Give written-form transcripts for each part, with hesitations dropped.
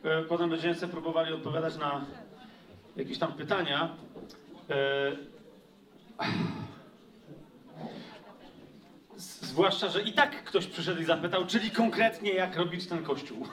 potem będziemy sobie próbowali odpowiadać na jakieś tam pytania. Zwłaszcza, że i tak ktoś przyszedł i zapytał, czyli konkretnie jak robić ten kościół.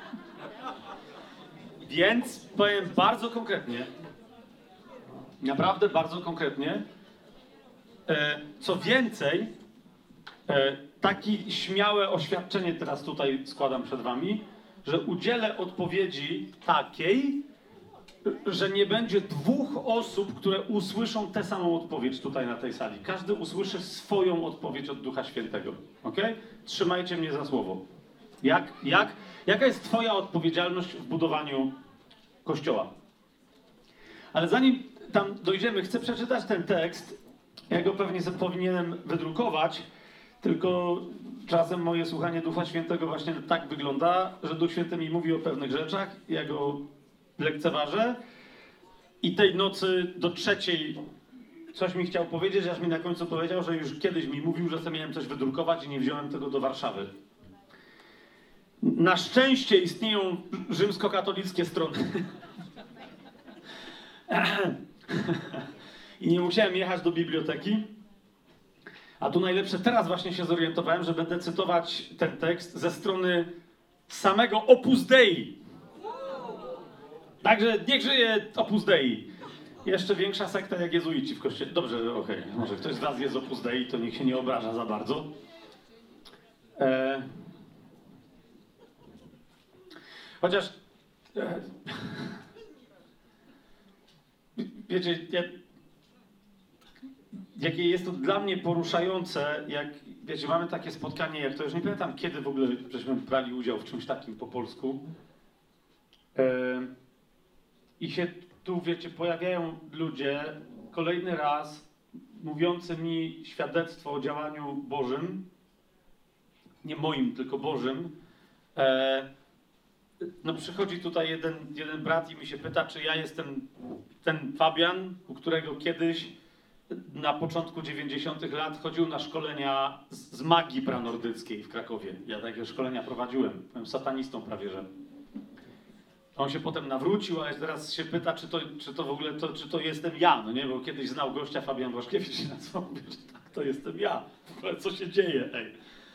Więc powiem bardzo konkretnie, naprawdę bardzo konkretnie. Co więcej, takie śmiałe oświadczenie teraz tutaj składam przed wami, że udzielę odpowiedzi takiej, że nie będzie dwóch osób, które usłyszą tę samą odpowiedź tutaj na tej sali. Każdy usłyszy swoją odpowiedź od Ducha Świętego. Ok? Trzymajcie mnie za słowo. Jaka jest twoja odpowiedzialność w budowaniu Kościoła? Ale zanim tam dojdziemy, chcę przeczytać ten tekst. Ja go pewnie sobie powinienem wydrukować, tylko czasem moje słuchanie Ducha Świętego właśnie tak wygląda, że Duch Święty mi mówi o pewnych rzeczach, ja go lekceważę i tej nocy do 3:00 coś mi chciał powiedzieć, aż mi na końcu powiedział, że już kiedyś mi mówił, że sobie miałem coś wydrukować i nie wziąłem tego do Warszawy. Na szczęście istnieją rzymskokatolickie strony. I nie musiałem jechać do biblioteki. A tu najlepsze, teraz właśnie się zorientowałem, że będę cytować ten tekst ze strony samego Opus Dei. Także niech żyje Opus Dei. Jeszcze większa sekta jak jezuici w kościele. Dobrze, okej. Może ktoś z was jest Opus Dei, to niech się nie obraża za bardzo. Chociaż... Wiecie, jakie jest to dla mnie poruszające, jak, wiecie, mamy takie spotkanie, jak to już nie pamiętam, kiedy w ogóle żeśmy brali udział w czymś takim po polsku. I się tu, wiecie, pojawiają ludzie kolejny raz mówiący mi świadectwo o działaniu Bożym, nie moim, tylko Bożym. No przychodzi tutaj jeden brat i mi się pyta, czy ja jestem ten Fabian, u którego kiedyś na początku 90. lat chodził na szkolenia z magii pranordyckiej w Krakowie. Ja takie szkolenia prowadziłem. Byłem satanistą prawie, że. On się potem nawrócił, ale teraz się pyta, czy to w ogóle czy to jestem ja, no nie? Bo kiedyś znał gościa Fabian Błaszkiewicz i na co mówię, że tak, to jestem ja. W ogóle co się dzieje, ej.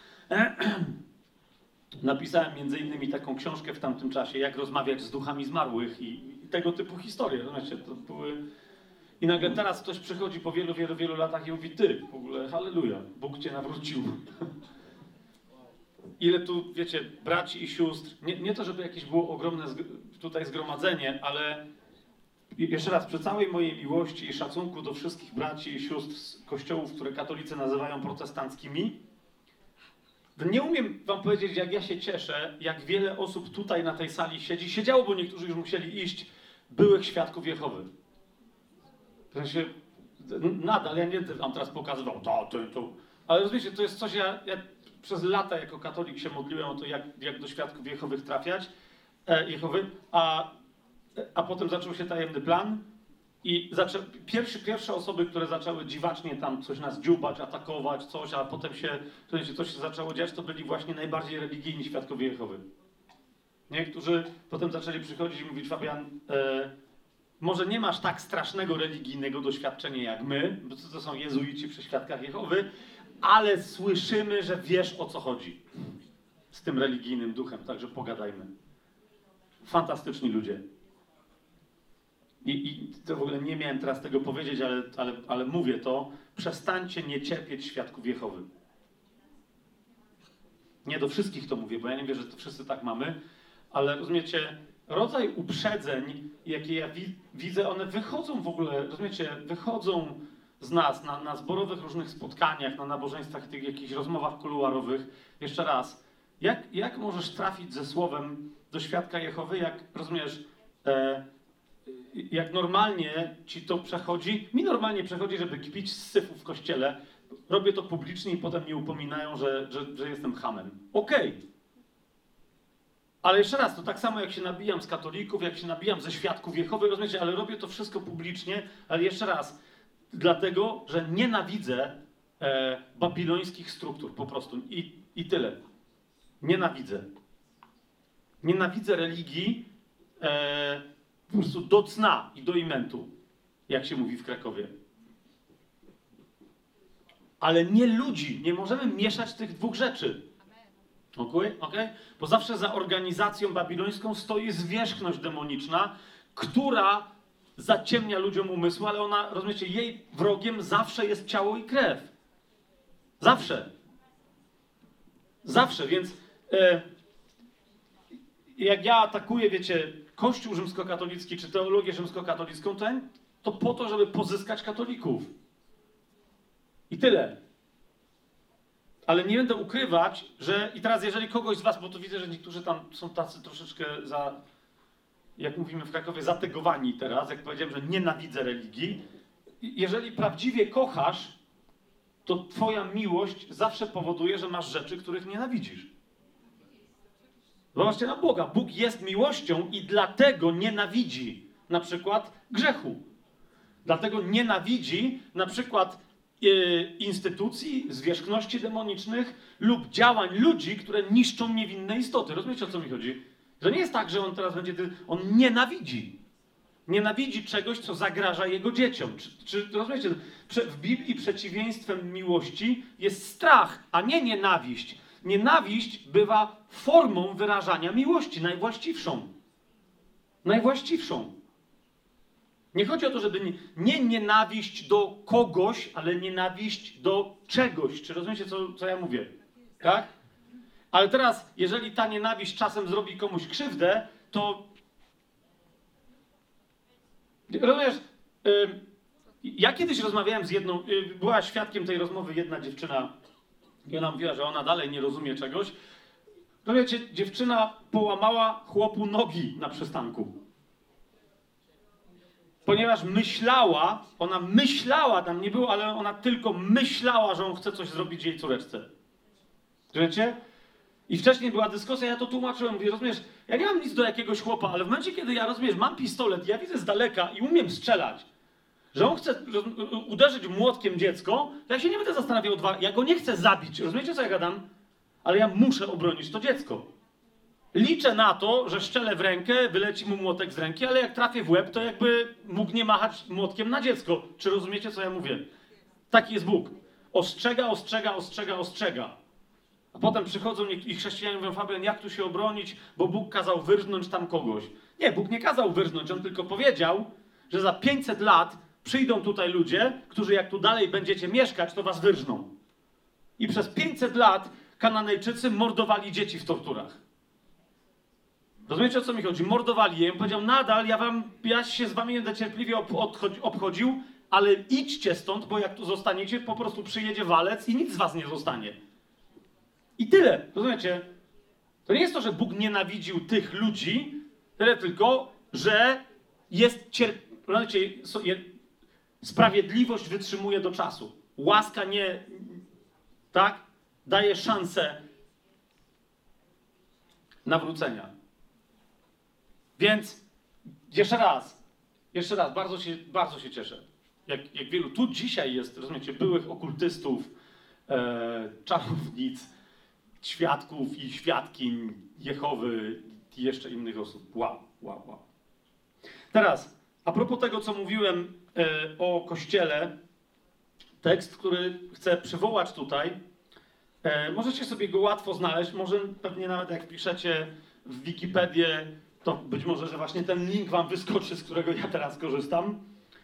Napisałem między innymi taką książkę w tamtym czasie, jak rozmawiać z duchami zmarłych i tego typu historie. Rozumiecie, to były... I nagle teraz ktoś przychodzi po wielu latach i mówi, ty, w ogóle, halleluja, Bóg cię nawrócił. Ile tu, wiecie, braci i sióstr, nie to, żeby jakieś było ogromne tutaj zgromadzenie, ale jeszcze raz, przy całej mojej miłości i szacunku do wszystkich braci i sióstr z kościołów, które katolicy nazywają protestanckimi, nie umiem wam powiedzieć, jak ja się cieszę, jak wiele osób tutaj na tej sali siedziało, bo niektórzy już musieli iść, byłych świadków Jehowy. W sensie, nadal, ja nie będę wam teraz pokazywał to. Ale rozumiecie, to jest coś, ja przez lata jako katolik się modliłem o to, jak do świadków Jehowych trafiać, Jehowy, a potem zaczął się tajemny plan i pierwsze osoby, które zaczęły dziwacznie tam coś nas dziubać, atakować, coś, a potem coś się zaczęło dziać, to byli właśnie najbardziej religijni świadkowie Jehowy. Niektórzy potem zaczęli przychodzić i mówić, Fabian, może nie masz tak strasznego religijnego doświadczenia jak my, bo to są jezuici przy świadkach Jehowy, ale słyszymy, że wiesz, o co chodzi z tym religijnym duchem, także pogadajmy. Fantastyczni ludzie. I to w ogóle nie miałem teraz tego powiedzieć, ale mówię to. Przestańcie nie cierpieć świadków Jehowy. Nie do wszystkich to mówię, bo ja nie wiem, że to wszyscy tak mamy, ale rozumiecie, rodzaj uprzedzeń, jakie ja widzę, one wychodzą w ogóle, rozumiecie, wychodzą z nas na zborowych różnych spotkaniach, na nabożeństwach, tych jakichś rozmowach kuluarowych. Jeszcze raz, jak możesz trafić ze słowem do świadka Jehowy, jak, rozumiesz, jak normalnie ci to przechodzi, mi normalnie przechodzi, żeby kpić z syfu w kościele, robię to publicznie i potem mnie upominają, że jestem chamem. Okej. Ale jeszcze raz, to tak samo jak się nabijam z katolików, jak się nabijam ze świadków Jehowy, rozumiecie, ale robię to wszystko publicznie, ale jeszcze raz, dlatego, że nienawidzę babilońskich struktur po prostu i tyle. Nienawidzę. Nienawidzę religii, po prostu do cna i do imentu, jak się mówi w Krakowie. Ale nie ludzi. Nie możemy mieszać tych dwóch rzeczy. Okay? Bo zawsze za organizacją babilońską stoi zwierzchność demoniczna, która zaciemnia ludziom umysły, ale ona, rozumiecie, jej wrogiem zawsze jest ciało i krew. Zawsze. Zawsze, więc jak ja atakuję, wiecie, Kościół rzymskokatolicki czy teologię rzymskokatolicką, to po to, żeby pozyskać katolików. I tyle. Ale nie będę ukrywać, że i teraz jeżeli kogoś z was, bo to widzę, że niektórzy tam są tacy troszeczkę jak mówimy w Krakowie, zategowani teraz, jak powiedziałem, że nienawidzę religii. Jeżeli prawdziwie kochasz, to twoja miłość zawsze powoduje, że masz rzeczy, których nienawidzisz. Zobaczcie na Boga. Bóg jest miłością i dlatego nienawidzi na przykład grzechu. Dlatego nienawidzi na przykład instytucji, zwierzchności demonicznych lub działań ludzi, które niszczą niewinne istoty. Rozumiecie, o co mi chodzi? To nie jest tak, że on teraz będzie... On nienawidzi. Nienawidzi czegoś, co zagraża jego dzieciom. Czy rozumiecie? W Biblii przeciwieństwem miłości jest strach, a nie nienawiść. Nienawiść bywa formą wyrażania miłości, najwłaściwszą. Najwłaściwszą. Nie chodzi o to, żeby nie nienawiść do kogoś, ale nienawiść do czegoś. Czy rozumiecie, co ja mówię? Tak? Ale teraz, jeżeli ta nienawiść czasem zrobi komuś krzywdę, to... Rozumiesz, ja kiedyś rozmawiałem z jedną... Była świadkiem tej rozmowy jedna dziewczyna i ona mówiła, że ona dalej nie rozumie czegoś. Rozumiecie, dziewczyna połamała chłopu nogi na przystanku. Ponieważ ona myślała, tam nie było, ale ona tylko myślała, że on chce coś zrobić jej córeczce. Wiecie? I wcześniej była dyskusja, ja to tłumaczyłem, mówię, rozumiesz, ja nie mam nic do jakiegoś chłopa, ale w momencie, kiedy ja, rozumiesz, mam pistolet, ja widzę z daleka i umiem strzelać, że on chce uderzyć młotkiem dziecko, to ja się nie będę zastanawiał, ja go nie chcę zabić, rozumiecie, co ja gadam? Ale ja muszę obronić to dziecko. Liczę na to, że szczelę w rękę, wyleci mu młotek z ręki, ale jak trafię w łeb, to jakby mógł nie machać młotkiem na dziecko. Czy rozumiecie, co ja mówię? Taki jest Bóg. Ostrzega, ostrzega, ostrzega, ostrzega. A potem przychodzą i chrześcijanie mówią, Fabian, jak tu się obronić, bo Bóg kazał wyrżnąć tam kogoś. Nie, Bóg nie kazał wyrżnąć, on tylko powiedział, że za 500 lat przyjdą tutaj ludzie, którzy jak tu dalej będziecie mieszkać, to was wyrżną. I przez 500 lat Kananejczycy mordowali dzieci w torturach. Rozumiecie, o co mi chodzi? Mordowali je. On powiedział, nadal ja się z wami będę cierpliwie obchodził, ale idźcie stąd, bo jak tu zostaniecie, po prostu przyjedzie walec i nic z was nie zostanie. I tyle. Rozumiecie? To nie jest to, że Bóg nienawidził tych ludzi, tyle tylko, że jest sprawiedliwość wytrzymuje do czasu. Łaska nie, tak? Daje szansę nawrócenia. Więc jeszcze raz, bardzo się cieszę. Jak wielu tu dzisiaj jest, rozumiecie, byłych okultystów, czarownic, świadków i świadkiń Jehowy i jeszcze innych osób. Wow. Teraz, a propos tego, co mówiłem o Kościele, tekst, który chcę przywołać tutaj, możecie sobie go łatwo znaleźć, może pewnie nawet jak wpiszecie w Wikipedię, to być może, że właśnie ten link wam wyskoczy, z którego ja teraz korzystam.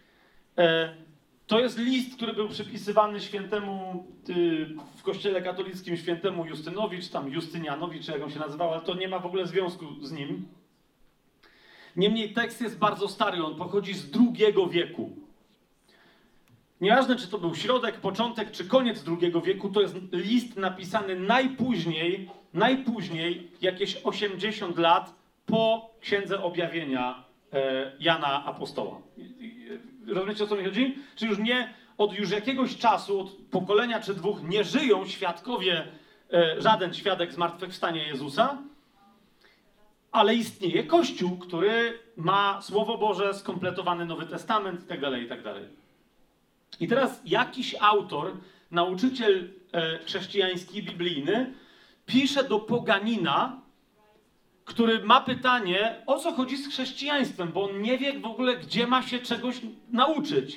To jest list, który był przypisywany świętemu w kościele katolickim, świętemu Justynowi, czy tam Justynianowi, czy jak on się nazywał, ale to nie ma w ogóle związku z nim. Niemniej tekst jest bardzo stary, on pochodzi z II wieku. Nieważne, czy to był środek, początek, czy koniec II wieku, to jest list napisany najpóźniej jakieś 80 lat po Księdze Objawienia Jana Apostoła. Rozumiecie, o co mi chodzi? Czy już jakiegoś czasu, od pokolenia czy dwóch, nie żyją świadkowie, żaden świadek zmartwychwstania Jezusa, ale istnieje Kościół, który ma Słowo Boże, skompletowany Nowy Testament itd. I teraz jakiś autor, nauczyciel chrześcijański, biblijny, pisze do poganina, który ma pytanie, o co chodzi z chrześcijaństwem, bo on nie wie w ogóle, gdzie ma się czegoś nauczyć.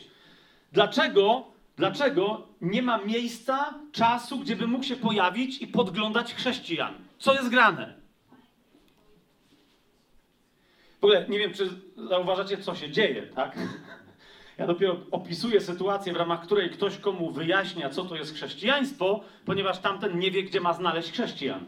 Dlaczego nie ma miejsca, czasu, gdzie by mógł się pojawić i podglądać chrześcijan? Co jest grane? W ogóle nie wiem, czy zauważacie, co się dzieje, tak? Ja dopiero opisuję sytuację, w ramach której ktoś komu wyjaśnia, co to jest chrześcijaństwo, ponieważ tamten nie wie, gdzie ma znaleźć chrześcijan.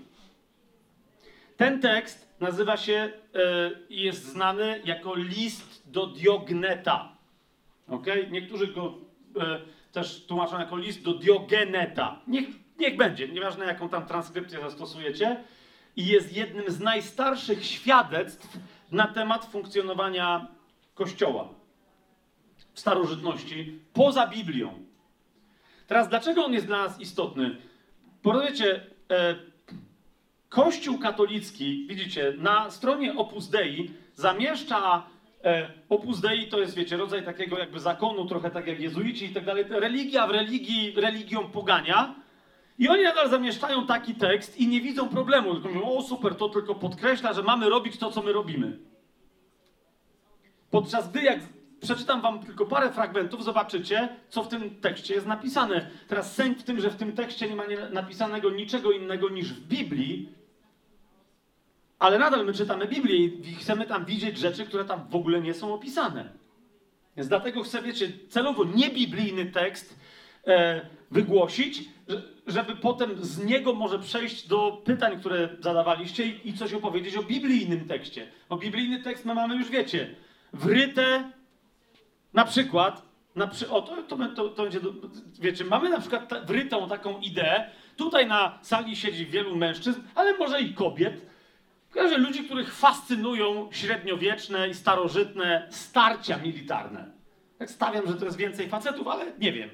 Ten tekst nazywa się i jest znany jako list do Diogneta. Okay? Niektórzy go też tłumaczą jako list do Diogeneta. Niech będzie, nieważne jaką tam transkrypcję zastosujecie. I jest jednym z najstarszych świadectw na temat funkcjonowania Kościoła w starożytności, poza Biblią. Teraz, dlaczego on jest dla nas istotny? Bo wiecie, Kościół katolicki, widzicie, na stronie Opus Dei zamieszcza, Opus Dei to jest, wiecie, rodzaj takiego jakby zakonu, trochę tak jak jezuici i tak dalej, religia w religii, religią pogania. I oni nadal zamieszczają taki tekst i nie widzą problemu, tylko mówią, o super, to tylko podkreśla, że mamy robić to, co my robimy. Podczas gdy, jak przeczytam wam tylko parę fragmentów, zobaczycie, co w tym tekście jest napisane. Teraz sęk w tym, że w tym tekście nie ma napisanego niczego innego niż w Biblii, ale nadal my czytamy Biblię i chcemy tam widzieć rzeczy, które tam w ogóle nie są opisane. Więc dlatego chcę, wiecie, celowo niebiblijny tekst wygłosić, żeby potem z niego może przejść do pytań, które zadawaliście i coś opowiedzieć o biblijnym tekście. Bo biblijny tekst my mamy już, wiecie, wryte, na przykład, to będzie, wiecie, mamy na przykład wrytą taką ideę, tutaj na sali siedzi wielu mężczyzn, ale może i kobiet, że ludzi, których fascynują średniowieczne i starożytne starcia militarne. Tak stawiam, że to jest więcej facetów, ale nie wiem.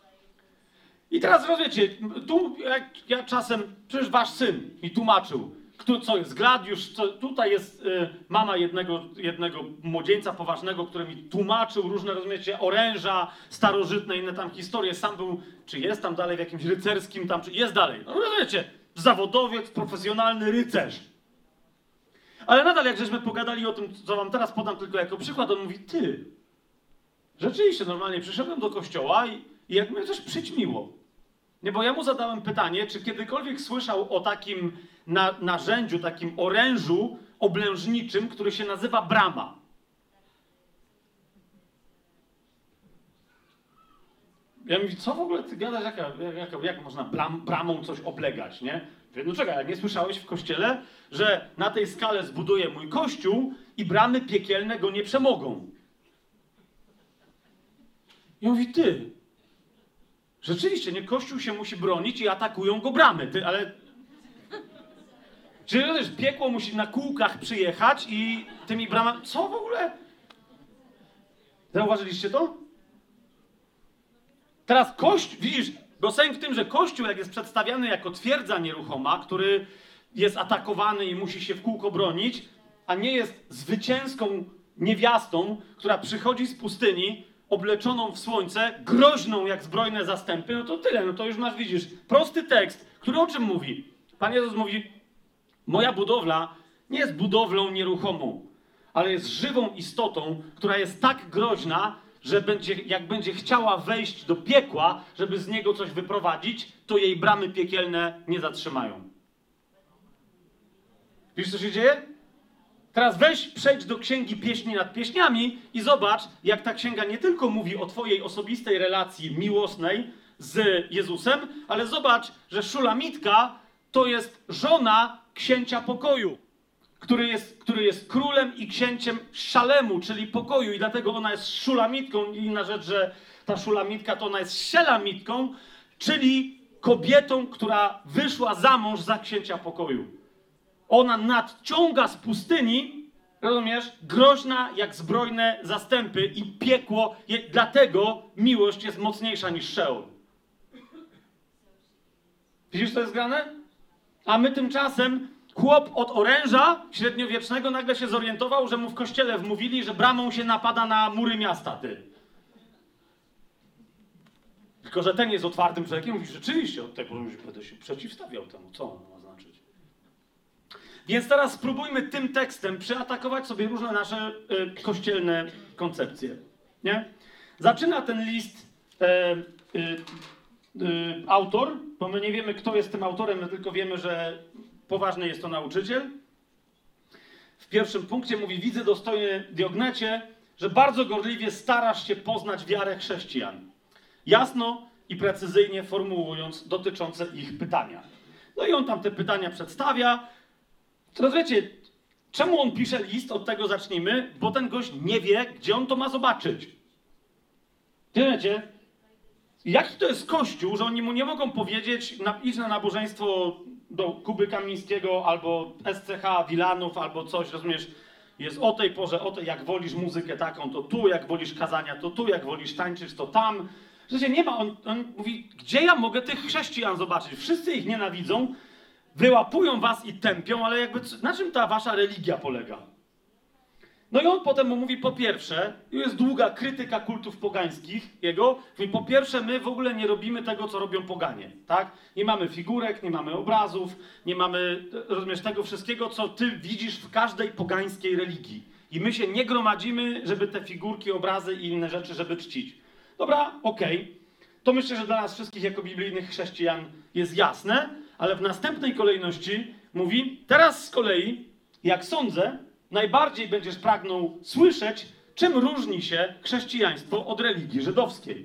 I teraz rozumiecie, tu jak ja czasem, przecież wasz syn mi tłumaczył, co jest gladiusz, tutaj jest mama jednego młodzieńca poważnego, który mi tłumaczył różne, rozumiecie, oręża starożytne, inne tam historie. Sam był, czy jest tam dalej w jakimś rycerskim tam, czy jest dalej. No rozumiecie, zawodowiec, profesjonalny rycerz. Ale nadal, jak żeśmy pogadali o tym, co wam teraz podam tylko jako przykład, on mówi, ty, rzeczywiście normalnie przyszedłem do kościoła i jak mnie też przyćmiło. Nie, bo ja mu zadałem pytanie, czy kiedykolwiek słyszał o takim narzędziu, takim orężu oblężniczym, który się nazywa brama. Ja mówię, co w ogóle ty gadasz, jak można bramą coś oblegać, nie? Mówię, no czekaj, jak nie słyszałeś w kościele, że na tej skale zbuduję mój kościół i bramy piekielne go nie przemogą. I on mówi, ty, rzeczywiście, nie, kościół się musi bronić i atakują go bramy, ty, ale... Czyli też piekło musi na kółkach przyjechać i tymi bramami... Co w ogóle? Zauważyliście to? Teraz Kościół, widzisz, bo sęk w tym, że Kościół, jak jest przedstawiany jako twierdza nieruchoma, który jest atakowany i musi się w kółko bronić, a nie jest zwycięską niewiastą, która przychodzi z pustyni, obleczoną w słońce, groźną jak zbrojne zastępy, no to tyle, no to już masz, widzisz, prosty tekst, który o czym mówi? Pan Jezus mówi, moja budowla nie jest budowlą nieruchomą, ale jest żywą istotą, która jest tak groźna, że jak będzie chciała wejść do piekła, żeby z niego coś wyprowadzić, to jej bramy piekielne nie zatrzymają. Widzisz, co się dzieje? Teraz przejdź do Księgi Pieśni nad Pieśniami i zobacz, jak ta księga nie tylko mówi o twojej osobistej relacji miłosnej z Jezusem, ale zobacz, że Szulamitka to jest żona księcia pokoju, który jest królem i księciem Szalemu, czyli pokoju, i dlatego ona jest Szulamitką. Inna rzecz, że ta Szulamitka to ona jest Szelamitką, czyli kobietą, która wyszła za mąż za księcia pokoju. Ona nadciąga z pustyni, rozumiesz, groźna jak zbrojne zastępy i piekło, dlatego miłość jest mocniejsza niż Szeol. Widzisz, co jest grane? A my tymczasem, chłop od oręża średniowiecznego nagle się zorientował, że mu w kościele wmówili, że bramą się napada na mury miasta, ty. Tylko że ten jest otwartym człowiekiem, mówi, rzeczywiście od tego będę się przeciwstawiał temu. Co on ma znaczyć? Więc teraz spróbujmy tym tekstem przeatakować sobie różne nasze kościelne koncepcje. Nie? Zaczyna ten list autor, bo my nie wiemy, kto jest tym autorem, my tylko wiemy, że poważny jest to nauczyciel. W pierwszym punkcie mówi: widzę, dostojny Diognecie, że bardzo gorliwie starasz się poznać wiarę chrześcijan, jasno i precyzyjnie formułując dotyczące ich pytania. No i on tam te pytania przedstawia. Teraz wiecie, czemu on pisze list? Od tego zacznijmy, bo ten gość nie wie, gdzie on to ma zobaczyć. Wiecie? Jaki to jest kościół, że oni mu nie mogą powiedzieć, idź na nabożeństwo do Kuby Kamińskiego, albo SCH Wilanów, albo coś, rozumiesz? Jest o tej porze, o tej, jak wolisz muzykę taką, to tu, jak wolisz kazania, to tu, jak wolisz tańczyć, to tam. Że nie ma, on mówi, gdzie ja mogę tych chrześcijan zobaczyć? Wszyscy ich nienawidzą, wyłapują was i tępią, ale jakby na czym ta wasza religia polega? No i on potem mu mówi, po pierwsze, jest długa krytyka kultów pogańskich jego, mówi, po pierwsze, my w ogóle nie robimy tego, co robią poganie, tak? Nie mamy figurek, nie mamy obrazów, nie mamy, rozumiesz, tego wszystkiego, co ty widzisz w każdej pogańskiej religii. I my się nie gromadzimy, żeby te figurki, obrazy i inne rzeczy, żeby czcić. Dobra, okej. To myślę, że dla nas wszystkich jako biblijnych chrześcijan jest jasne, ale w następnej kolejności mówi, teraz z kolei, jak sądzę, najbardziej będziesz pragnął słyszeć, czym różni się chrześcijaństwo od religii żydowskiej.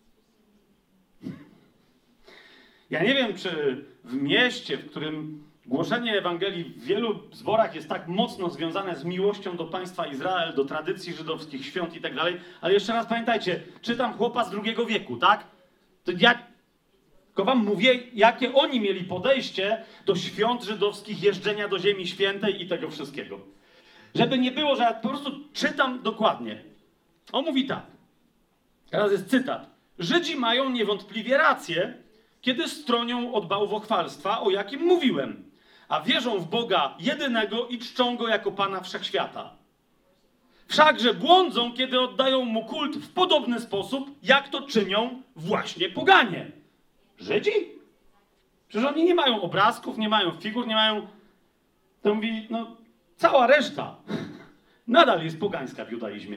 Ja nie wiem, czy w mieście, w którym głoszenie Ewangelii w wielu zborach jest tak mocno związane z miłością do państwa Izrael, do tradycji żydowskich, świąt i tak dalej, ale jeszcze raz pamiętajcie, czytam chłopa z II wieku, tak? To ja tylko wam mówię, jakie oni mieli podejście do świąt żydowskich, jeżdżenia do Ziemi Świętej i tego wszystkiego. Żeby nie było, że ja po prostu czytam dokładnie. On mówi tak. Teraz jest cytat. Żydzi mają niewątpliwie rację, kiedy stronią od bałwochwalstwa, o jakim mówiłem, a wierzą w Boga jedynego i czczą Go jako Pana Wszechświata. Wszakże błądzą, kiedy oddają Mu kult w podobny sposób, jak to czynią właśnie poganie. Żydzi? Przecież oni nie mają obrazków, nie mają figur, nie mają... To mówi, no, cała reszta nadal jest pogańska w judaizmie.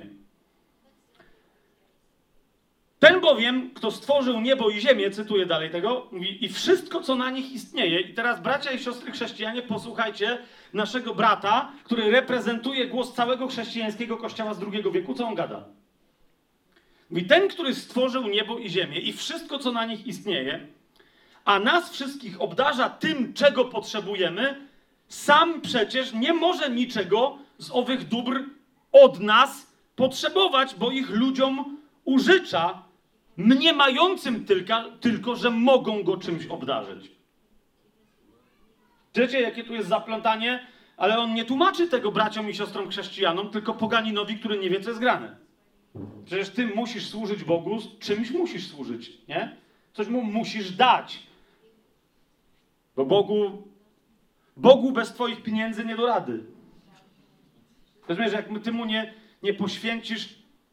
Ten bowiem, kto stworzył niebo i ziemię, cytuję dalej tego, mówi, i wszystko, co na nich istnieje. I teraz, bracia i siostry chrześcijanie, posłuchajcie naszego brata, który reprezentuje głos całego chrześcijańskiego kościoła z II wieku. Co on gada? Mówi, ten, który stworzył niebo i ziemię i wszystko, co na nich istnieje, a nas wszystkich obdarza tym, czego potrzebujemy, sam przecież nie może niczego z owych dóbr od nas potrzebować, bo ich ludziom użycza, mniemającym tylko, że mogą go czymś obdarzyć. Wiecie, jakie tu jest zaplątanie? Ale on nie tłumaczy tego braciom i siostrom chrześcijanom, tylko poganinowi, który nie wie, co jest grane. Przecież ty musisz służyć Bogu, czymś musisz służyć, nie? Coś mu musisz dać. Bo Bogu bez twoich pieniędzy nie do rady. Rozumiesz, jak ty mu nie poświęcisz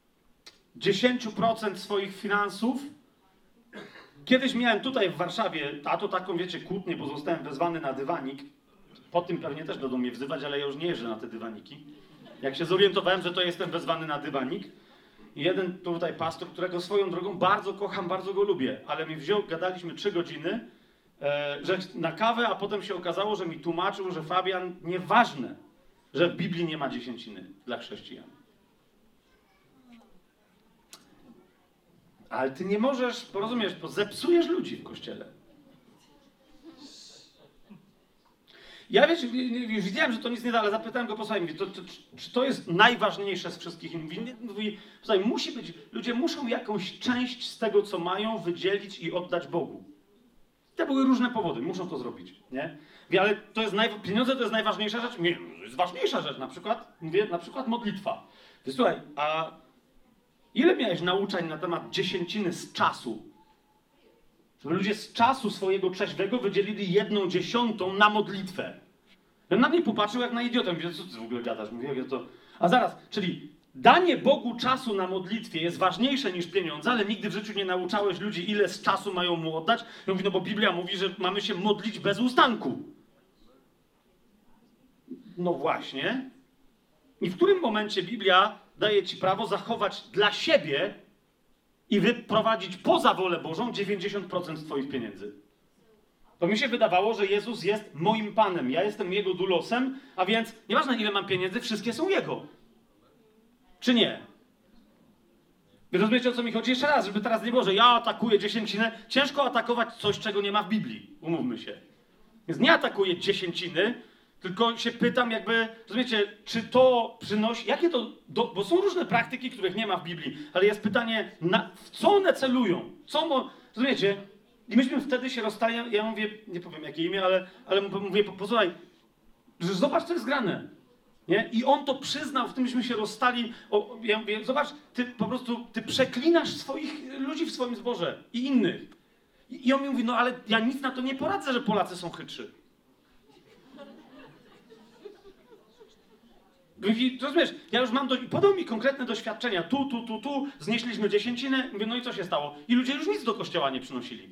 10% swoich finansów. Kiedyś miałem tutaj w Warszawie, a to taką, wiecie, kłótnię, bo zostałem wezwany na dywanik. Po tym pewnie też będą mnie wzywać, ale ja już nie jeżdżę na te dywaniki. Jak się zorientowałem, że to jestem wezwany na dywanik. I jeden tutaj pastor, którego swoją drogą bardzo kocham, bardzo go lubię, ale mi wziął, gadaliśmy 3 godziny, że na kawę, a potem się okazało, że mi tłumaczył, że Fabian, nieważne, że w Biblii nie ma dziesięciny dla chrześcijan. Ale ty nie możesz, porozumiesz, bo zepsujesz ludzi w kościele. Ja wiesz, już widziałem, że to nic nie da, ale zapytałem go, posłuchaj, mówi, czy to jest najważniejsze z wszystkich? Mówi, posłuchaj, musi być, ludzie muszą jakąś część z tego, co mają, wydzielić i oddać Bogu. To były różne powody, muszą to zrobić, nie? Mówi, ale to jest pieniądze to jest najważniejsza rzecz? Nie, to jest ważniejsza rzecz, na przykład modlitwa. Słuchaj, a ile miałeś nauczań na temat dziesięciny z czasu? Żeby ludzie z czasu swojego trzeźwego wydzielili 1/10 na modlitwę. Ja na mnie popatrzył jak na idiotę. Mówię, co ty w ogóle gadasz? Mówię, jak to... A zaraz, czyli danie Bogu czasu na modlitwie jest ważniejsze niż pieniądze, ale nigdy w życiu nie nauczałeś ludzi, ile z czasu mają mu oddać? Ja mówię, no bo Biblia mówi, że mamy się modlić bez ustanku. No właśnie. I w którym momencie Biblia daje ci prawo zachować dla siebie i wyprowadzić poza wolę Bożą 90% twoich pieniędzy? To mi się wydawało, że Jezus jest moim Panem. Ja jestem Jego dulosem, a więc nieważne ile mam pieniędzy, wszystkie są Jego. Czy nie? Wy rozumiecie, o co mi chodzi? Jeszcze raz, żeby teraz nie było, że ja atakuję dziesięcinę. Ciężko atakować coś, czego nie ma w Biblii. Umówmy się. Więc nie atakuję dziesięciny, tylko się pytam jakby, rozumiecie, czy to przynosi, jakie to, bo są różne praktyki, których nie ma w Biblii, ale jest pytanie, w co one celują? Rozumiecie? I myśmy wtedy się rozstali, ja mówię, nie powiem jakie imię, ale mówię, posłuchaj, że zobacz, co jest grane. Nie? I on to przyznał, w tym myśmy się rozstali. Ja mówię, zobacz, ty przeklinasz swoich ludzi w swoim zborze i innych. I on mi mówi, no ale ja nic na to nie poradzę, że Polacy są chytrzy. Rozumiesz, ja już mam, podał mi konkretne doświadczenia, tu, znieśliśmy dziesięcinę, mówię, no i co się stało? I ludzie już nic do kościoła nie przynosili.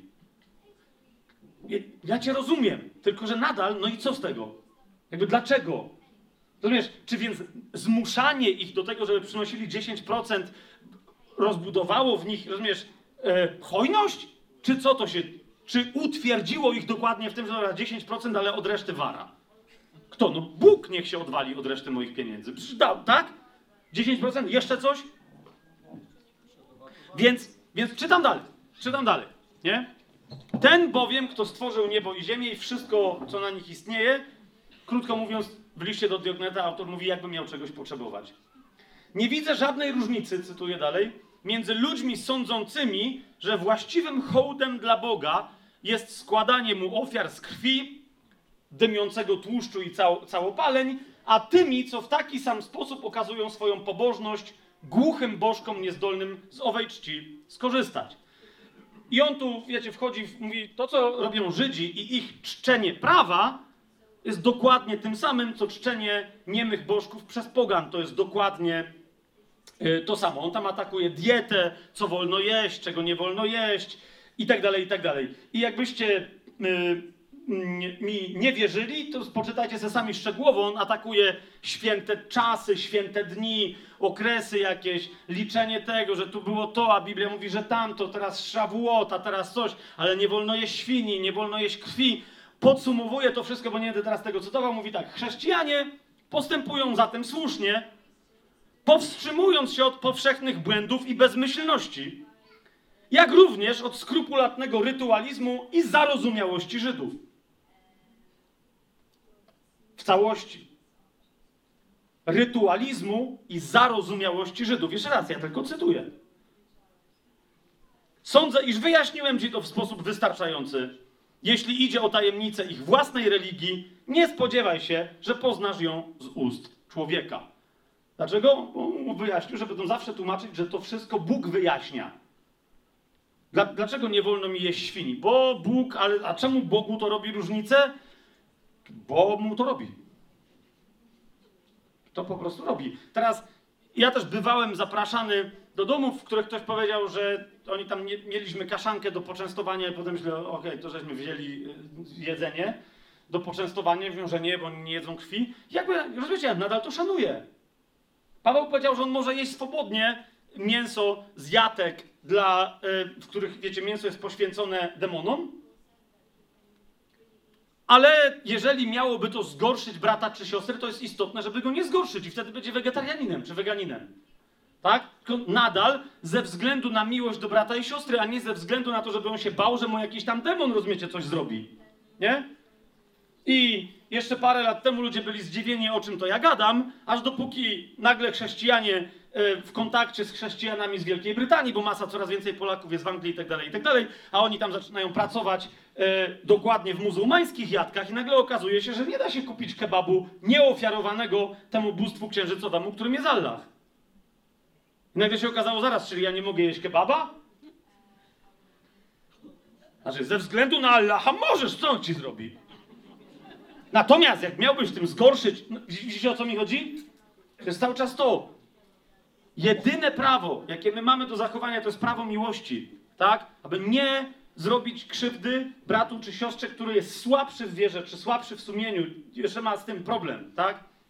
Ja cię rozumiem, tylko że nadal, no i co z tego? Jakby dlaczego? Rozumiesz, czy więc zmuszanie ich do tego, żeby przynosili 10% rozbudowało w nich, rozumiesz, hojność? Czy co to się, czy utwierdziło ich dokładnie w tym, że 10%, ale od reszty wara? Kto? No Bóg niech się odwali od reszty moich pieniędzy. Przecież dał, tak? 10%? Jeszcze coś? Więc czytam dalej, nie? Ten bowiem, kto stworzył niebo i ziemię i wszystko, co na nich istnieje, krótko mówiąc, w liście do Diogneta autor mówi, jakby miał czegoś potrzebować. Nie widzę żadnej różnicy, cytuję dalej, między ludźmi sądzącymi, że właściwym hołdem dla Boga jest składanie mu ofiar z krwi, dymiącego tłuszczu i całopaleń, a tymi, co w taki sam sposób okazują swoją pobożność głuchym bożkom niezdolnym z owej czci skorzystać. I on tu, wiecie, wchodzi, mówi, to co robią Żydzi i ich czczenie prawa jest dokładnie tym samym, co czczenie niemych bożków przez pogan. To jest dokładnie to samo. On tam atakuje dietę, co wolno jeść, czego nie wolno jeść i tak dalej, i tak dalej. I jakbyście mi nie wierzyli, to poczytajcie sobie sami szczegółowo. On atakuje święte czasy, święte dni, okresy jakieś, liczenie tego, że tu było to, a Biblia mówi, że tamto, teraz Szawuot, a teraz coś, ale nie wolno jeść świni, nie wolno jeść krwi. Podsumowuje to wszystko, bo nie będę teraz tego cytował, mówi tak, chrześcijanie postępują zatem słusznie, powstrzymując się od powszechnych błędów i bezmyślności, jak również od skrupulatnego rytualizmu i zarozumiałości Żydów. W całości. Rytualizmu i zarozumiałości Żydów. Jeszcze raz, ja tylko cytuję. Sądzę, iż wyjaśniłem ci to w sposób wystarczający. Jeśli idzie o tajemnicę ich własnej religii, nie spodziewaj się, że poznasz ją z ust człowieka. Dlaczego? Bo wyjaśnił, że będą zawsze tłumaczyć, że to wszystko Bóg wyjaśnia. Dlaczego nie wolno mi jeść świni? Bo Bóg, a czemu Bogu to robi różnicę? Bo mu to robi. To po prostu robi. Teraz ja też bywałem zapraszany do domów, w których ktoś powiedział, że oni tam mieliśmy kaszankę do poczęstowania i potem myślę, okej, to żeśmy wzięli jedzenie do poczęstowania, mówią, że nie, bo oni nie jedzą krwi. Jakby, rozumiecie, ja nadal to szanuję. Paweł powiedział, że on może jeść swobodnie mięso z jatek, w których, wiecie, mięso jest poświęcone demonom, ale jeżeli miałoby to zgorszyć brata czy siostrę, to jest istotne, żeby go nie zgorszyć i wtedy będzie wegetarianinem czy weganinem. Tak? Tylko nadal ze względu na miłość do brata i siostry, a nie ze względu na to, żeby on się bał, że mu jakiś tam demon, rozumiecie, coś zrobi. Nie? I jeszcze parę lat temu ludzie byli zdziwieni, o czym to ja gadam, aż dopóki nagle chrześcijanie w kontakcie z chrześcijanami z Wielkiej Brytanii, bo coraz więcej Polaków jest w Anglii i tak dalej, a oni tam zaczynają pracować dokładnie w muzułmańskich jadkach i nagle okazuje się, że nie da się kupić kebabu nieofiarowanego temu bóstwu księżycowemu, którym jest Allah. I nagle się okazało, zaraz, czyli ja nie mogę jeść kebaba? Znaczy, ze względu na Allaha możesz, co on ci zrobi? Natomiast jak miałbyś tym zgorszyć, widzicie, o co mi chodzi? To jest cały czas to. Jedyne prawo, jakie my mamy do zachowania, to jest prawo miłości, tak? Aby nie zrobić krzywdy bratu czy siostrze, który jest słabszy w wierze, czy słabszy w sumieniu, jeszcze ma z tym problem, tak?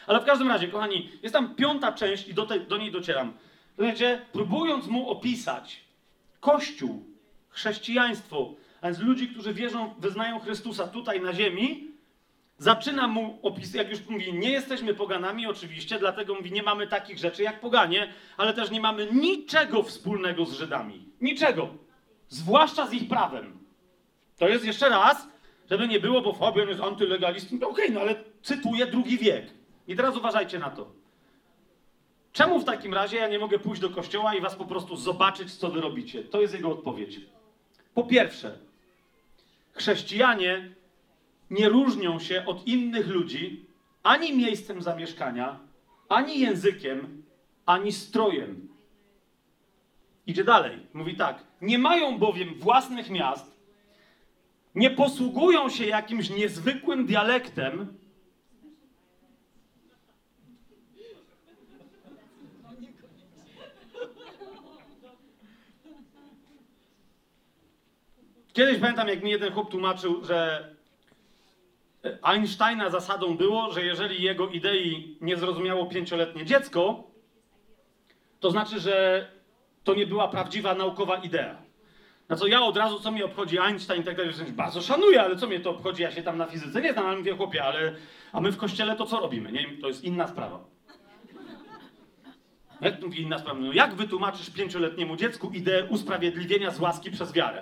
Ale w każdym razie, kochani, jest tam 5. część i do niej docieram. Wiecie, próbując mu opisać Kościół, chrześcijaństwo, a więc ludzi, którzy wierzą, wyznają Chrystusa tutaj na ziemi, zaczyna mu opisać, jak już mówi, nie jesteśmy poganami oczywiście, dlatego mówi, nie mamy takich rzeczy jak poganie, ale też nie mamy niczego wspólnego z Żydami. Niczego. Zwłaszcza z ich prawem. To jest jeszcze raz, żeby nie było, bo Fabian jest antylegalistą. Okej, no ale cytuję II wiek. I teraz uważajcie na to. Czemu w takim razie ja nie mogę pójść do kościoła i was po prostu zobaczyć, co wy robicie? To jest jego odpowiedź. Po pierwsze, chrześcijanie nie różnią się od innych ludzi ani miejscem zamieszkania, ani językiem, ani strojem. Idzie dalej. Mówi tak. Nie mają bowiem własnych miast, nie posługują się jakimś niezwykłym dialektem, kiedyś pamiętam, jak mi jeden chłop tłumaczył, że Einsteina zasadą było, że jeżeli jego idei nie zrozumiało 5-letnie dziecko, to znaczy, że to nie była prawdziwa naukowa idea. Na co ja od razu, co mnie obchodzi Einstein i tak dalej, bardzo szanuję, ale co mnie to obchodzi, ja się tam na fizyce nie znam, ale mówię, chłopie, a my w kościele to co robimy, nie? To jest inna sprawa. Jak mówi inna sprawa? No jak wytłumaczysz 5-letniemu dziecku ideę usprawiedliwienia z łaski przez wiarę?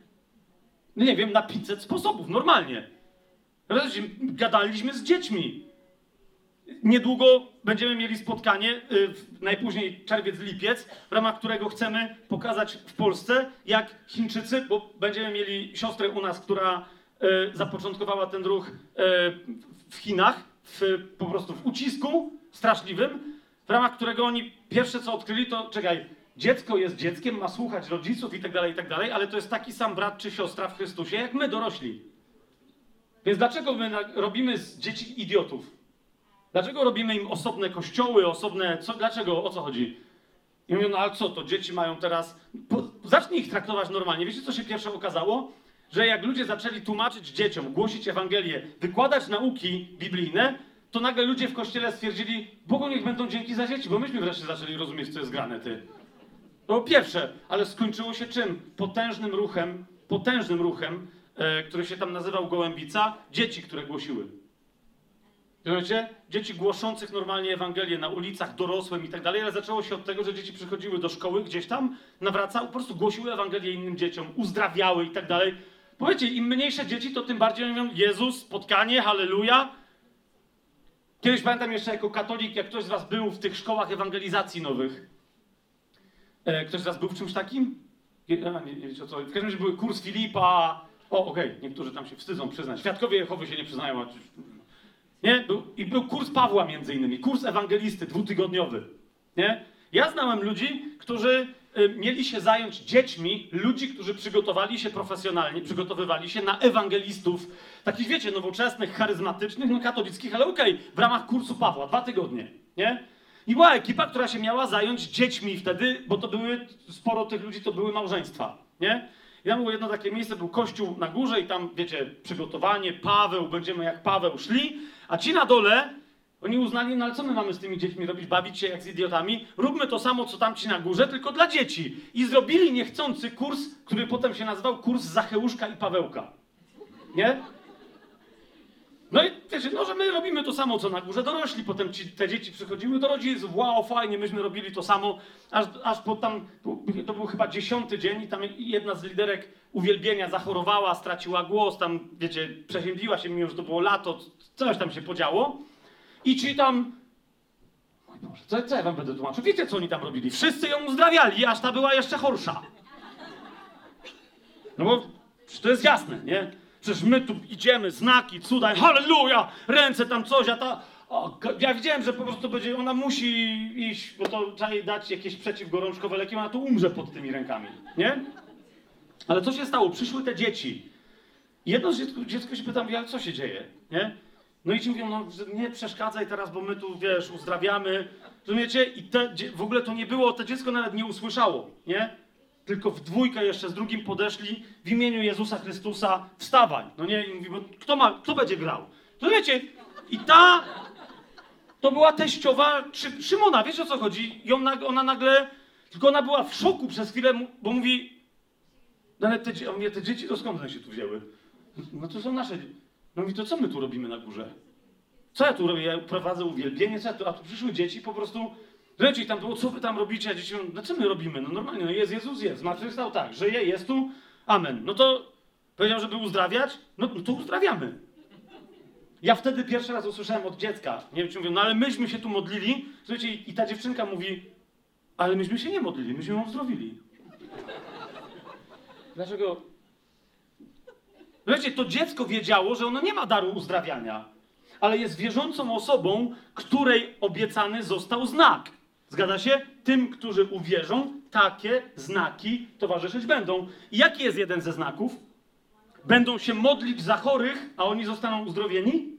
No nie wiem, na 500 sposobów, normalnie. Gadaliśmy z dziećmi. Niedługo będziemy mieli spotkanie, najpóźniej czerwiec, lipiec, w ramach którego chcemy pokazać w Polsce, jak Chińczycy, bo będziemy mieli siostrę u nas, która zapoczątkowała ten ruch w Chinach, po prostu w ucisku straszliwym, w ramach którego oni pierwsze co odkryli, to dziecko jest dzieckiem, ma słuchać rodziców i tak dalej, ale to jest taki sam brat czy siostra w Chrystusie, jak my dorośli. Więc dlaczego my robimy z dzieci idiotów? Dlaczego robimy im osobne kościoły, osobne... Dlaczego? O co chodzi? I mówią, no ale co to? Dzieci mają teraz... Zacznij ich traktować normalnie. Wiecie, co się pierwsze okazało? Że jak ludzie zaczęli tłumaczyć dzieciom, głosić Ewangelię, wykładać nauki biblijne, to nagle ludzie w kościele stwierdzili, Bogu niech będą dzięki za dzieci, bo myśmy wreszcie zaczęli rozumieć, co jest grane, ty. To było pierwsze, ale skończyło się czym? Potężnym ruchem, który się tam nazywał Gołębica, dzieci, które głosiły. Wiecie? Dzieci głoszących normalnie Ewangelię na ulicach, dorosłym i tak dalej, ale zaczęło się od tego, że dzieci przychodziły do szkoły, gdzieś tam, nawracały, po prostu głosiły Ewangelię innym dzieciom, uzdrawiały i tak dalej. Powiecie, im mniejsze dzieci, to tym bardziej mówią, Jezus, spotkanie, halleluja. Kiedyś pamiętam jeszcze jako katolik, jak ktoś z was był w tych szkołach ewangelizacji nowych. Ktoś z was był w czymś takim? Nie wiecie o co. W każdym razie były kurs Filipa. Okej, niektórzy tam się wstydzą przyznać. Świadkowie Jehowy się nie przyznają. Nie? Był kurs Pawła między innymi. Kurs ewangelisty, 2-tygodniowy. Nie? Ja znałem ludzi, którzy mieli się zająć dziećmi, ludzi, którzy przygotowywali się na ewangelistów, takich wiecie, nowoczesnych, charyzmatycznych, no katolickich, ale w ramach kursu Pawła, 2 tygodnie. Nie? I była ekipa, która się miała zająć dziećmi wtedy, bo to sporo tych ludzi to były małżeństwa, nie? I tam było jedno takie miejsce, był kościół na górze i tam, wiecie, przygotowanie, Paweł, będziemy jak Paweł szli, a ci na dole, oni uznali, no ale co my mamy z tymi dziećmi robić, bawić się jak z idiotami? Róbmy to samo, co tam ci na górze, tylko dla dzieci. I zrobili niechcący kurs, który potem się nazywał kurs Zacheuszka i Pawełka. Nie? No i wiecie, no, że my robimy to samo, co na górze dorośli, potem te dzieci przychodziły do rodziców, wow, fajnie, myśmy robili to samo, aż po tam, to był chyba 10. dzień i tam jedna z liderek uwielbienia zachorowała, straciła głos, tam, wiecie, przeziębiła się, mimo że to było lato, coś tam się podziało i ci tam, mój Boże, co ja wam będę tłumaczył, wiecie, co oni tam robili? Wszyscy ją uzdrawiali, aż ta była jeszcze chorsza. No bo to jest jasne, nie? Przecież my tu idziemy, znaki, cuda, halleluja, ręce tam coś, a ta... ja widziałem, że po prostu ona musi iść, bo to trzeba jej dać jakieś przeciwgorączkowe leki, ona tu umrze pod tymi rękami, nie? Ale co się stało? Przyszły te dzieci. Jedno dziecko się pyta, ale co się dzieje, nie? No i ci mówią, no, że nie przeszkadzaj teraz, bo my tu, wiesz, uzdrawiamy, rozumiecie? I w ogóle to nie było, to dziecko nawet nie usłyszało, nie? Tylko w dwójkę jeszcze z drugim podeszli, w imieniu Jezusa Chrystusa wstawań. No nie, i mówi, bo kto będzie grał? To wiecie, To była teściowa Szymona, wiesz o co chodzi? I ona nagle, tylko ona była w szoku przez chwilę, bo mówi, no ale te dzieci to skąd one się tu wzięły? No to są nasze dzieci. No mówi, to co my tu robimy na górze? Co ja tu robię? Ja prowadzę uwielbienie, a tu przyszły dzieci po prostu, leci tam było, co wy tam robicie? A dzieci mówią, no co my robimy? No normalnie, no jest Jezus, jest, zmartwychwstał, tak, żyje, jest tu, amen. No to powiedział, żeby uzdrawiać, no to uzdrawiamy. Ja wtedy pierwszy raz usłyszałem od dziecka, nie wiem, czy mówią, no ale myśmy się tu modlili, słuchajcie, i ta dziewczynka mówi, ale myśmy się nie modlili, myśmy ją uzdrowili. Dlaczego? Słuchajcie, to dziecko wiedziało, że ono nie ma daru uzdrawiania, ale jest wierzącą osobą, której obiecany został znak. Zgadza się? Tym, którzy uwierzą, takie znaki towarzyszyć będą. I jaki jest jeden ze znaków? Będą się modlić za chorych, a oni zostaną uzdrowieni?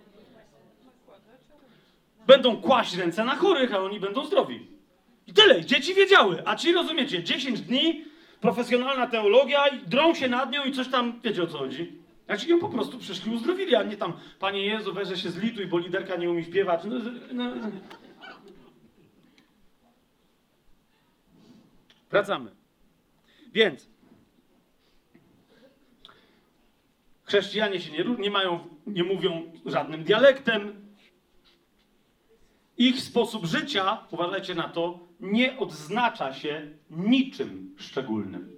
Będą kłaść ręce na chorych, a oni będą zdrowi. I tyle. Dzieci wiedziały. A ci, rozumiecie, 10 dni, profesjonalna teologia, i drą się nad nią i coś tam, wiecie o co chodzi. A ci ją po prostu przyszli uzdrowili, a nie tam, Panie Jezu, weźże się zlituj, bo liderka nie umie śpiewać. No. Wracamy. Więc chrześcijanie się nie mówią żadnym dialektem. Ich sposób życia, uważajcie na to, nie odznacza się niczym szczególnym.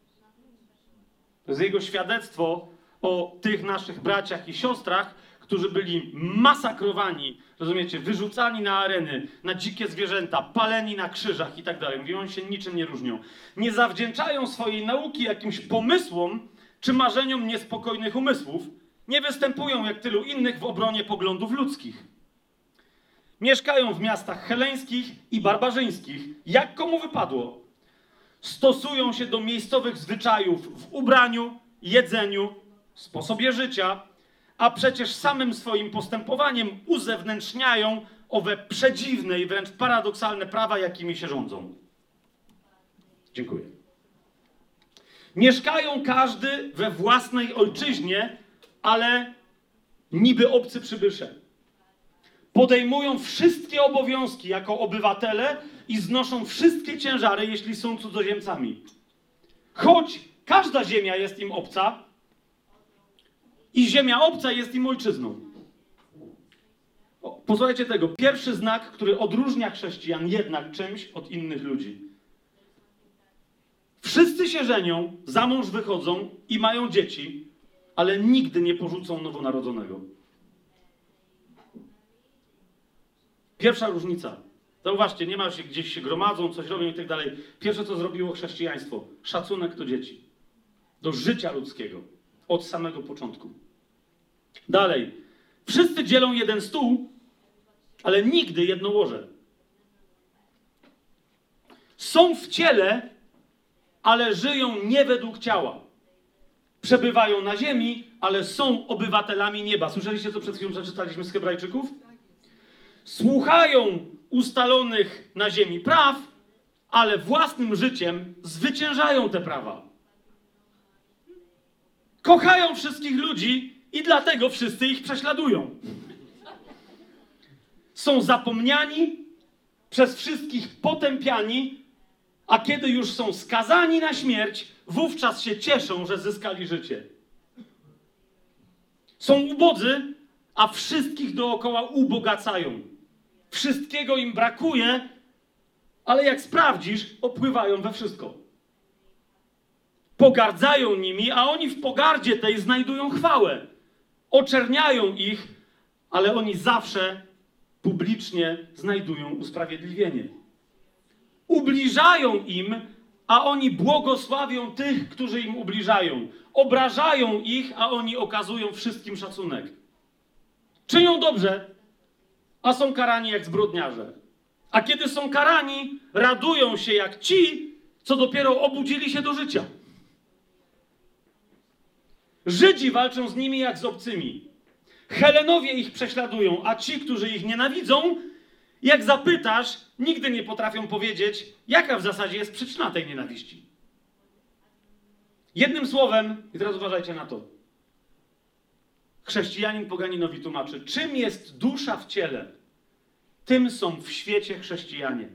To jest jego świadectwo o tych naszych braciach i siostrach, którzy byli masakrowani, rozumiecie, wyrzucani na areny, na dzikie zwierzęta, paleni na krzyżach i tak dalej. Mówią, oni się niczym nie różnią. Nie zawdzięczają swojej nauki jakimś pomysłom czy marzeniom niespokojnych umysłów. Nie występują jak tylu innych w obronie poglądów ludzkich. Mieszkają w miastach heleńskich i barbarzyńskich, jak komu wypadło. Stosują się do miejscowych zwyczajów w ubraniu, jedzeniu, sposobie życia, a przecież samym swoim postępowaniem uzewnętrzniają owe przedziwne i wręcz paradoksalne prawa, jakimi się rządzą. Dziękuję. Mieszkają każdy we własnej ojczyźnie, ale niby obcy przybysze. Podejmują wszystkie obowiązki jako obywatele i znoszą wszystkie ciężary, jeśli są cudzoziemcami. Choć każda ziemia jest im obca i ziemia obca jest im ojczyzną. Posłuchajcie tego. Pierwszy znak, który odróżnia chrześcijan jednak czymś od innych ludzi. Wszyscy się żenią, za mąż wychodzą i mają dzieci, ale nigdy nie porzucą nowonarodzonego. Pierwsza różnica. Zauważcie, nie ma się gdzieś się gromadzą, coś robią i tak dalej. Pierwsze, co zrobiło chrześcijaństwo, szacunek do dzieci, do życia ludzkiego, od samego początku. Dalej. Wszyscy dzielą jeden stół, ale nigdy jedno łoże. Są w ciele, ale żyją nie według ciała. Przebywają na ziemi, ale są obywatelami nieba. Słyszeliście, co przed chwilą przeczytaliśmy z Hebrajczyków? Słuchają ustalonych na ziemi praw, ale własnym życiem zwyciężają te prawa. Kochają wszystkich ludzi i dlatego wszyscy ich prześladują. Są zapomniani, przez wszystkich potępiani, a kiedy już są skazani na śmierć, wówczas się cieszą, że zyskali życie. Są ubodzy, a wszystkich dookoła ubogacają. Wszystkiego im brakuje, ale jak sprawdzisz, opływają we wszystko. Pogardzają nimi, a oni w pogardzie tej znajdują chwałę. Oczerniają ich, ale oni zawsze publicznie znajdują usprawiedliwienie. Ubliżają im, a oni błogosławią tych, którzy im ubliżają. Obrażają ich, a oni okazują wszystkim szacunek. Czynią dobrze, a są karani jak zbrodniarze. A kiedy są karani, radują się jak ci, co dopiero obudzili się do życia. Żydzi walczą z nimi jak z obcymi. Helenowie ich prześladują, a ci, którzy ich nienawidzą, jak zapytasz, nigdy nie potrafią powiedzieć, jaka w zasadzie jest przyczyna tej nienawiści. Jednym słowem, i teraz uważajcie na to, chrześcijanin poganinowi tłumaczy, czym jest dusza w ciele. tym są w świecie chrześcijanie.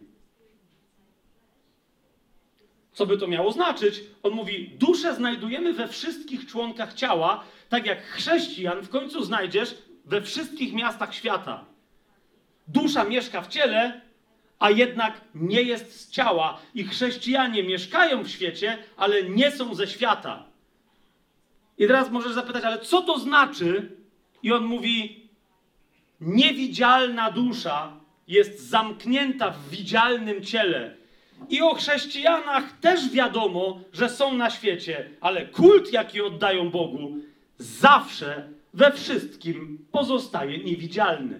Co by to miało znaczyć? On mówi, duszę znajdujemy we wszystkich członkach ciała, tak jak chrześcijan w końcu znajdziesz we wszystkich miastach świata. Dusza mieszka w ciele, a jednak nie jest z ciała. I chrześcijanie mieszkają w świecie, ale nie są ze świata. I teraz możesz zapytać, ale co to znaczy? I on mówi, niewidzialna dusza jest zamknięta w widzialnym ciele. I o chrześcijanach też wiadomo, że są na świecie, ale kult, jaki oddają Bogu, zawsze we wszystkim pozostaje niewidzialny.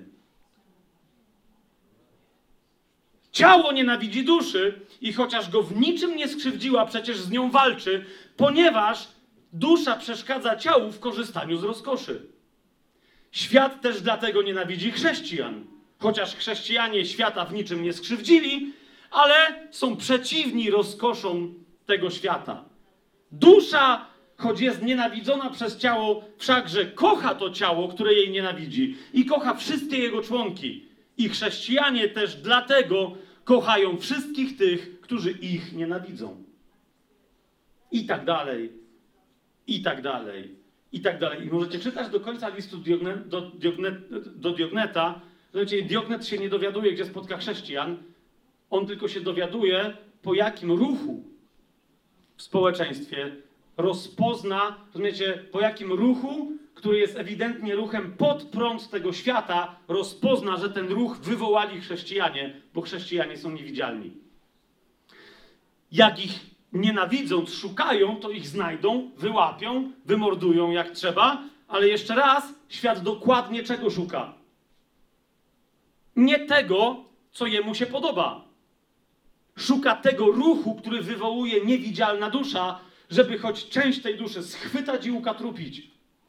Ciało nienawidzi duszy i chociaż go w niczym nie skrzywdziła, przecież z nią walczy, ponieważ dusza przeszkadza ciału w korzystaniu z rozkoszy. Świat też dlatego nienawidzi chrześcijan. Chociaż chrześcijanie świata w niczym nie skrzywdzili, ale są przeciwni rozkoszom tego świata. Dusza, choć jest nienawidzona przez ciało, wszakże kocha to ciało, które jej nienawidzi i kocha wszystkie jego członki. I chrześcijanie też dlatego kochają wszystkich tych, którzy ich nienawidzą. I tak dalej, i tak dalej, i tak dalej. I możecie czytać do końca listu do Diogneta. Słuchajcie, Diognet się nie dowiaduje, gdzie spotka chrześcijan. On tylko się dowiaduje, po jakim ruchu w społeczeństwie rozpozna, rozumiecie, po jakim ruchu, który jest ewidentnie ruchem pod prąd tego świata, rozpozna, że ten ruch wywołali chrześcijanie, bo chrześcijanie są niewidzialni. Jak ich nienawidząc szukają, to ich znajdą, wyłapią, wymordują jak trzeba, ale jeszcze raz, świat dokładnie czego szuka? Nie tego, co jemu się podoba. Szuka tego ruchu, który wywołuje niewidzialna dusza, żeby choć część tej duszy schwytać i ukatrupić.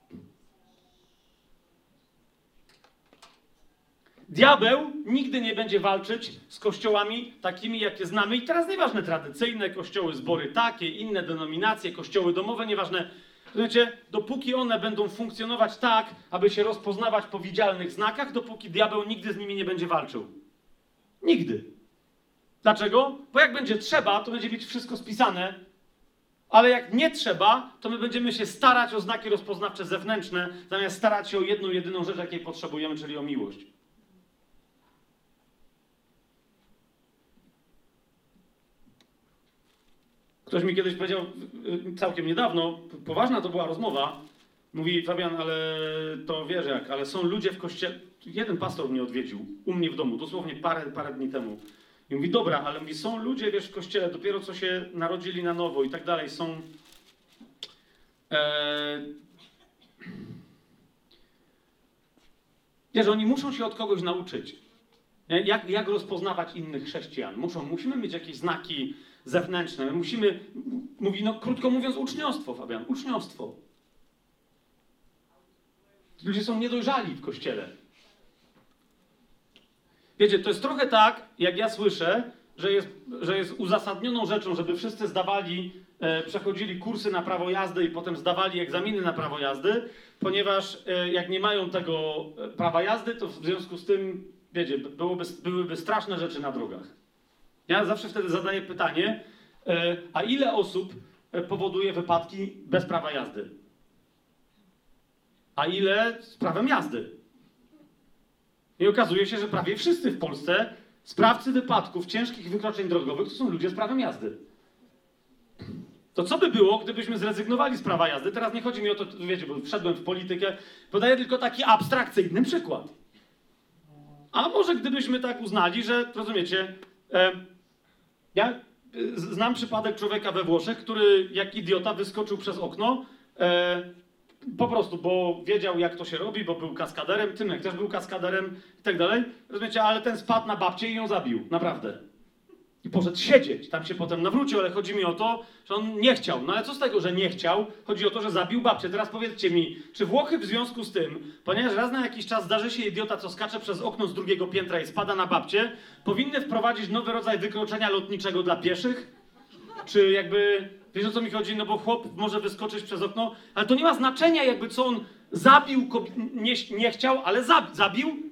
Diabeł nigdy nie będzie walczyć z kościołami takimi, jakie znamy. I teraz nieważne tradycyjne kościoły, zbory takie, inne denominacje, kościoły domowe, nieważne. Wiecie, dopóki one będą funkcjonować tak, aby się rozpoznawać po widzialnych znakach, dopóki diabeł nigdy z nimi nie będzie walczył. Nigdy. Dlaczego? Bo jak będzie trzeba, to będzie mieć wszystko spisane, ale jak nie trzeba, to my będziemy się starać o znaki rozpoznawcze zewnętrzne, zamiast starać się o jedną, jedyną rzecz, jakiej potrzebujemy, czyli o miłość. Ktoś mi kiedyś powiedział, całkiem niedawno, poważna to była rozmowa, mówi, Fabian, ale to wiesz jak, ale są ludzie w kościele, jeden pastor mnie odwiedził, u mnie w domu, dosłownie parę dni temu. I mówi, dobra, ale mówi, są ludzie, wiesz, w kościele, dopiero co się narodzili na nowo i tak dalej, są... Wiesz, oni muszą się od kogoś nauczyć. Jak rozpoznawać innych chrześcijan? Musimy mieć jakieś znaki zewnętrzne. Musimy, mówi, no krótko mówiąc, uczniostwo, Fabian, uczniostwo. Ludzie są niedojrzali w kościele. Wiecie, to jest trochę tak, jak ja słyszę, że jest uzasadnioną rzeczą, żeby wszyscy przechodzili kursy na prawo jazdy i potem zdawali egzaminy na prawo jazdy, ponieważ jak nie mają tego prawa jazdy, to w związku z tym, wiecie, byłyby straszne rzeczy na drogach. Ja zawsze wtedy zadaję pytanie, a ile osób powoduje wypadki bez prawa jazdy? A ile z prawem jazdy? I okazuje się, że prawie wszyscy w Polsce sprawcy wypadków, ciężkich wykroczeń drogowych to są ludzie z prawem jazdy. To co by było, gdybyśmy zrezygnowali z prawa jazdy? Teraz nie chodzi mi o to, wiecie, bo wszedłem w politykę, podaję tylko taki abstrakcyjny przykład. A może gdybyśmy tak uznali, że, rozumiecie, ja znam przypadek człowieka we Włoszech, który jak idiota wyskoczył przez okno, po prostu, bo wiedział, jak to się robi, bo był kaskaderem, Tymek też był kaskaderem i tak dalej. Rozumiecie, ale ten spadł na babcię i ją zabił, naprawdę. I poszedł siedzieć, tam się potem nawrócił, ale chodzi mi o to, że on nie chciał. No ale co z tego, że nie chciał? Chodzi o to, że zabił babcię. Teraz powiedzcie mi, czy Włochy w związku z tym, ponieważ raz na jakiś czas zdarzy się idiota, co skacze przez okno z drugiego piętra i spada na babcię, powinny wprowadzić nowy rodzaj wykroczenia lotniczego dla pieszych? Czy jakby... Wiesz, o co mi chodzi? No bo chłop może wyskoczyć przez okno, ale to nie ma znaczenia jakby co on zabił, nie chciał, ale zabił.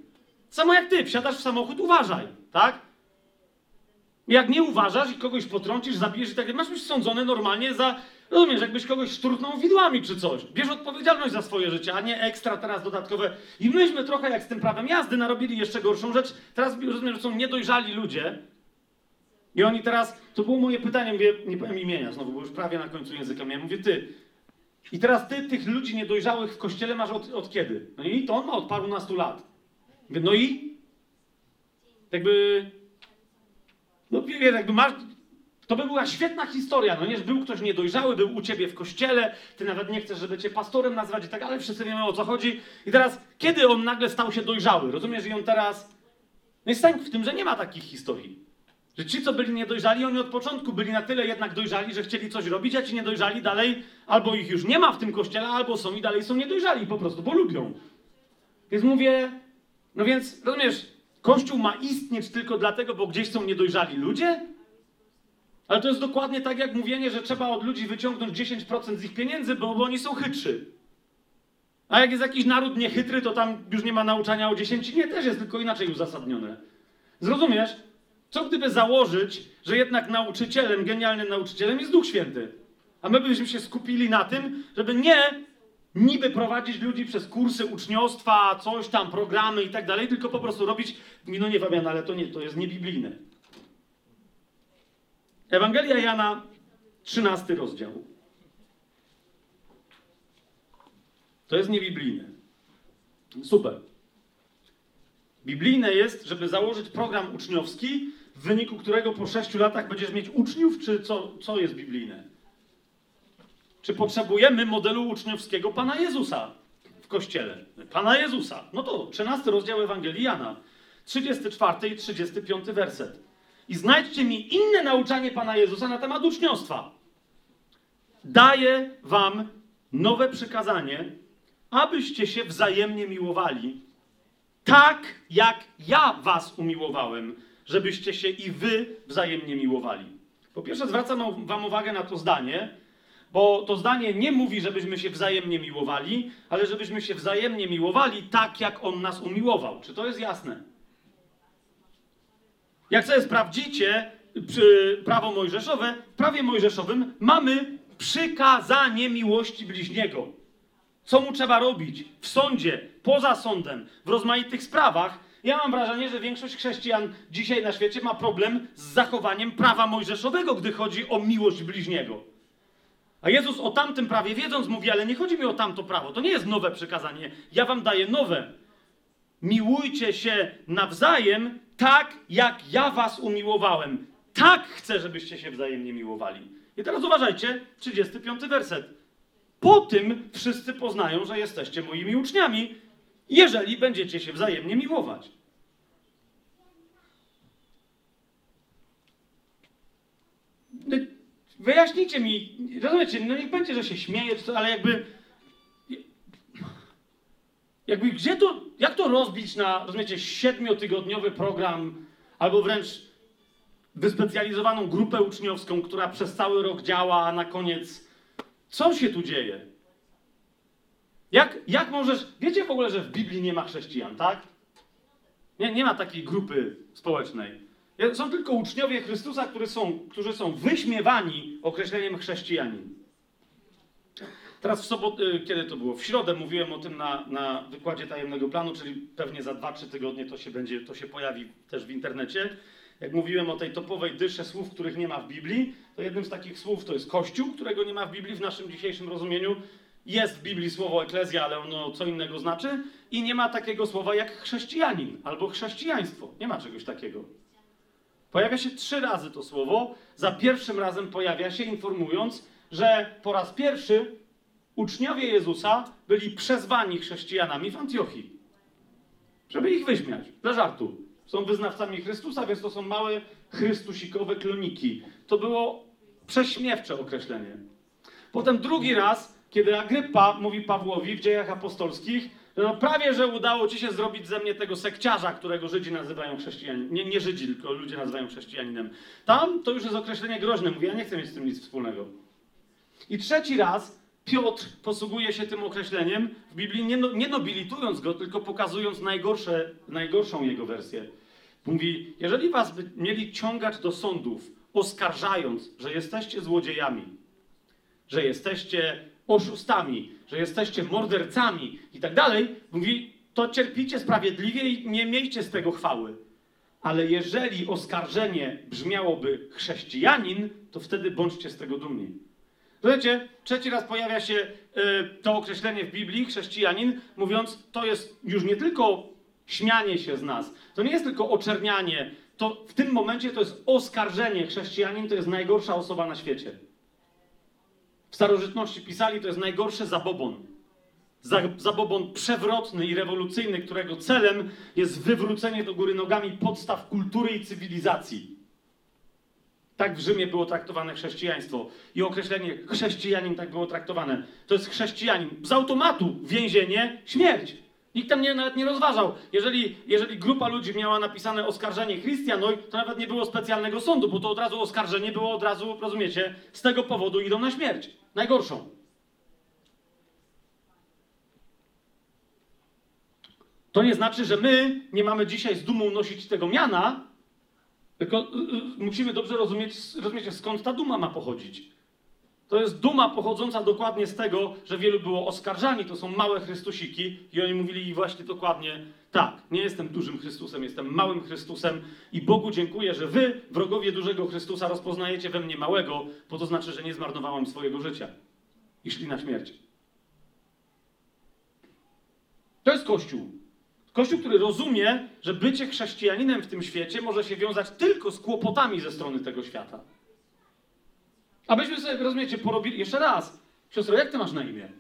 Samo jak ty, wsiadasz w samochód, uważaj, tak? Jak nie uważasz i kogoś potrącisz, zabijesz i tak dalej, masz być sądzony normalnie za, rozumiesz, jakbyś kogoś szturchnął widłami czy coś. Bierz odpowiedzialność za swoje życie, a nie ekstra teraz dodatkowe. I myśmy trochę jak z tym prawem jazdy narobili jeszcze gorszą rzecz. Teraz rozumiem, że są niedojrzali ludzie i oni teraz, to było moje pytanie, mówię, nie powiem imienia znowu, bo już prawie na końcu języka miałem, mówię ty. I teraz ty tych ludzi niedojrzałych w kościele masz od kiedy? No i to on ma od parunastu lat. Mówię, no i? Jakby... No wiesz, jakby masz... To by była świetna historia, no nie? Że był ktoś niedojrzały, był u ciebie w kościele, ty nawet nie chcesz, żeby cię pastorem nazwać i tak, ale wszyscy wiemy, o co chodzi. I teraz, kiedy on nagle stał się dojrzały? Rozumiesz? I on teraz... No jest sęk w tym, że nie ma takich historii. Że ci, co byli niedojrzali, oni od początku byli na tyle jednak dojrzali, że chcieli coś robić, a ci niedojrzali dalej albo ich już nie ma w tym kościele, albo są i dalej są niedojrzali po prostu, bo lubią. Więc mówię... No więc, rozumiesz, Kościół ma istnieć tylko dlatego, bo gdzieś są niedojrzali ludzie? Ale to jest dokładnie tak jak mówienie, że trzeba od ludzi wyciągnąć 10% z ich pieniędzy, bo oni są chytrzy. A jak jest jakiś naród niechytry, to tam już nie ma nauczania o dziesięcinie, też jest tylko inaczej uzasadnione. Zrozumiesz? Co gdyby założyć, że jednak nauczycielem, genialnym nauczycielem jest Duch Święty? A my byśmy się skupili na tym, żeby nie niby prowadzić ludzi przez kursy uczniostwa, coś tam, programy i tak dalej, tylko po prostu robić, no nie Fabian, ale to nie, to jest niebiblijne. Ewangelia Jana, 13 rozdział. To jest niebiblijne. Super. Biblijne jest, żeby założyć program uczniowski, w wyniku którego po 6 latach będziesz mieć uczniów, czy co jest biblijne? Czy potrzebujemy modelu uczniowskiego Pana Jezusa w Kościele? Pana Jezusa. No to 13 rozdział Ewangelii Jana, 34 i 35 werset. I znajdźcie mi inne nauczanie Pana Jezusa na temat uczniostwa. Daję wam nowe przykazanie, abyście się wzajemnie miłowali, tak jak ja was umiłowałem, żebyście się i wy wzajemnie miłowali. Po pierwsze zwracam wam uwagę na to zdanie, bo to zdanie nie mówi, żebyśmy się wzajemnie miłowali, ale żebyśmy się wzajemnie miłowali tak, jak On nas umiłował. Czy to jest jasne? Jak sobie sprawdzicie prawo mojżeszowe, w prawie mojżeszowym mamy przykazanie miłości bliźniego. Co mu trzeba robić w sądzie, poza sądem, w rozmaitych sprawach. Ja mam wrażenie, że większość chrześcijan dzisiaj na świecie ma problem z zachowaniem prawa mojżeszowego, gdy chodzi o miłość bliźniego. A Jezus o tamtym prawie wiedząc mówi, ale nie chodzi mi o tamto prawo, to nie jest nowe przykazanie, ja wam daję nowe. Miłujcie się nawzajem tak, jak ja was umiłowałem. Tak chcę, żebyście się wzajemnie miłowali. I teraz uważajcie, 35 werset. Po tym wszyscy poznają, że jesteście moimi uczniami, jeżeli będziecie się wzajemnie miłować. Wyjaśnijcie mi, rozumiecie, no niech będzie, że się śmieje, ale jakby gdzie to, jak to rozbić na, rozumiecie, 7-tygodniowy program, albo wręcz wyspecjalizowaną grupę uczniowską, która przez cały rok działa, a na koniec, co się tu dzieje? Jak możesz, wiecie w ogóle, że w Biblii nie ma chrześcijan, tak? Nie ma takiej grupy społecznej. Są tylko uczniowie Chrystusa, którzy są wyśmiewani określeniem chrześcijanin. Teraz w sobotę, kiedy to było? W środę mówiłem o tym na wykładzie tajemnego planu, czyli pewnie za 2-3 tygodnie to się pojawi też w internecie. Jak mówiłem o tej topowej dysze słów, których nie ma w Biblii, to jednym z takich słów to jest Kościół, którego nie ma w Biblii w naszym dzisiejszym rozumieniu. Jest w Biblii słowo eklezja, ale ono co innego znaczy. I nie ma takiego słowa jak chrześcijanin albo chrześcijaństwo. Nie ma czegoś takiego. Pojawia się 3 razy to słowo. Za pierwszym razem pojawia się informując, że po raz pierwszy uczniowie Jezusa byli przezwani chrześcijanami w Antiochii. Żeby ich wyśmiać. Dla żartu. Są wyznawcami Chrystusa, więc to są małe chrystusikowe kloniki. To było prześmiewcze określenie. Potem drugi raz, kiedy Agrypa mówi Pawłowi w Dziejach Apostolskich, że no prawie, że udało ci się zrobić ze mnie tego sekciarza, którego Żydzi nazywają chrześcijaninem. Nie Żydzi, tylko ludzie nazywają chrześcijaninem. Tam to już jest określenie groźne. Mówi, ja nie chcę mieć z tym nic wspólnego. I trzeci raz Piotr posługuje się tym określeniem w Biblii, nie nobilitując go, tylko pokazując najgorszą jego wersję. Mówi, jeżeli was by mieli ciągać do sądów, oskarżając, że jesteście złodziejami, że jesteście oszustami, że jesteście mordercami i tak dalej, mówi, to cierpicie sprawiedliwie i nie miejcie z tego chwały. Ale jeżeli oskarżenie brzmiałoby chrześcijanin, to wtedy bądźcie z tego dumni. Wiecie, trzeci raz pojawia się to określenie w Biblii, chrześcijanin, mówiąc, to jest już nie tylko śmianie się z nas, to nie jest tylko oczernianie, to w tym momencie to jest oskarżenie. Chrześcijanin to jest najgorsza osoba na świecie. W starożytności pisali, to jest najgorszy zabobon. Zabobon przewrotny i rewolucyjny, którego celem jest wywrócenie do góry nogami podstaw kultury i cywilizacji. Tak w Rzymie było traktowane chrześcijaństwo. I określenie chrześcijanin tak było traktowane. To jest chrześcijanin. Z automatu więzienie, śmierć. Nikt tam nawet nie rozważał. Jeżeli grupa ludzi miała napisane oskarżenie Christianoj, to nawet nie było specjalnego sądu, bo to od razu oskarżenie było od razu, rozumiecie, z tego powodu idą na śmierć. Najgorszą. To nie znaczy, że my nie mamy dzisiaj z dumą nosić tego miana, tylko musimy dobrze rozumieć, skąd ta duma ma pochodzić. To jest duma pochodząca dokładnie z tego, że wielu było oskarżani, to są małe Chrystusiki i oni mówili właśnie dokładnie tak, nie jestem dużym Chrystusem, jestem małym Chrystusem i Bogu dziękuję, że wy, wrogowie dużego Chrystusa, rozpoznajecie we mnie małego, bo to znaczy, że nie zmarnowałem swojego życia i szli na śmierć. To jest Kościół. Kościół, który rozumie, że bycie chrześcijaninem w tym świecie może się wiązać tylko z kłopotami ze strony tego świata. Abyśmy sobie, rozumiecie, porobili... Jeszcze raz. Siostro, jak ty masz na imię?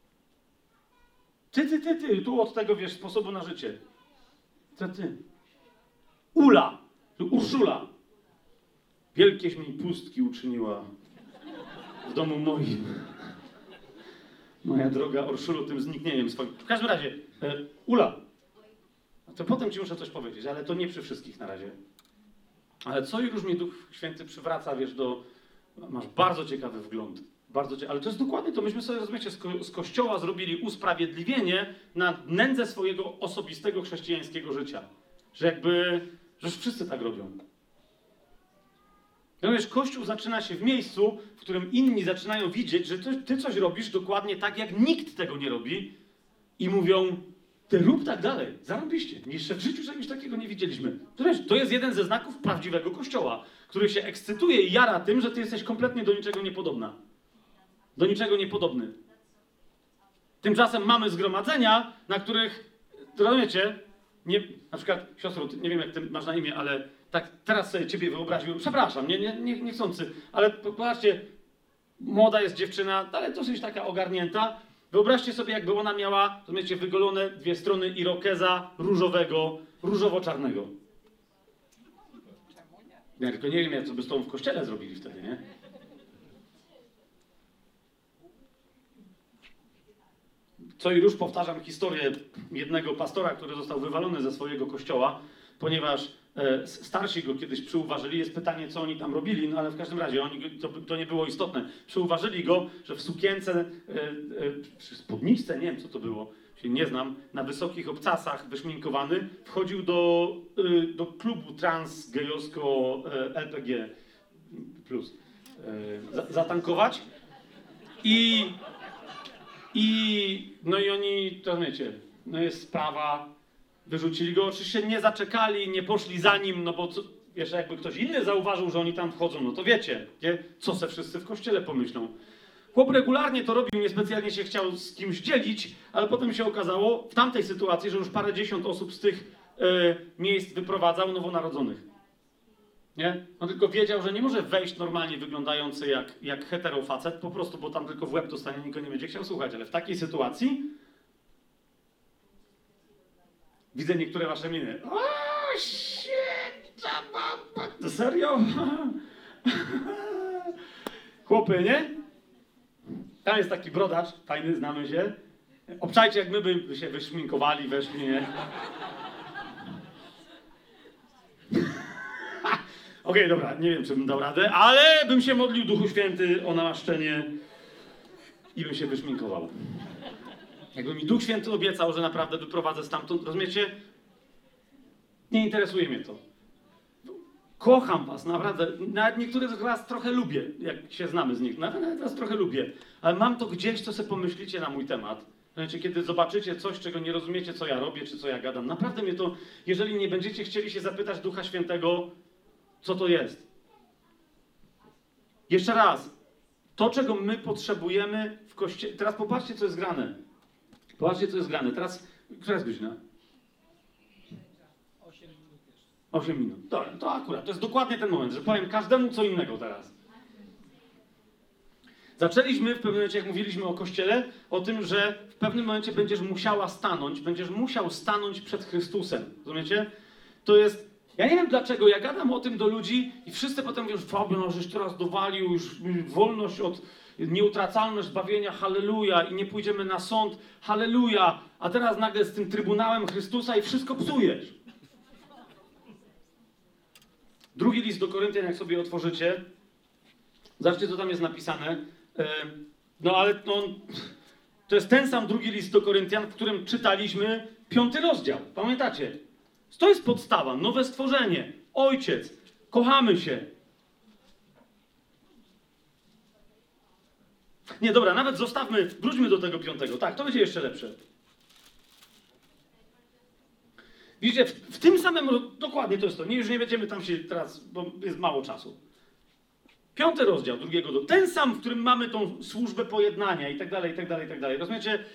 Ty. Tu od tego, wiesz, sposobu na życie. Ty. Ula. Urszula. Wielkieś mi pustki uczyniła w domu moim. Moja droga Urszulu, tym zniknieniem swoim. W każdym razie, Ula. To potem ci muszę coś powiedzieć, ale to nie przy wszystkich na razie. Ale co już mi Duch Święty przywraca, wiesz, masz bardzo ciekawy wgląd. Ale to jest dokładnie to. Myśmy sobie, rozumiecie, z Kościoła zrobili usprawiedliwienie na nędzę swojego osobistego chrześcijańskiego życia. Że już wszyscy tak robią. Rozumiesz, Kościół zaczyna się w miejscu, w którym inni zaczynają widzieć, że ty coś robisz dokładnie tak, jak nikt tego nie robi i mówią, ty rób tak dalej, zarobiście. Jeszcze w życiu czegoś takiego nie widzieliśmy. To jest jeden ze znaków prawdziwego Kościoła, który się ekscytuje i jara tym, że ty jesteś kompletnie do niczego niepodobna. Do niczego niepodobny. Tymczasem mamy zgromadzenia, na których, rozumiecie, na przykład, siostro, nie wiem jak ty masz na imię, ale tak teraz sobie ciebie wyobraziłem, przepraszam, niechcący, ale popatrzcie, młoda jest dziewczyna, ale dosyć taka ogarnięta. Wyobraźcie sobie, jakby ona miała, rozumiecie, wygolone dwie strony irokeza różowego, różowo-czarnego. Ja tylko nie wiem, co by z tą w kościele zrobili wtedy, nie? Co i róż powtarzam historię jednego pastora, który został wywalony ze swojego kościoła, ponieważ starsi go kiedyś przyuważyli. Jest pytanie, co oni tam robili, no ale w każdym razie to nie było istotne. Przyuważyli go, że w sukience, czy spódniczce, nie wiem co to było, się nie znam, na wysokich obcasach wyszminkowany, wchodził do klubu transgejowsko LPG plus zatankować no i oni, to wiecie, no jest sprawa, wyrzucili go, oczywiście nie zaczekali, nie poszli za nim, no bo jeszcze jakby ktoś inny zauważył, że oni tam wchodzą, no to wiecie, nie? Co se wszyscy w kościele pomyślą. Chłop regularnie to robił, niespecjalnie się chciał z kimś dzielić, ale potem się okazało w tamtej sytuacji, że już parędziesiąt osób z tych miejsc wyprowadzał nowonarodzonych. Nie? On tylko wiedział, że nie może wejść normalnie wyglądający jak heterofacet, po prostu, bo tam tylko w łeb dostanie, nikt go nie będzie chciał słuchać, ale w takiej sytuacji widzę niektóre wasze miny. O, shit, to serio? Chłopy, nie? Tam jest taki brodacz, fajny, znamy się. Obczajcie, jak my by się wyszminkowali, weszli, nie? Okej, dobra, nie wiem, czy bym dał radę, ale bym się modlił, Duchu Święty, o namaszczenie. i bym się wyszminkował. Jakby mi Duch Święty obiecał, że naprawdę wyprowadzę stamtąd, rozumiecie? Nie interesuje mnie to. Kocham was, naprawdę. Nawet niektórych z was trochę lubię, jak się znamy z nich. Nawet was trochę lubię. Ale mam to gdzieś, co sobie pomyślicie na mój temat. Znaczy, kiedy zobaczycie coś, czego nie rozumiecie, co ja robię, czy co ja gadam. Naprawdę mnie to, jeżeli nie będziecie chcieli się zapytać Ducha Świętego, co to jest. Jeszcze raz. To, czego my potrzebujemy w Kościele... Teraz popatrzcie, co jest grane. Popatrzcie, co jest grane. Teraz, która jest godzina? 8 minut. To akurat, to jest dokładnie ten moment, że powiem każdemu co innego teraz. Zaczęliśmy w pewnym momencie, jak mówiliśmy o Kościele, o tym, że w pewnym momencie będziesz musiał stanąć przed Chrystusem. Rozumiecie? To jest... Ja nie wiem dlaczego, ja gadam o tym do ludzi i wszyscy potem mówią, Fabian, żeś teraz dowalił już wolność od... Nieutracalność zbawienia, halleluja, i nie pójdziemy na sąd, halleluja, a teraz nagle z tym Trybunałem Chrystusa i wszystko psujesz. Drugi list do Koryntian, jak sobie otworzycie, zobaczcie, co tam jest napisane. To jest ten sam drugi list do Koryntian, w którym czytaliśmy 5 rozdział. Pamiętacie? To jest podstawa, nowe stworzenie, ojciec, kochamy się. Nie, dobra, nawet zostawmy, wróćmy do tego 5. Tak, to będzie jeszcze lepsze. Widzicie, w tym samym, dokładnie to jest to, już nie będziemy tam się teraz, bo jest mało czasu. 5 rozdział, ten sam, w którym mamy tą służbę pojednania i tak dalej, i tak dalej, i tak dalej. Rozumiecie?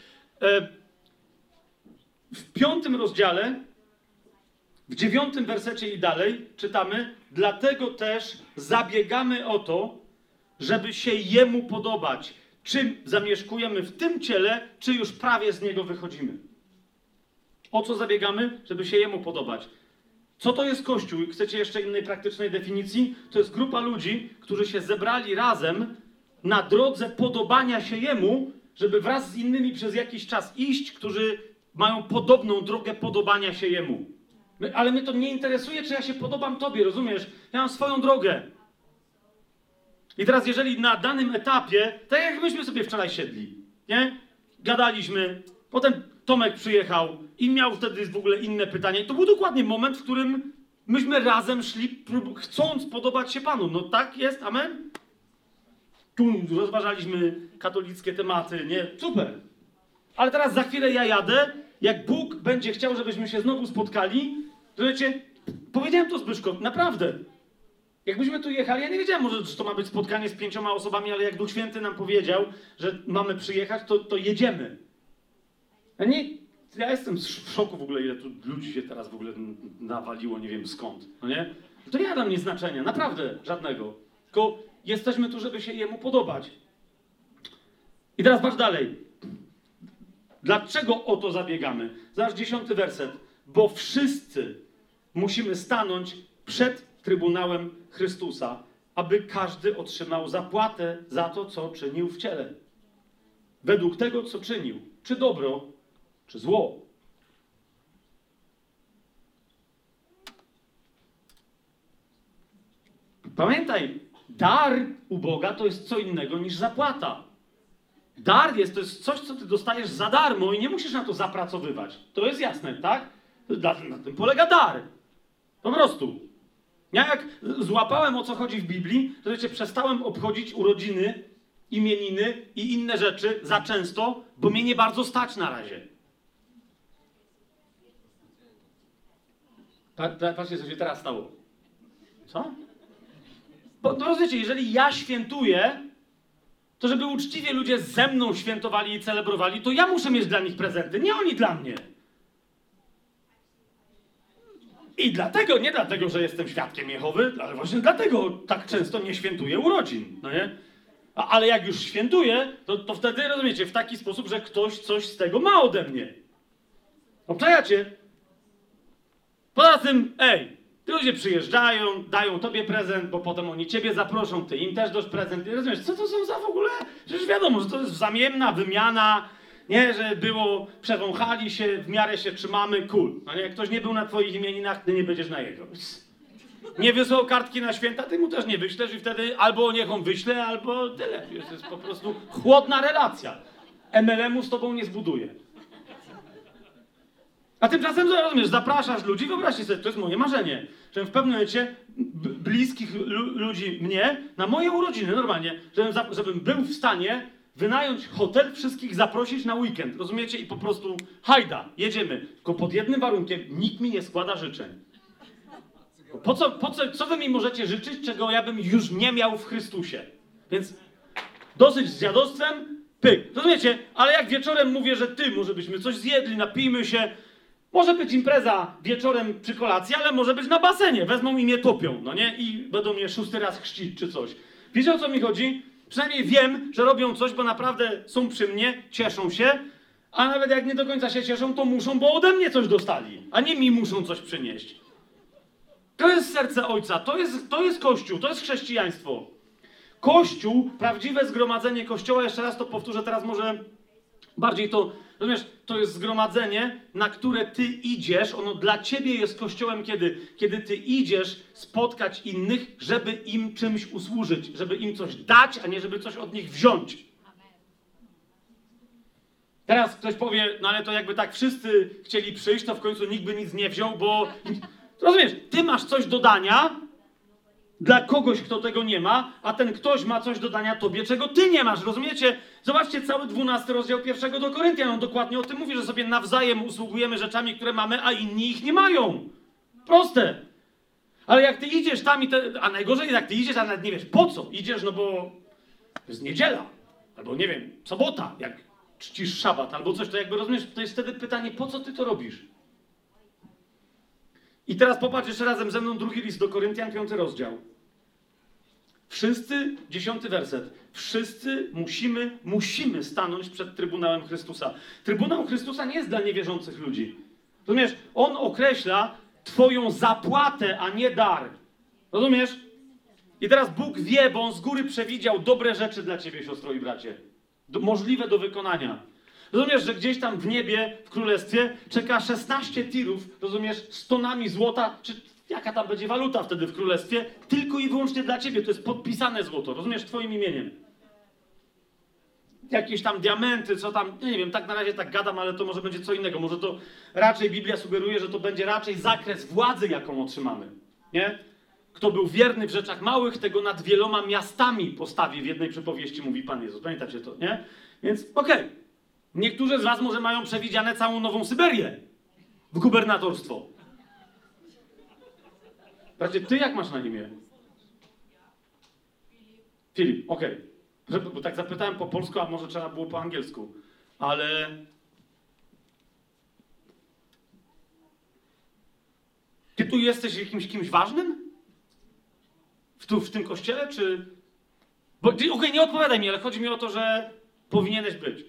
W 5 rozdziale, w 9 wersecie i dalej czytamy, dlatego też zabiegamy o to, żeby się Jemu podobać. Czy zamieszkujemy w tym ciele, czy już prawie z niego wychodzimy. O co zabiegamy? Żeby się Jemu podobać. Co to jest Kościół? Chcecie jeszcze innej praktycznej definicji? To jest grupa ludzi, którzy się zebrali razem na drodze podobania się Jemu, żeby wraz z innymi przez jakiś czas iść, którzy mają podobną drogę podobania się Jemu. Ale mnie to nie interesuje, czy ja się podobam Tobie, rozumiesz? Ja mam swoją drogę. I teraz jeżeli na danym etapie, tak jak myśmy sobie wczoraj siedli, nie? Gadaliśmy, potem Tomek przyjechał i miał wtedy w ogóle inne pytanie. To był dokładnie moment, w którym myśmy razem szli, chcąc podobać się Panu. No tak jest, amen? Tu rozważaliśmy katolickie tematy, nie? Super. Ale teraz za chwilę ja jadę, jak Bóg będzie chciał, żebyśmy się znowu spotkali, to wiecie, powiedziałem to Zbyszko, naprawdę. Jakbyśmy tu jechali, ja nie wiedziałem może, że to ma być spotkanie z 5 osobami, ale jak Duch Święty nam powiedział, że mamy przyjechać, to jedziemy. Ja jestem w szoku w ogóle, ile tu ludzi się teraz w ogóle nawaliło, nie wiem skąd, no nie? To nie ma dla mnie znaczenia, naprawdę żadnego. Tylko jesteśmy tu, żeby się Jemu podobać. I teraz patrz dalej. Dlaczego o to zabiegamy? Zobacz 10 werset. Bo wszyscy musimy stanąć przed Trybunałem Chrystusa, aby każdy otrzymał zapłatę za to, co czynił w ciele. Według tego, co czynił. Czy dobro, czy zło. Pamiętaj, dar u Boga to jest co innego niż zapłata. Dar to jest coś, co ty dostajesz za darmo i nie musisz na to zapracowywać. To jest jasne, tak? Na tym polega dar. Po prostu. Ja jak złapałem, o co chodzi w Biblii, to wiecie, przestałem obchodzić urodziny, imieniny i inne rzeczy za często, bo mnie nie bardzo stać na razie. Patrzcie, co się teraz stało. Co? Bo to rozumiecie, jeżeli ja świętuję, to żeby uczciwie ludzie ze mną świętowali i celebrowali, to ja muszę mieć dla nich prezenty, nie oni dla mnie. I dlatego, nie dlatego, że jestem świadkiem Jehowy, ale właśnie dlatego tak często nie świętuję urodzin, no nie? Ale jak już świętuję, to wtedy, rozumiecie, w taki sposób, że ktoś coś z tego ma ode mnie. Obczajacie? Poza tym, ludzie przyjeżdżają, dają tobie prezent, bo potem oni ciebie zaproszą, ty im też dasz prezent. I rozumiesz, co to są za w ogóle? Przecież wiadomo, że to jest wzajemna wymiana, nie, że było, przewąchali się, w miarę się trzymamy, cool. No nie, jak ktoś nie był na twoich imieninach, ty nie będziesz na jego. Nie wysłał kartki na święta, ty mu też nie wyślesz i wtedy albo niech on wyśle, albo tyle. To jest po prostu chłodna relacja. MLM-u z tobą nie zbuduje. A tymczasem, rozumiesz, zapraszasz ludzi, wyobraźcie sobie, to jest moje marzenie, żebym w pewnym momencie bliskich ludzi mnie, na moje urodziny normalnie, żebym był w stanie wynająć hotel, wszystkich zaprosić na weekend, rozumiecie? I po prostu hajda, jedziemy. Tylko pod jednym warunkiem, nikt mi nie składa życzeń. Co wy mi możecie życzyć, czego ja bym już nie miał w Chrystusie? Więc dosyć z dziadostwem, pyk. Rozumiecie? Ale jak wieczorem mówię, że może byśmy coś zjedli, napijmy się, może być impreza wieczorem przy kolacji, ale może być na basenie. Wezmą i mnie topią, no nie? I będą mnie 6. raz chrzcić czy coś. Wiecie, o co mi chodzi? Przynajmniej wiem, że robią coś, bo naprawdę są przy mnie, cieszą się, a nawet jak nie do końca się cieszą, to muszą, bo ode mnie coś dostali, a nie mi muszą coś przynieść. To jest serce Ojca, to jest Kościół, to jest chrześcijaństwo. Kościół, prawdziwe zgromadzenie Kościoła, jeszcze raz to powtórzę, teraz może bardziej to, rozumiesz, to jest zgromadzenie, na które ty idziesz, ono dla ciebie jest Kościołem, kiedy ty idziesz spotkać innych, żeby im czymś usłużyć, żeby im coś dać, a nie żeby coś od nich wziąć. Teraz ktoś powie, no ale to jakby tak wszyscy chcieli przyjść, to w końcu nikt by nic nie wziął, bo... Rozumiesz, ty masz coś do dania dla kogoś, kto tego nie ma, a ten ktoś ma coś do dania tobie, czego ty nie masz, rozumiecie? Zobaczcie cały 12 rozdział 1 do Koryntian, on dokładnie o tym mówi, że sobie nawzajem usługujemy rzeczami, które mamy, a inni ich nie mają. Proste. Ale jak ty idziesz tam a najgorzej jak ty idziesz, a nawet nie wiesz po co. Idziesz, no bo jest niedziela, albo nie wiem, sobota, jak czcisz szabat, albo coś, to jakby rozumiesz, to jest wtedy pytanie, po co ty to robisz? I teraz popatrz jeszcze razem ze mną 2 list do Koryntian, 5 rozdział. Wszyscy, 10 werset, wszyscy musimy stanąć przed Trybunałem Chrystusa. Trybunał Chrystusa nie jest dla niewierzących ludzi. Rozumiesz? On określa twoją zapłatę, a nie dar. Rozumiesz? I teraz Bóg wie, bo On z góry przewidział dobre rzeczy dla ciebie, siostro i bracie. Możliwe do wykonania. Rozumiesz, że gdzieś tam w niebie, w królestwie czeka 16 tirów, rozumiesz, z tonami złota, czy jaka tam będzie waluta wtedy w królestwie, tylko i wyłącznie dla ciebie. To jest podpisane złoto, rozumiesz, twoim imieniem. Jakieś tam diamenty, co tam, nie wiem, tak na razie tak gadam, ale to może będzie co innego. Może to raczej Biblia sugeruje, że to będzie raczej zakres władzy, jaką otrzymamy. Nie? Kto był wierny w rzeczach małych, tego nad wieloma miastami postawi, w jednej przypowieści mówi Pan Jezus. Pamiętacie to, nie? Więc okej. Niektórzy z was może mają przewidziane całą Nową Syberię w gubernatorstwo. Bracie, ty jak masz na imię? Filip, okej. Bo tak zapytałem po polsku, a może trzeba było po angielsku. Ale... Ty tu jesteś kimś ważnym? W tym kościele, czy... Okej, nie odpowiadaj mi, ale chodzi mi o to, że powinieneś być.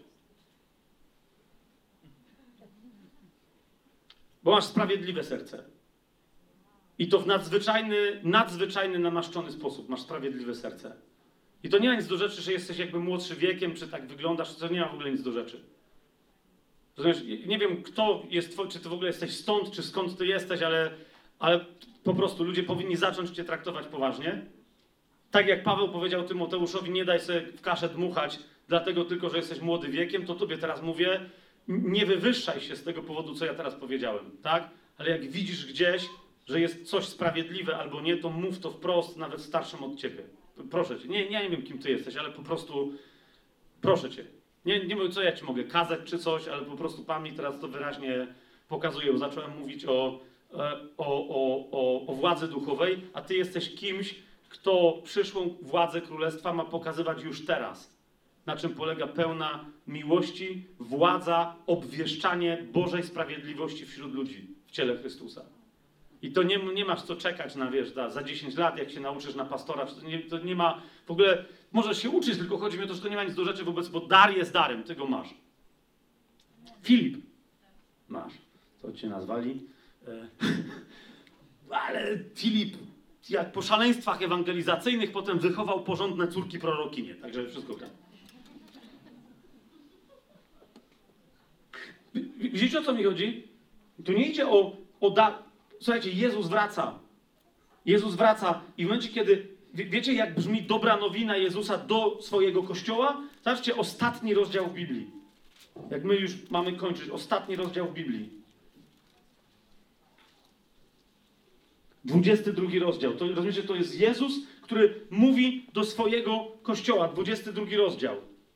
Bo masz sprawiedliwe serce. I to w nadzwyczajny namaszczony sposób masz sprawiedliwe serce. I to nie ma nic do rzeczy, że jesteś jakby młodszy wiekiem, czy tak wyglądasz, to nie ma w ogóle nic do rzeczy. Rozumiesz, nie wiem, kto jest twój, czy ty w ogóle jesteś stąd, czy skąd ty jesteś, ale po prostu ludzie powinni zacząć cię traktować poważnie. Tak jak Paweł powiedział Tymoteuszowi, nie daj sobie w kaszę dmuchać, dlatego tylko, że jesteś młody wiekiem, to tobie teraz mówię, nie wywyższaj się z tego powodu, co ja teraz powiedziałem, tak? Ale jak widzisz gdzieś, że jest coś sprawiedliwe albo nie, to mów to wprost, nawet starszym od ciebie. Proszę cię. Ja nie wiem, kim ty jesteś, ale po prostu proszę cię. Nie mówię, co ja ci mogę kazać czy coś, ale po prostu Pan mi teraz to wyraźnie pokazuje. Zacząłem mówić o władzy duchowej, a ty jesteś kimś, kto przyszłą władzę królestwa ma pokazywać już teraz. Na czym polega pełna miłości, władza, obwieszczanie Bożej sprawiedliwości wśród ludzi w ciele Chrystusa. I to nie masz co czekać na, wiesz, za 10 lat, jak się nauczysz na pastora, to nie ma, w ogóle możesz się uczyć, tylko chodzi mi o to, że to nie ma nic do rzeczy wobec, bo dar jest darem, ty go masz. Filip, masz. To cię nazwali. Ale Filip, jak po szaleństwach ewangelizacyjnych, potem wychował porządne córki prorokinie, także wszystko gra. Widzicie, o co mi chodzi? Tu nie idzie o dar. Słuchajcie, Jezus wraca. Jezus wraca i w momencie, kiedy... Wiecie, jak brzmi dobra nowina Jezusa do swojego Kościoła? Zobaczcie, ostatni rozdział w Biblii. Jak my już mamy kończyć, ostatni rozdział w Biblii. 22 rozdział. To, rozumiecie, to jest Jezus, który mówi do swojego Kościoła. 22 rozdział.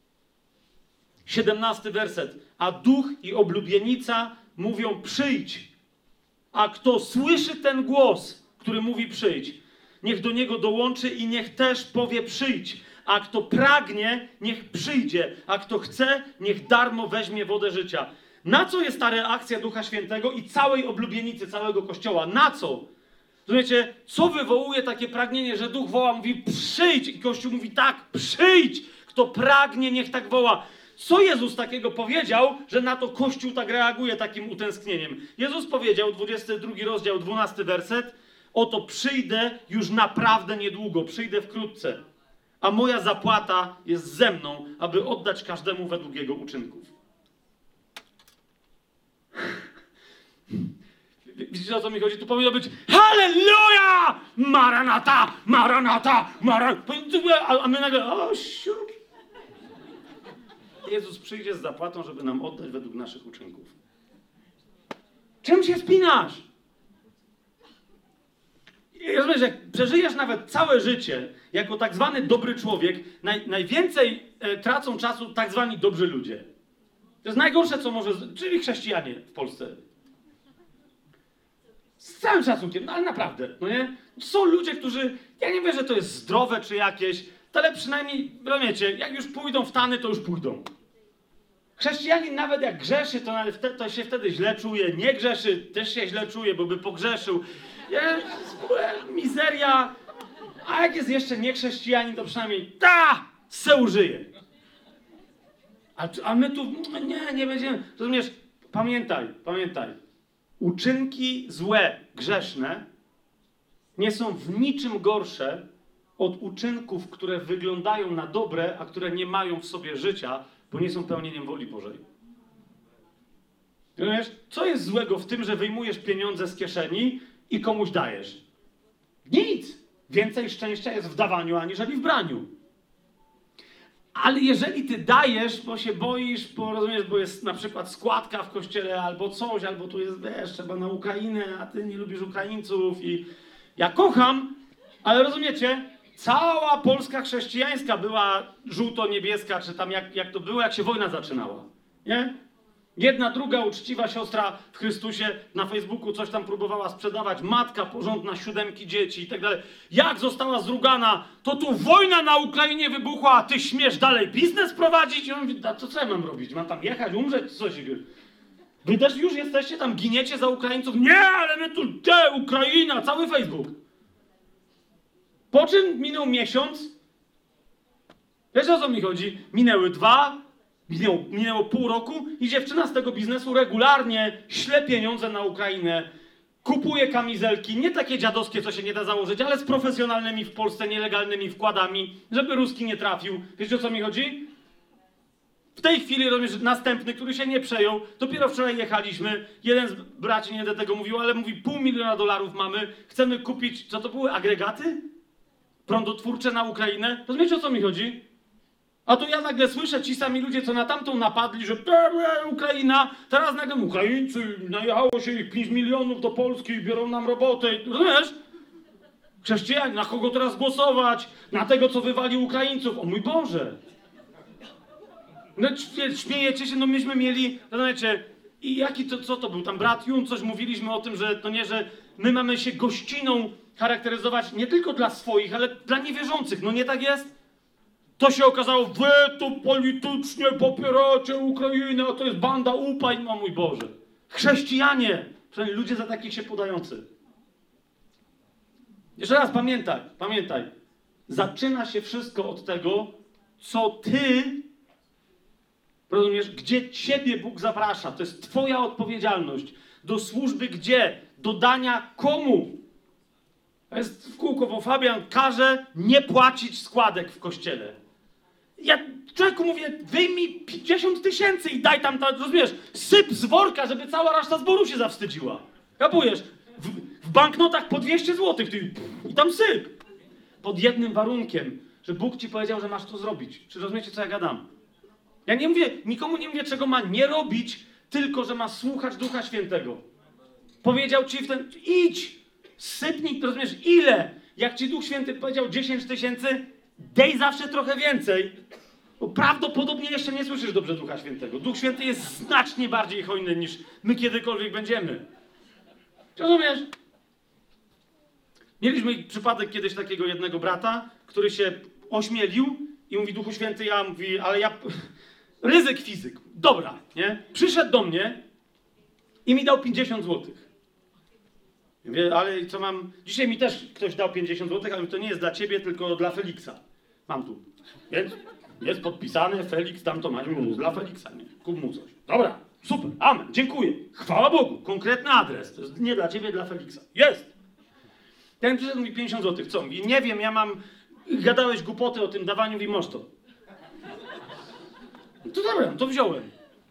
17 werset. A duch i oblubienica mówią przyjdź. A kto słyszy ten głos, który mówi przyjdź, niech do niego dołączy i niech też powie przyjdź. A kto pragnie, niech przyjdzie. A kto chce, niech darmo weźmie wodę życia. Na co jest ta reakcja Ducha Świętego i całej oblubienicy, całego Kościoła? Na co? Rozumiecie, co wywołuje takie pragnienie, że Duch woła, mówi przyjdź i Kościół mówi tak, przyjdź. Kto pragnie, niech tak woła. Co Jezus takiego powiedział, że na to Kościół tak reaguje takim utęsknieniem? Jezus powiedział, 22 rozdział, 12 werset, oto przyjdę już naprawdę niedługo, przyjdę wkrótce, a moja zapłata jest ze mną, aby oddać każdemu według jego uczynków. Widzicie, o co mi chodzi? Tu powinno być Halleluja! Maranata! Maranata! Maranata! A my nagle, o siup. Jezus przyjdzie z zapłatą, żeby nam oddać według naszych uczynków. Czym się spinasz? Rozumiesz, jak przeżyjesz nawet całe życie jako tak zwany dobry człowiek, najwięcej tracą czasu tak zwani dobrzy ludzie. To jest najgorsze, co może... Czyli chrześcijanie w Polsce. Z całym szacunkiem, no ale naprawdę, no nie? Są ludzie, którzy... Ja nie wiem, że to jest zdrowe czy jakieś, ale przynajmniej, rozumiecie, jak już pójdą w tany, to już pójdą. Chrześcijanin nawet jak grzeszy, to się wtedy źle czuje. Nie grzeszy, też się źle czuje, bo by pogrzeszył. Mizeria. A jak jest jeszcze nie chrześcijanin, to przynajmniej se użyje. A my tu, nie będziemy. Rozumiesz, pamiętaj. Uczynki złe, grzeszne nie są w niczym gorsze od uczynków, które wyglądają na dobre, a które nie mają w sobie życia, bo nie są pełnieniem woli Bożej. Rozumiesz? Co jest złego w tym, że wyjmujesz pieniądze z kieszeni i komuś dajesz? Nic! Więcej szczęścia jest w dawaniu, aniżeli w braniu. Ale jeżeli ty dajesz, bo się boisz, rozumiesz, bo jest na przykład składka w kościele albo coś, albo tu jest, trzeba na Ukrainę, a ty nie lubisz Ukraińców i ja kocham, ale rozumiecie, cała Polska chrześcijańska była żółto-niebieska, czy tam jak to było, jak się wojna zaczynała, nie? Jedna, druga uczciwa siostra w Chrystusie na Facebooku coś tam próbowała sprzedawać, matka porządna, 7 dzieci i tak dalej. Jak została zrugana, to tu wojna na Ukrainie wybuchła, a ty śmiesz dalej biznes prowadzić? I on mówi, a to co ja mam robić? Mam tam jechać, umrzeć? Co się... Wy też już jesteście tam, giniecie za Ukraińców? Nie, ale my tu, Ukraina, cały Facebook. Po czym minął miesiąc, wiesz o co mi chodzi? Minęły 2, minęło pół roku i dziewczyna z tego biznesu regularnie śle pieniądze na Ukrainę, kupuje kamizelki, nie takie dziadowskie, co się nie da założyć, ale z profesjonalnymi w Polsce nielegalnymi wkładami, żeby Ruski nie trafił. Wiecie o co mi chodzi? W tej chwili rozumiesz, następny, który się nie przejął, dopiero wczoraj jechaliśmy, jeden z braci nie będę tego mówił, ale mówi $500 000 mamy, chcemy kupić, co to były, agregaty? Prądotwórcze na Ukrainę? Rozumiecie o co mi chodzi? A tu ja nagle słyszę, ci sami ludzie, co na tamtą napadli, że Ukraina, teraz nagle Ukraińcy, najechało się ich 5 milionów do Polski i biorą nam robotę. Rozumiesz? Chrześcijanie, na kogo teraz głosować? Na tego, co wywalił Ukraińców. O mój Boże! No śmiejecie się, no myśmy mieli, rozumiecie, i co to był tam brat Jun, coś mówiliśmy o tym, że to nie, że my mamy się gościną charakteryzować nie tylko dla swoich, ale dla niewierzących. No nie tak jest? To się okazało, wy tu politycznie popieracie Ukrainę, a to jest banda upań, no mój Boże. Chrześcijanie, przynajmniej ludzie za takich się podający. Jeszcze raz pamiętaj. Zaczyna się wszystko od tego, co ty, rozumiesz, gdzie ciebie Bóg zaprasza. To jest twoja odpowiedzialność. Do służby gdzie? Do dania komu? To jest w kółko, bo Fabian każe nie płacić składek w kościele. Ja człowieku mówię, wyjmij 50 000 i daj tam, rozumiesz, syp z worka, żeby cała reszta zboru się zawstydziła. Kapujesz? W banknotach po 200 zł. I tam syp. Pod jednym warunkiem, że Bóg ci powiedział, że masz to zrobić. Czy rozumiecie, co ja gadam? Ja nie mówię, nikomu nie mówię, czego ma nie robić, tylko, że ma słuchać Ducha Świętego. Powiedział ci w ten... Idź! Sypnij, rozumiesz, ile? Jak ci Duch Święty powiedział 10 000, dej zawsze trochę więcej. Bo prawdopodobnie jeszcze nie słyszysz dobrze Ducha Świętego. Duch Święty jest znacznie bardziej hojny niż my kiedykolwiek będziemy. Rozumiesz? Mieliśmy przypadek kiedyś takiego jednego brata, który się ośmielił i mówi, Duchu Święty, ale ja... Ryzyk fizyk. Dobra, nie? Przyszedł do mnie i mi dał 50 złotych. Mówię, ale co mam... Dzisiaj mi też ktoś dał 50 złotych, ale to nie jest dla ciebie, tylko dla Feliksa. Mam tu. Więc jest podpisane, Feliks, tam to masz, dla Feliksa, nie? Kup mu coś. Dobra, super, amen, dziękuję. Chwała Bogu, konkretny adres. To jest nie dla ciebie, dla Feliksa. Jest. Ten przyszedł mi 50 złotych. Co? Mówi, nie wiem, ja mam... Gadałeś głupoty o tym dawaniu, i masz to. To dobra, to wziąłem.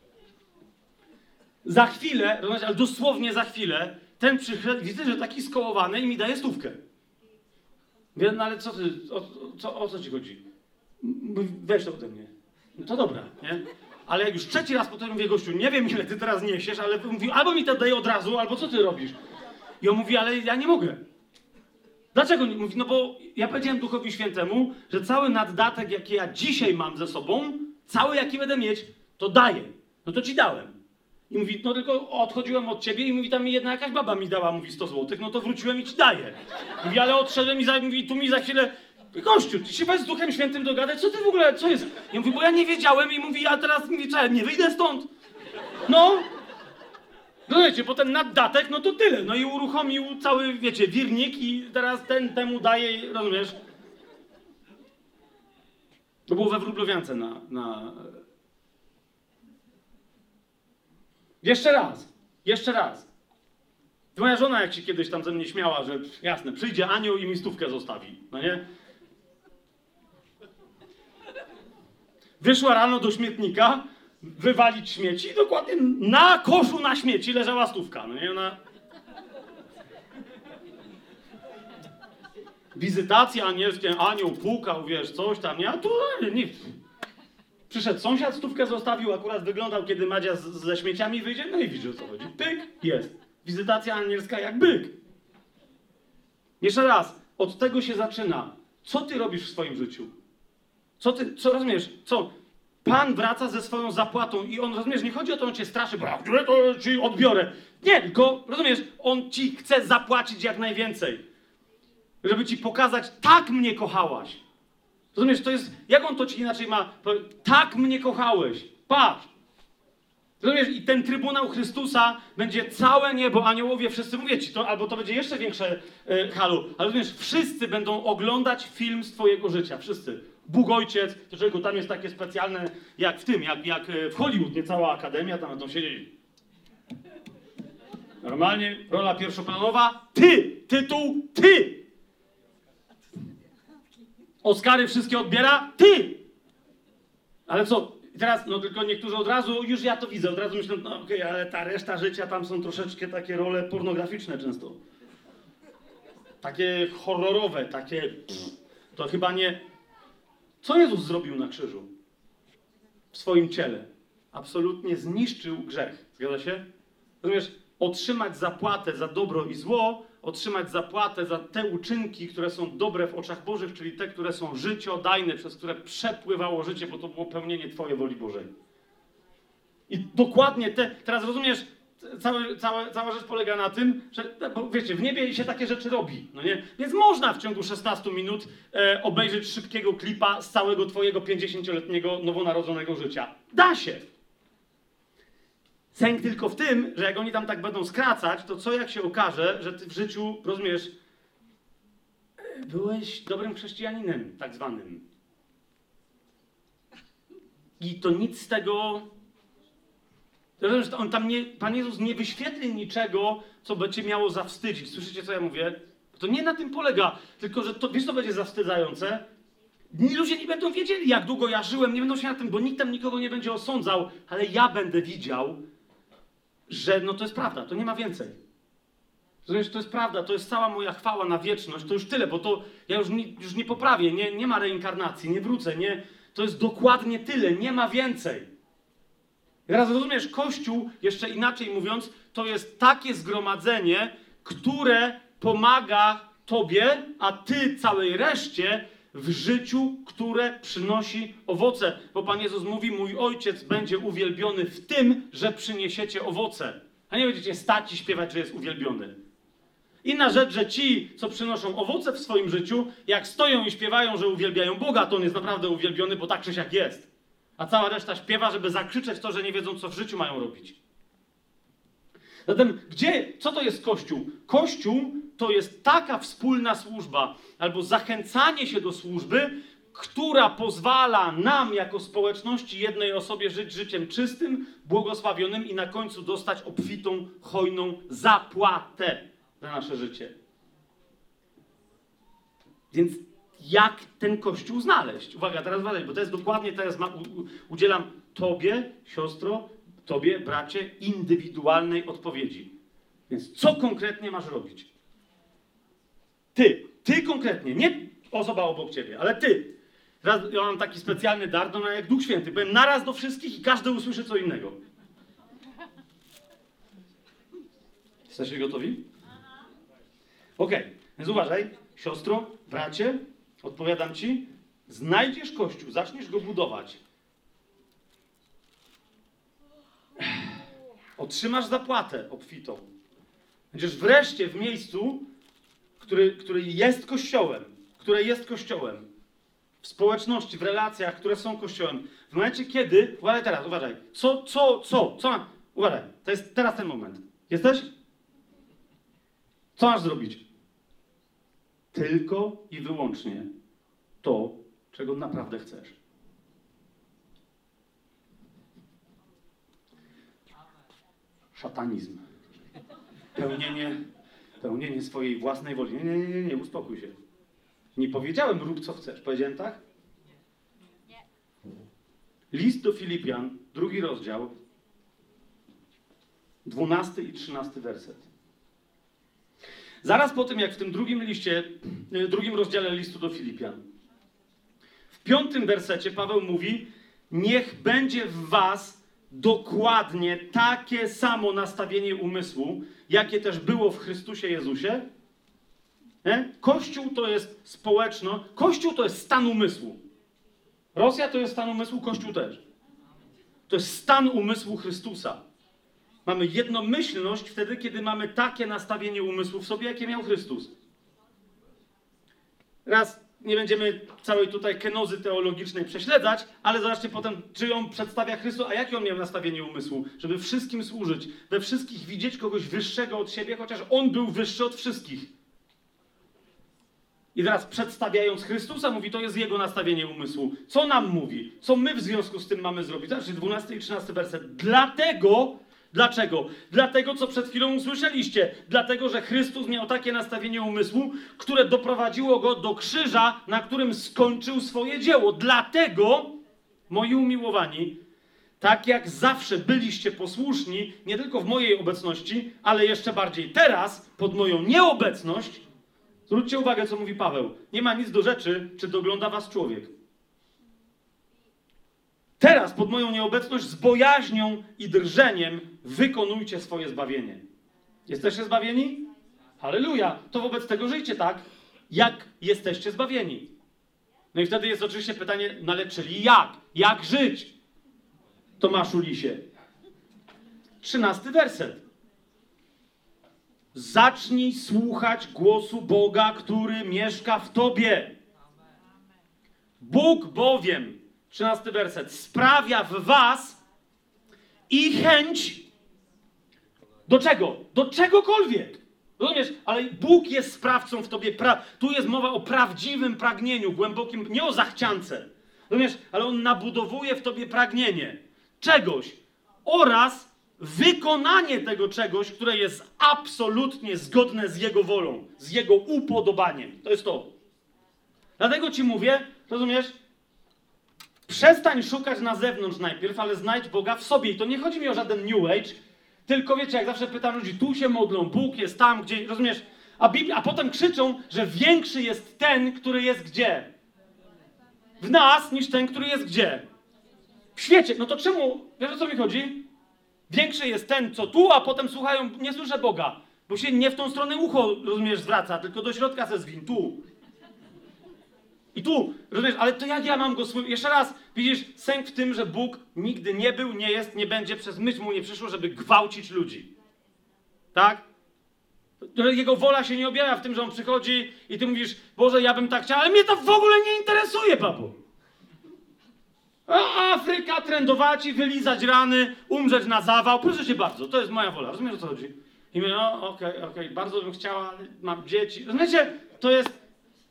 Za chwilę, ale dosłownie za chwilę, ten przyszedł, widzę, że taki skołowany i mi daje 100. Mówię, no ale co ty, o co ci chodzi? Mówi, weź to ode mnie. No to dobra, nie? Ale jak już trzeci raz potem mówię, gościu, nie wiem ile ty teraz niesiesz, ale mówi, albo mi to daje od razu, albo co ty robisz? I on mówi, ale ja nie mogę. Dlaczego nie? Mówi, no bo ja powiedziałem Duchowi Świętemu, że cały naddatek, jaki ja dzisiaj mam ze sobą, cały jaki będę mieć, to daję. No to ci dałem. I mówi, no tylko odchodziłem od ciebie i mówi, tam jedna jakaś baba mi dała, mówi 100 złotych, no to wróciłem i ci daję. Mówi, ale odszedłem i mówi, tu mi za chwilę, gościu, ty się weź z Duchem Świętym dogadać, co ty w ogóle, co jest? Ja mówię, bo ja nie wiedziałem i mówi, a teraz mówi, co, nie wyjdę stąd. No. No wiecie, bo ten naddatek, no to tyle. No i uruchomił cały, wiecie, wirnik i teraz ten temu daje, rozumiesz? To było we Wróblowiance na... Jeszcze raz. Moja żona, jak się kiedyś tam ze mnie śmiała, że jasne, przyjdzie anioł i mi 100 zostawi, no nie? Wyszła rano do śmietnika, wywalić śmieci i dokładnie na koszu na śmieci leżała 100, no nie? Ona... Wizytacja anielskie, anioł pukał, wiesz, coś tam, nie? A tu nie... Przyszedł sąsiad, 100 zostawił, akurat wyglądał, kiedy Madzia ze śmieciami wyjdzie, no i widzi, o co chodzi. Pyk, jest. Wizytacja anielska jak byk. Jeszcze raz, od tego się zaczyna. Co ty robisz w swoim życiu? Co rozumiesz? Co? Pan wraca ze swoją zapłatą i on, rozumiesz, nie chodzi o to, on cię straszy, bo ja to ci odbiorę. Nie, tylko, rozumiesz, on ci chce zapłacić jak najwięcej. Żeby ci pokazać, tak mnie kochałaś. Rozumiesz, to jest, jak on to ci inaczej ma, tak mnie kochałeś, patrz. Rozumiesz, i ten Trybunał Chrystusa będzie całe niebo, aniołowie wszyscy, mówię ci to, albo to będzie jeszcze większe halo, ale rozumiesz, wszyscy będą oglądać film z twojego życia, wszyscy. Bóg Ojciec, to człowieku, tam jest takie specjalne, jak w tym, jak w Hollywood, nie cała akademia, tam będą siedzieć. Normalnie, rola pierwszoplanowa, ty, tytuł, ty. Oscary wszystkie odbiera, ty. Ale co, teraz, no tylko niektórzy od razu, już ja to widzę, od razu myślą, no okej, ale ta reszta życia, tam są troszeczkę takie role pornograficzne często. Takie horrorowe, takie, to chyba nie... Co Jezus zrobił na krzyżu? W swoim ciele. Absolutnie zniszczył grzech. Zgadza się? Rozumiesz, otrzymać zapłatę za dobro i zło, otrzymać zapłatę za te uczynki, które są dobre w oczach Bożych, czyli te, które są życiodajne, przez które przepływało życie, bo to było pełnienie Twojej woli Bożej. I dokładnie teraz rozumiesz, cała rzecz polega na tym, że, bo wiecie, w niebie się takie rzeczy robi, no nie? Więc można w ciągu 16 minut obejrzeć szybkiego klipa z całego twojego 50-letniego nowonarodzonego życia. Da się! Sęk tylko w tym, że jak oni tam tak będą skracać, to co jak się okaże, że ty w życiu, rozumiesz, byłeś dobrym chrześcijaninem, tak zwanym. I to nic z tego... On tam Pan Jezus nie wyświetli niczego, co by cię miało zawstydzić. Słyszycie, co ja mówię? To nie na tym polega, tylko że to, wiesz, co będzie zawstydzające? Ludzie nie będą wiedzieli, jak długo ja żyłem, nie będą się na tym, bo nikt tam nikogo nie będzie osądzał, ale ja będę widział, że no to jest prawda, to nie ma więcej. Rozumiesz, to jest prawda, to jest cała moja chwała na wieczność, to już tyle, bo to ja już nie poprawię, nie ma reinkarnacji, nie wrócę, to jest dokładnie tyle, nie ma więcej. I teraz rozumiesz, Kościół, jeszcze inaczej mówiąc, to jest takie zgromadzenie, które pomaga tobie, a ty całej reszcie w życiu, które przynosi owoce. Bo Pan Jezus mówi, mój Ojciec będzie uwielbiony w tym, że przyniesiecie owoce. A nie będziecie stać i śpiewać, że jest uwielbiony. Inna rzecz, że ci, co przynoszą owoce w swoim życiu, jak stoją i śpiewają, że uwielbiają Boga, to on jest naprawdę uwielbiony, bo tak czy siak jest. A cała reszta śpiewa, żeby zakrzyczeć to, że nie wiedzą, co w życiu mają robić. Zatem co to jest Kościół? Kościół to jest taka wspólna służba, albo zachęcanie się do służby, która pozwala nam jako społeczności jednej osobie żyć życiem czystym, błogosławionym i na końcu dostać obfitą, hojną zapłatę za nasze życie. Więc jak ten Kościół znaleźć? Uwaga, teraz uważaj, bo to jest dokładnie, teraz udzielam tobie, siostro, tobie, bracie, indywidualnej odpowiedzi. Więc co konkretnie masz robić? Ty konkretnie, nie osoba obok ciebie, ale ty. Teraz ja mam taki specjalny dar, jak Duch Święty. Powiem naraz do wszystkich i każdy usłyszy co innego. Jesteście gotowi? Okej, więc uważaj, siostro, bracie, odpowiadam ci, znajdziesz Kościół, zaczniesz go budować. Otrzymasz zapłatę obfitą. Będziesz wreszcie w miejscu, który jest Kościołem, które jest Kościołem. W społeczności, w relacjach, które są Kościołem. W momencie, kiedy... Uważaj teraz, uważaj. Uważaj, to jest teraz ten moment. Jesteś? Co masz zrobić? Tylko i wyłącznie to, czego naprawdę chcesz. Szatanizm. Pełnienie swojej własnej woli. Nie, uspokój się. Nie powiedziałem rób co chcesz. Powiedziałem tak? List do Filipian, 2 rozdział, 12 i 13 werset. Zaraz po tym, jak w tym drugim rozdziale listu do Filipian, w 5 wersecie Paweł mówi, niech będzie w was dokładnie takie samo nastawienie umysłu, jakie też było w Chrystusie Jezusie. Kościół to jest Kościół to jest stan umysłu. Rosja to jest stan umysłu, Kościół też. To jest stan umysłu Chrystusa. Mamy jednomyślność wtedy, kiedy mamy takie nastawienie umysłu w sobie, jakie miał Chrystus. Raz nie będziemy całej tutaj kenozy teologicznej prześledzać, ale zobaczcie potem, czy on przedstawia Chrystus, a jakie on miał nastawienie umysłu? Żeby wszystkim służyć, we wszystkich widzieć kogoś wyższego od siebie, chociaż on był wyższy od wszystkich. I teraz przedstawiając Chrystusa, mówi, to jest jego nastawienie umysłu. Co nam mówi? Co my w związku z tym mamy zrobić? Zobaczcie, 12 i 13 werset. Dlaczego? Dlatego, co przed chwilą usłyszeliście. Dlatego, że Chrystus miał takie nastawienie umysłu, które doprowadziło go do krzyża, na którym skończył swoje dzieło. Dlatego, moi umiłowani, tak jak zawsze byliście posłuszni, nie tylko w mojej obecności, ale jeszcze bardziej teraz, pod moją nieobecność, zwróćcie uwagę, co mówi Paweł. Nie ma nic do rzeczy, czy dogląda was człowiek. Teraz, pod moją nieobecność, z bojaźnią i drżeniem wykonujcie swoje zbawienie. Jesteście zbawieni? Halleluja! To wobec tego żyjcie tak, jak jesteście zbawieni. No i wtedy jest oczywiście pytanie, no ale czyli jak? Jak żyć? Tomaszu Lisie. 13 werset. Zacznij słuchać głosu Boga, który mieszka w tobie. Bóg bowiem, 13 werset, sprawia w was i chęć do czego? Do czegokolwiek. Rozumiesz? Ale Bóg jest sprawcą w tobie. Tu jest mowa o prawdziwym pragnieniu, głębokim, nie o zachciance. Rozumiesz? Ale On nabudowuje w tobie pragnienie czegoś oraz wykonanie tego czegoś, które jest absolutnie zgodne z Jego wolą, z Jego upodobaniem. To jest to. Dlatego ci mówię, rozumiesz? Przestań szukać na zewnątrz najpierw, ale znajdź Boga w sobie. I to nie chodzi mi o żaden New Age, Tylko wiecie, jak zawsze pytam ludzi, tu się modlą, Bóg jest tam, gdzie, rozumiesz? A potem krzyczą, że większy jest ten, który jest gdzie? W nas, niż ten, który jest gdzie? W świecie. No to czemu, wiesz o co mi chodzi? Większy jest ten, co tu, a potem słuchają, nie słyszę Boga. Bo się nie w tą stronę ucho, rozumiesz, zwraca, tylko do środka se zwin, tu. I tu, rozumiesz, ale to jak ja mam go swój... Jeszcze raz, widzisz, sęk w tym, że Bóg nigdy nie był, nie jest, nie będzie, przez myśl mu nie przyszło, żeby gwałcić ludzi. Tak? Jego wola się nie objawia w tym, że on przychodzi i ty mówisz, Boże, ja bym tak chciał, ale mnie to w ogóle nie interesuje, papo. A Afryka, trendowaci, wylizać rany, umrzeć na zawał, proszę cię bardzo, to jest moja wola, rozumiesz o co chodzi? I mówię, no okej, bardzo bym chciała, ale mam dzieci. Rozumiecie, to jest...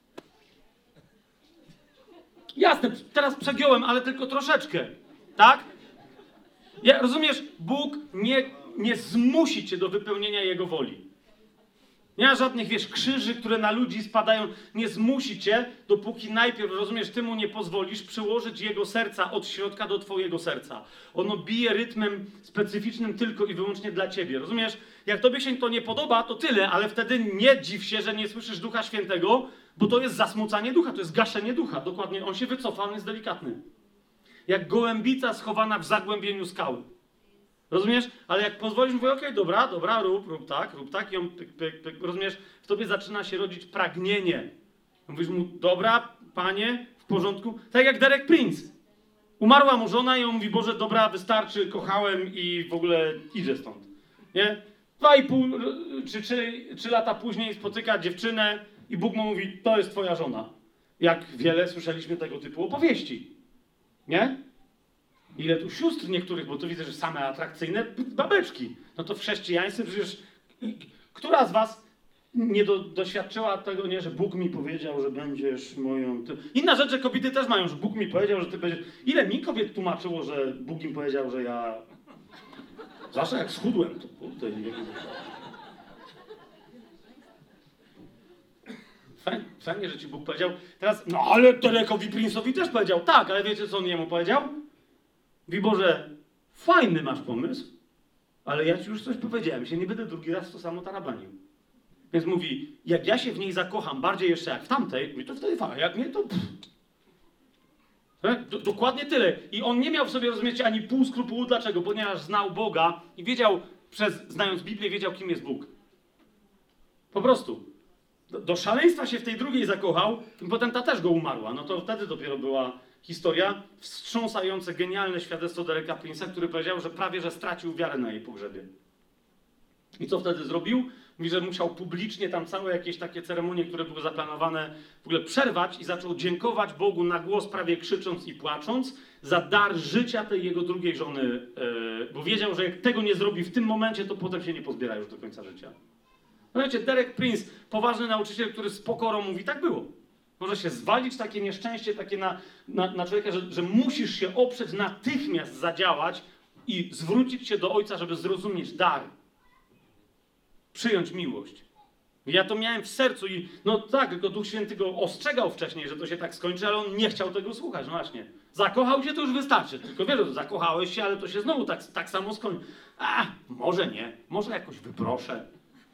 Jasne, teraz przegiąłem, ale tylko troszeczkę, tak? Rozumiesz, Bóg nie zmusi cię do wypełnienia Jego woli. Nie ma żadnych, wiesz, krzyży, które na ludzi spadają. Nie zmusi cię, dopóki najpierw, rozumiesz, ty mu nie pozwolisz przyłożyć jego serca od środka do twojego serca. Ono bije rytmem specyficznym tylko i wyłącznie dla ciebie. Rozumiesz? Jak tobie się to nie podoba, to tyle, ale wtedy nie dziw się, że nie słyszysz Ducha Świętego, bo to jest zasmucanie ducha, to jest gaszenie ducha. Dokładnie, on się wycofa, on jest delikatny. Jak gołębica schowana w zagłębieniu skały. Rozumiesz? Ale jak pozwolisz, mówię, okej, dobra, rób tak i on pyk, rozumiesz? W tobie zaczyna się rodzić pragnienie. Mówisz mu, dobra, panie, w porządku. Tak jak Derek Prince. Umarła mu żona i on mówi, Boże, dobra, wystarczy, kochałem i w ogóle idzie stąd. Nie? 2,5 czy 3 lata później spotyka dziewczynę i Bóg mu mówi, to jest twoja żona. Jak wiele słyszeliśmy tego typu opowieści. Nie? Ile tu sióstr niektórych, bo tu widzę, że same atrakcyjne babeczki. No to w chrześcijaństwie przecież... Która z was nie doświadczyła tego, nie, że Bóg mi powiedział, że będziesz moją... Inna rzecz, że kobiety też mają, że Bóg mi powiedział, że ty będziesz... Ile mi kobiet tłumaczyło, że Bóg im powiedział, że ja... Zawsze jak schudłem, to kurde, nie wiem. Fajnie, że ci Bóg powiedział. Teraz, no ale Derekowi Prince'owi też powiedział. Tak, ale wiecie, co on jemu powiedział? Mówi, Boże, fajny masz pomysł, ale ja ci już coś powiedziałem, się nie będę drugi raz to samo tarabanił. Więc mówi, jak ja się w niej zakocham, bardziej jeszcze jak w tamtej, mówi, to wtedy fajnie, jak nie, to... Dokładnie tyle. I on nie miał w sobie, rozumiecie, ani pół skrupułu. Dlaczego? Ponieważ znał Boga i wiedział, znając Biblię, wiedział, kim jest Bóg. Po prostu. Do szaleństwa się w tej drugiej zakochał, i potem ta też go umarła. No to wtedy dopiero była historia, wstrząsające, genialne świadectwo Dereka Prince'a, który powiedział, że prawie że stracił wiarę na jej pogrzebie. I co wtedy zrobił? Mówi, że musiał publicznie tam całe jakieś takie ceremonie, które były zaplanowane, w ogóle przerwać i zaczął dziękować Bogu na głos, prawie krzycząc i płacząc, za dar życia tej jego drugiej żony, bo wiedział, że jak tego nie zrobi w tym momencie, to potem się nie pozbiera już do końca życia. No wiecie, Derek Prince, poważny nauczyciel, który z pokorą mówi, tak było. Może się zwalić takie nieszczęście takie na człowieka, że musisz się oprzeć, natychmiast zadziałać i zwrócić się do Ojca, żeby zrozumieć dar. Przyjąć miłość. Ja to miałem w sercu i no tak, tylko Duch Święty go ostrzegał wcześniej, że to się tak skończy, ale on nie chciał tego słuchać, no właśnie. Zakochał się, to już wystarczy. Tylko wiesz, że zakochałeś się, ale to się znowu tak samo skończy. Może nie, może jakoś wyproszę.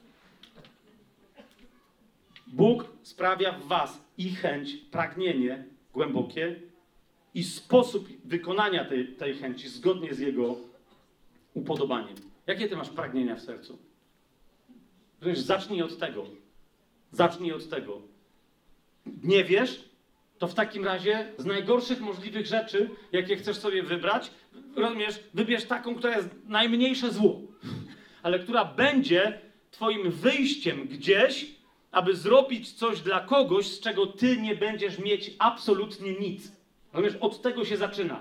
Bóg sprawia w was i chęć, pragnienie głębokie i sposób wykonania tej chęci zgodnie z Jego upodobaniem. Jakie ty masz pragnienia w sercu? Przecież zacznij od tego. Zacznij od tego. Nie wiesz? To w takim razie z najgorszych możliwych rzeczy, jakie chcesz sobie wybrać, rozumiesz, wybierz taką, która jest najmniejsze zło, ale która będzie twoim wyjściem gdzieś, aby zrobić coś dla kogoś, z czego ty nie będziesz mieć absolutnie nic. Rozumiesz, od tego się zaczyna.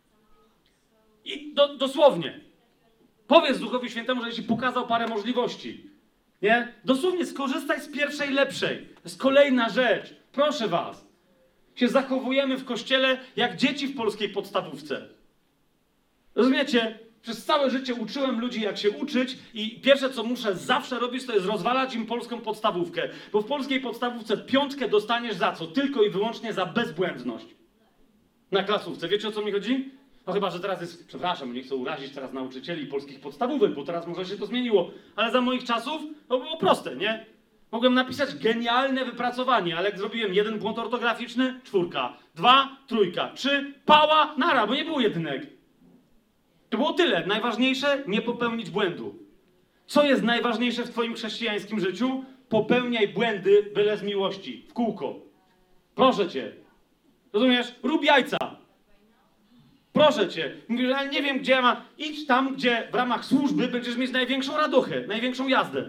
I dosłownie. Powiedz Duchowi Świętemu, że ci pokazał parę możliwości. Nie? Dosłownie skorzystaj z pierwszej lepszej. To jest kolejna rzecz. Proszę was. Się zachowujemy w kościele jak dzieci w polskiej podstawówce. Rozumiecie? Przez całe życie uczyłem ludzi, jak się uczyć i pierwsze, co muszę zawsze robić, to jest rozwalać im polską podstawówkę. Bo w polskiej podstawówce 5 dostaniesz za co? Tylko i wyłącznie za bezbłędność. Na klasówce. Wiecie, o co mi chodzi? No chyba, że teraz jest, przepraszam, nie chcę urazić teraz nauczycieli polskich podstawówek, bo teraz może się to zmieniło, ale za moich czasów to było proste, nie? Mogłem napisać genialne wypracowanie, ale jak zrobiłem 1 błąd ortograficzny, 4, 2, 3, 3, pała, nara, bo nie było jedynek. To było tyle. Najważniejsze, nie popełnić błędu. Co jest najważniejsze w twoim chrześcijańskim życiu? Popełniaj błędy byle z miłości. W kółko. Proszę cię. Rozumiesz? Rób jajca. Proszę cię. Mówisz, ale nie wiem, gdzie ja mam. Idź tam, gdzie w ramach służby będziesz mieć największą radochę, największą jazdę.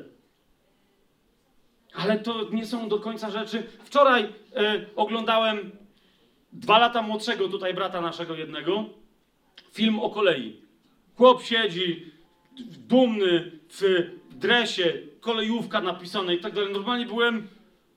Ale to nie są do końca rzeczy. Wczoraj oglądałem 2 lata młodszego tutaj brata naszego jednego. Film o kolei. Chłop siedzi, dumny, w dresie, kolejówka napisana i tak dalej. Normalnie byłem...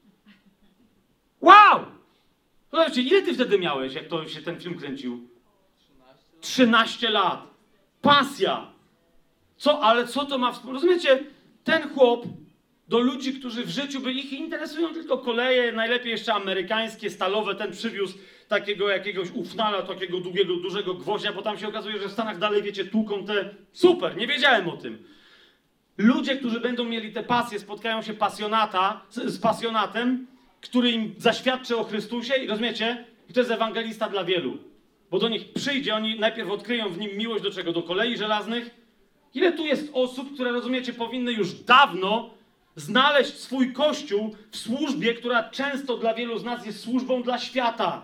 Wow! Zobaczcie, ile ty wtedy miałeś, jak to się ten film kręcił? 13 lat. Pasja. Ale co to ma wspólnego? Rozumiecie? Ten chłop do ludzi, którzy w życiu by ich interesują tylko koleje, najlepiej jeszcze amerykańskie, stalowe, ten przywiózł takiego jakiegoś ufnala, takiego długiego, dużego gwoździa, bo tam się okazuje, że w Stanach dalej, wiecie, tłuką te... Super, nie wiedziałem o tym. Ludzie, którzy będą mieli te pasje, spotkają się z pasjonatem, który im zaświadczy o Chrystusie i rozumiecie? I to jest ewangelista dla wielu. Bo do nich przyjdzie, oni najpierw odkryją w nim miłość do czego? Do kolei żelaznych? Ile tu jest osób, które, rozumiecie, powinny już dawno znaleźć swój kościół w służbie, która często dla wielu z nas jest służbą dla świata.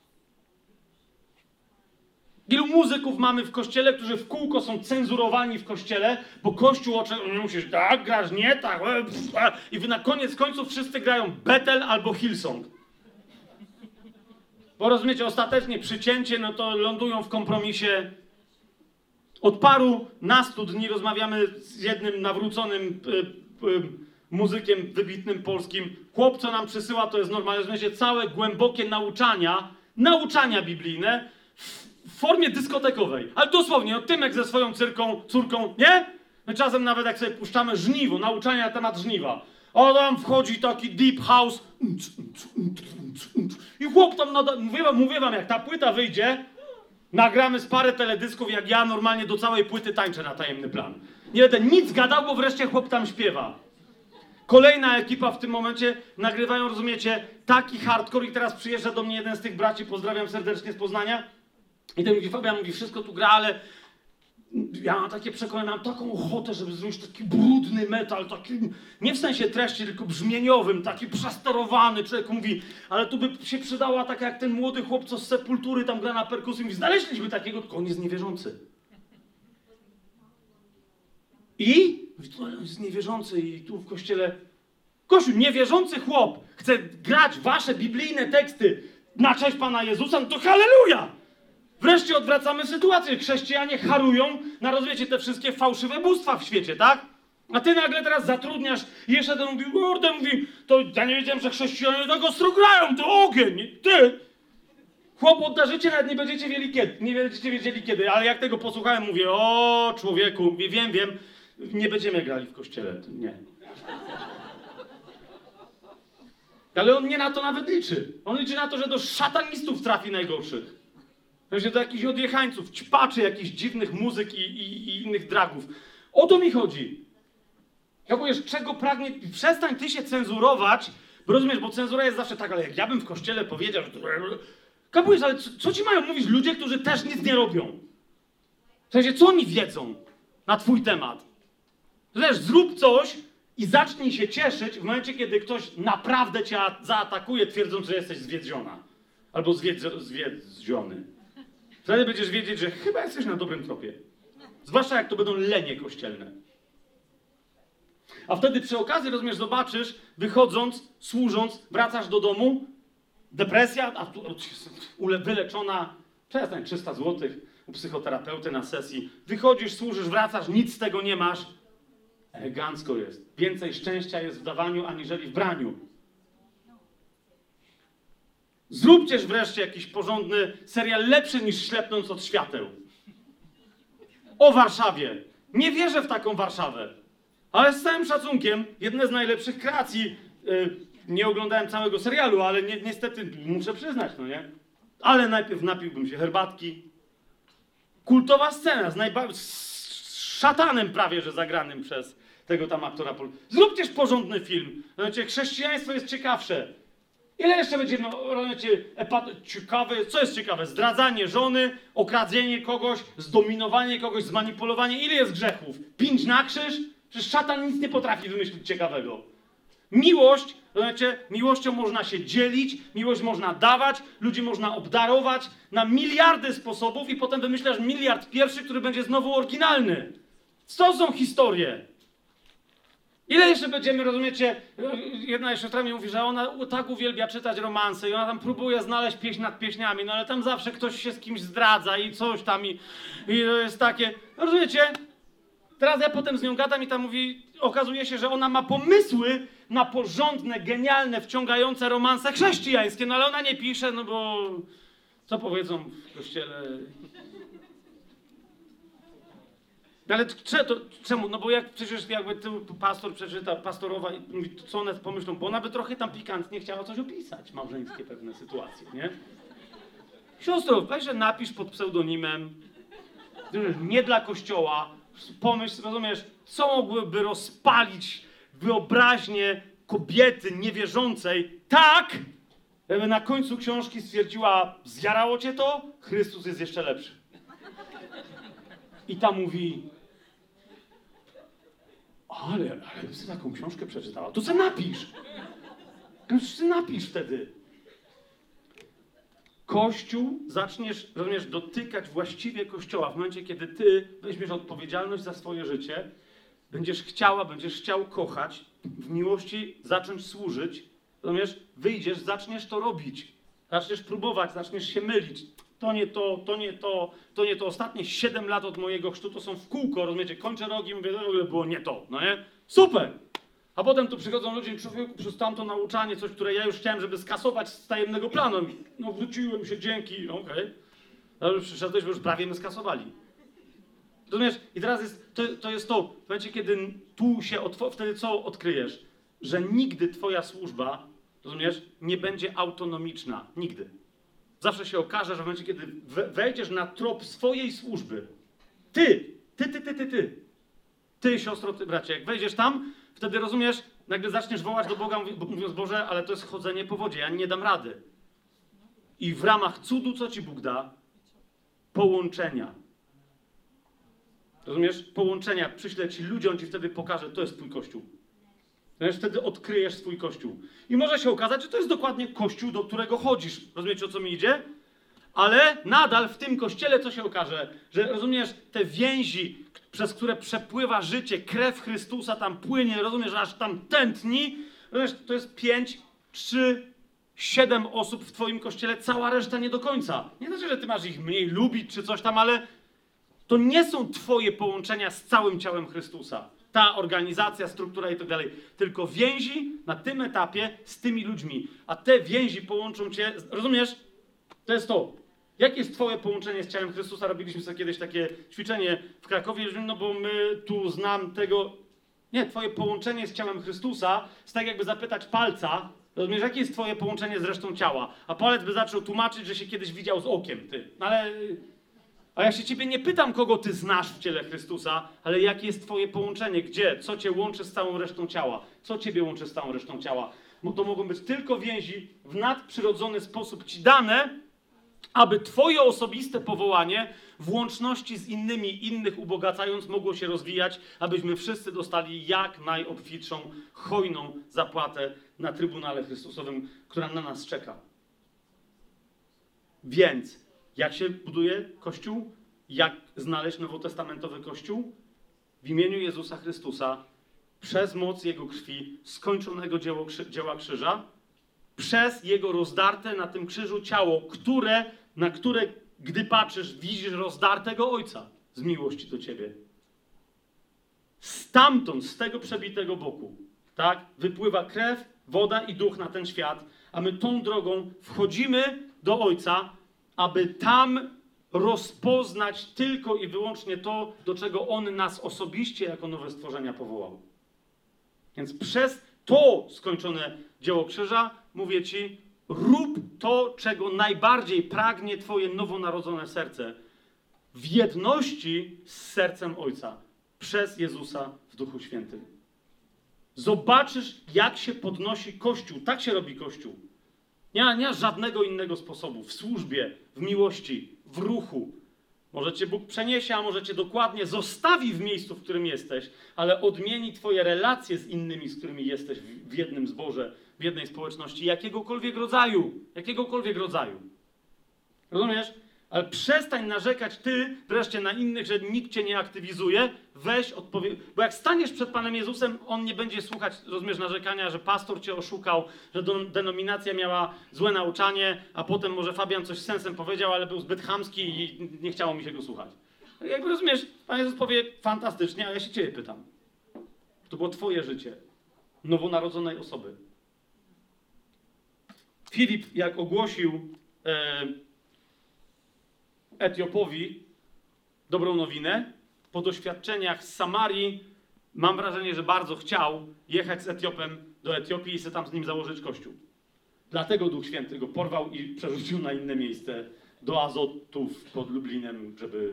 Ilu muzyków mamy w kościele, którzy w kółko są cenzurowani w kościele, bo kościół nie musisz tak, grasz nie, tak, i wy na koniec końców wszyscy grają Bethel albo Hillsong. Bo rozumiecie, ostatecznie przycięcie, no to lądują w kompromisie. Od paru nastu dni rozmawiamy z jednym nawróconym muzykiem wybitnym polskim. Chłop, co nam przysyła, to jest normalne, rozumiecie, całe głębokie nauczania biblijne w formie dyskotekowej. Ale dosłownie, no Tymek ze swoją córką, nie? My czasem nawet jak sobie puszczamy żniwo, nauczania na temat żniwa. O, tam wchodzi taki deep house. I chłop tam mówię wam, jak ta płyta wyjdzie, nagramy z parę teledysków, jak ja normalnie do całej płyty tańczę na tajemny plan. Nie będę nic gadał, bo wreszcie chłop tam śpiewa. Kolejna ekipa w tym momencie nagrywają, rozumiecie, taki hardcore i teraz przyjeżdża do mnie jeden z tych braci, pozdrawiam serdecznie z Poznania. I ten mówi, Fabian mówi, wszystko tu gra, ale ja mam takie przekonanie, mam taką ochotę, żeby zrobić taki brudny metal, taki, nie w sensie treści, tylko brzmieniowym, taki przesterowany. Człowiek mówi, ale tu by się przydała taka jak ten młody chłopco z Sepultury, tam gra na perkusji. Mówi, znaleźliśmy takiego, tylko on jest niewierzący. I? On jest niewierzący i tu w kościele... Kościół, niewierzący chłop chce grać wasze biblijne teksty na cześć Pana Jezusa, no to halleluja! Wreszcie odwracamy sytuację. Chrześcijanie harują na, rozumiecie, te wszystkie fałszywe bóstwa w świecie, tak? A ty nagle teraz zatrudniasz i jeszcze ten mówi, kurde, mówi, to ja nie wiedziałem, że chrześcijanie tak ostro grają, to ogień, ty! Chłop odda życie, nawet nie będziecie wiedzieli kiedy, ale jak tego posłuchałem, mówię, o człowieku, mówię, wiem, nie będziemy grali w kościele, nie. Ale on nie na to nawet liczy. On liczy na to, że do szatanistów trafi najgorszych. Do jakichś odjechańców, ćpaczy jakichś dziwnych muzyk i innych dragów. O to mi chodzi. Kapujesz, czego pragnie... Przestań ty się cenzurować, bo rozumiesz, bo cenzura jest zawsze tak, ale jak ja bym w kościele powiedział, że... Kapujesz, ale co ci mają mówić ludzie, którzy też nic nie robią? W sensie, co oni wiedzą na twój temat? Wiesz, zrób coś i zacznij się cieszyć w momencie, kiedy ktoś naprawdę cię zaatakuje, twierdząc, że jesteś zwiedziona. Albo zwiedziony. Wtedy będziesz wiedzieć, że chyba jesteś na dobrym tropie. Zwłaszcza jak to będą lenie kościelne. A wtedy przy okazji, rozumiesz, zobaczysz, wychodząc, służąc, wracasz do domu, depresja, a tu wyleczona, przestań, 300 zł u psychoterapeuty na sesji. Wychodzisz, służysz, wracasz, nic z tego nie masz. Elegancko jest. Więcej szczęścia jest w dawaniu, aniżeli w braniu. Zróbcież wreszcie jakiś porządny serial, lepszy niż Ślepnąc od świateł. O Warszawie. Nie wierzę w taką Warszawę. Ale z całym szacunkiem, jedne z najlepszych kreacji. Nie oglądałem całego serialu, ale niestety muszę przyznać, no nie? Ale najpierw napiłbym się herbatki. Kultowa scena z szatanem prawie, że zagranym przez tego tam aktora. Zróbcież porządny film. Rozumiecie, chrześcijaństwo jest ciekawsze. Ile jeszcze będzie, rozumiecie, ciekawe, co jest ciekawe? Zdradzanie żony, okradzenie kogoś, zdominowanie kogoś, zmanipulowanie. Ile jest grzechów? 5 na krzyż? Przecież szatan nic nie potrafi wymyślić ciekawego. Miłość, rozumiecie, miłością można się dzielić, miłość można dawać, ludzi można obdarować na miliardy sposobów i potem wymyślasz miliard pierwszy, który będzie znowu oryginalny. Co są historie? Ile jeszcze będziemy, rozumiecie, jedna siostra mi mówi, że ona tak uwielbia czytać romanse i ona tam próbuje znaleźć pieśń nad pieśniami, no ale tam zawsze ktoś się z kimś zdradza i coś tam i to jest takie, rozumiecie? Teraz ja potem z nią gadam i tam mówi, okazuje się, że ona ma pomysły na porządne, genialne, wciągające romanse chrześcijańskie, no ale ona nie pisze, no bo co powiedzą w kościele? Ale czemu? No bo jak przecież jakby pastor przeczyta, pastorowa i mówi, co one pomyślą, bo ona by trochę tam pikantnie chciała coś opisać, małżeńskie pewne sytuacje, nie? Siostro, weź, że napisz pod pseudonimem, nie dla kościoła, pomyśl, rozumiesz, co mogłyby rozpalić wyobraźnię kobiety niewierzącej tak, żeby na końcu książki stwierdziła, zjarało cię to? Chrystus jest jeszcze lepszy. I ta mówi, ale ty taką książkę przeczytała, to co napisz? Co napisz wtedy? Kościół zaczniesz, rozumiesz, dotykać właściwie Kościoła w momencie, kiedy ty weźmiesz odpowiedzialność za swoje życie, będziesz chciał kochać, w miłości zacząć służyć, rozumiesz, wyjdziesz, zaczniesz to robić, zaczniesz próbować, zaczniesz się mylić. To nie to. Ostatnie 7 lat od mojego chrztu to są w kółko, rozumiecie? Kończę rogi i mówię, w ogóle było nie to, no nie? Super! A potem tu przychodzą ludzie i człowieku przez tamto nauczanie, coś, które ja już chciałem, żeby skasować z tajemnego planu. No wróciłem się, dzięki, okej. Ale przyszedłeś, bo już prawie my skasowali. Rozumiesz? I teraz to jest to, w momencie, kiedy tu się, wtedy co odkryjesz? Że nigdy twoja służba, rozumiesz, nie będzie autonomiczna. Nigdy. Zawsze się okaże, że w momencie, kiedy wejdziesz na trop swojej służby, ty, siostro, ty, bracie, jak wejdziesz tam, wtedy rozumiesz, nagle zaczniesz wołać do Boga, mówiąc, Boże, ale to jest chodzenie po wodzie, ja nie dam rady. I w ramach cudu, co ci Bóg da? Połączenia. Rozumiesz? Połączenia. Przyślę ci ludziom, ci wtedy pokażę, to jest twój Kościół. Rozumiesz? Wtedy odkryjesz swój Kościół. I może się okazać, że to jest dokładnie Kościół, do którego chodzisz. Rozumiecie, o co mi idzie? Ale nadal w tym Kościele co się okaże? Że, rozumiesz, te więzi, przez które przepływa życie, krew Chrystusa tam płynie, rozumiesz, aż tam tętni, rozumiesz, to jest 5, 3, 7 osób w twoim Kościele, cała reszta nie do końca. Nie znaczy, że ty masz ich mniej lubić czy coś tam, ale to nie są twoje połączenia z całym ciałem Chrystusa. Ta organizacja, struktura i tak dalej. Tylko więzi na tym etapie z tymi ludźmi. A te więzi połączą cię, rozumiesz? To jest to. Jakie jest twoje połączenie z ciałem Chrystusa? Robiliśmy sobie kiedyś takie ćwiczenie w Krakowie, no bo my tu znam tego... Nie, twoje połączenie z ciałem Chrystusa jest tak jakby zapytać palca, rozumiesz, jakie jest twoje połączenie z resztą ciała? A palec by zaczął tłumaczyć, że się kiedyś widział z okiem, ty. No ale... A ja się ciebie nie pytam, kogo ty znasz w ciele Chrystusa, ale jakie jest twoje połączenie? Gdzie? Co cię łączy z całą resztą ciała? Co ciebie łączy z całą resztą ciała? Bo to mogą być tylko więzi w nadprzyrodzony sposób ci dane, aby twoje osobiste powołanie w łączności z innymi, innych ubogacając, mogło się rozwijać, abyśmy wszyscy dostali jak najobfitszą, hojną zapłatę na Trybunale Chrystusowym, która na nas czeka. Więc jak się buduje Kościół? Jak znaleźć nowotestamentowy Kościół? W imieniu Jezusa Chrystusa, przez moc Jego krwi, skończonego dzieła krzyża, przez Jego rozdarte na tym krzyżu ciało, na które, gdy patrzysz, widzisz rozdartego Ojca z miłości do ciebie. Stamtąd, z tego przebitego boku, tak, wypływa krew, woda i duch na ten świat, a my tą drogą wchodzimy do Ojca, aby tam rozpoznać tylko i wyłącznie to, do czego On nas osobiście jako nowe stworzenia powołał. Więc przez to skończone dzieło krzyża mówię ci, rób to, czego najbardziej pragnie twoje nowonarodzone serce. w jedności z sercem Ojca przez Jezusa w Duchu Świętym. Zobaczysz, jak się podnosi Kościół. Tak się robi Kościół. Nie ma żadnego innego sposobu. W służbie, w miłości, w ruchu. Może cię Bóg przeniesie, a może cię dokładnie zostawi w miejscu, w którym jesteś, ale odmieni twoje relacje z innymi, z którymi jesteś w jednym zborze, w jednej społeczności, jakiegokolwiek rodzaju. Jakiegokolwiek rodzaju. Rozumiesz? Ale przestań narzekać ty wreszcie na innych, że nikt cię nie aktywizuje. Weź odpowiedź. Bo jak staniesz przed Panem Jezusem, On nie będzie słuchać, rozumiesz, narzekania, że pastor cię oszukał, że denominacja miała złe nauczanie, a potem może Fabian coś z sensem powiedział, ale był zbyt chamski i nie chciało mi się go słuchać. Jakby rozumiesz, Pan Jezus powie fantastycznie, a ja się ciebie pytam. To było twoje życie. Nowonarodzonej osoby. Filip, jak ogłosił Etiopowi dobrą nowinę, po doświadczeniach z Samarii, mam wrażenie, że bardzo chciał jechać z Etiopem do Etiopii i sobie tam z nim założyć kościół. Dlatego Duch Święty go porwał i przerzucił na inne miejsce, do Azotów pod Lublinem, żeby...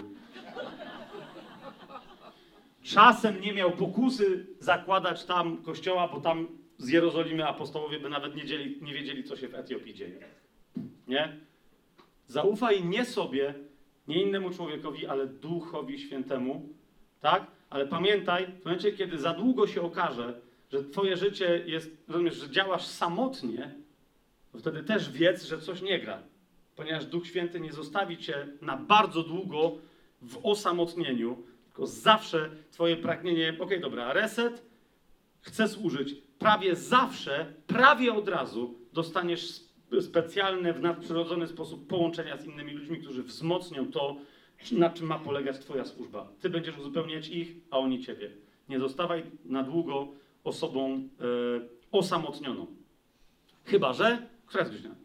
Czasem nie miał pokusy zakładać tam kościoła, bo tam z Jerozolimy apostołowie by nawet nie wiedzieli, co się w Etiopii dzieje. Nie? Zaufaj nie sobie, nie innemu człowiekowi, ale Duchowi Świętemu, tak? Ale pamiętaj, w momencie, kiedy za długo się okaże, że twoje życie jest, rozumiesz, że działasz samotnie, to wtedy też wiedz, że coś nie gra. Ponieważ Duch Święty nie zostawi cię na bardzo długo w osamotnieniu, tylko zawsze twoje pragnienie, okej, dobra, reset, chcę służyć, prawie zawsze, prawie od razu dostaniesz specjalne, w nadprzyrodzony sposób połączenia z innymi ludźmi, którzy wzmocnią to, na czym ma polegać twoja służba. Ty będziesz uzupełniać ich, a oni ciebie. Nie zostawaj na długo osobą osamotnioną. Chyba że... Która jest godzina?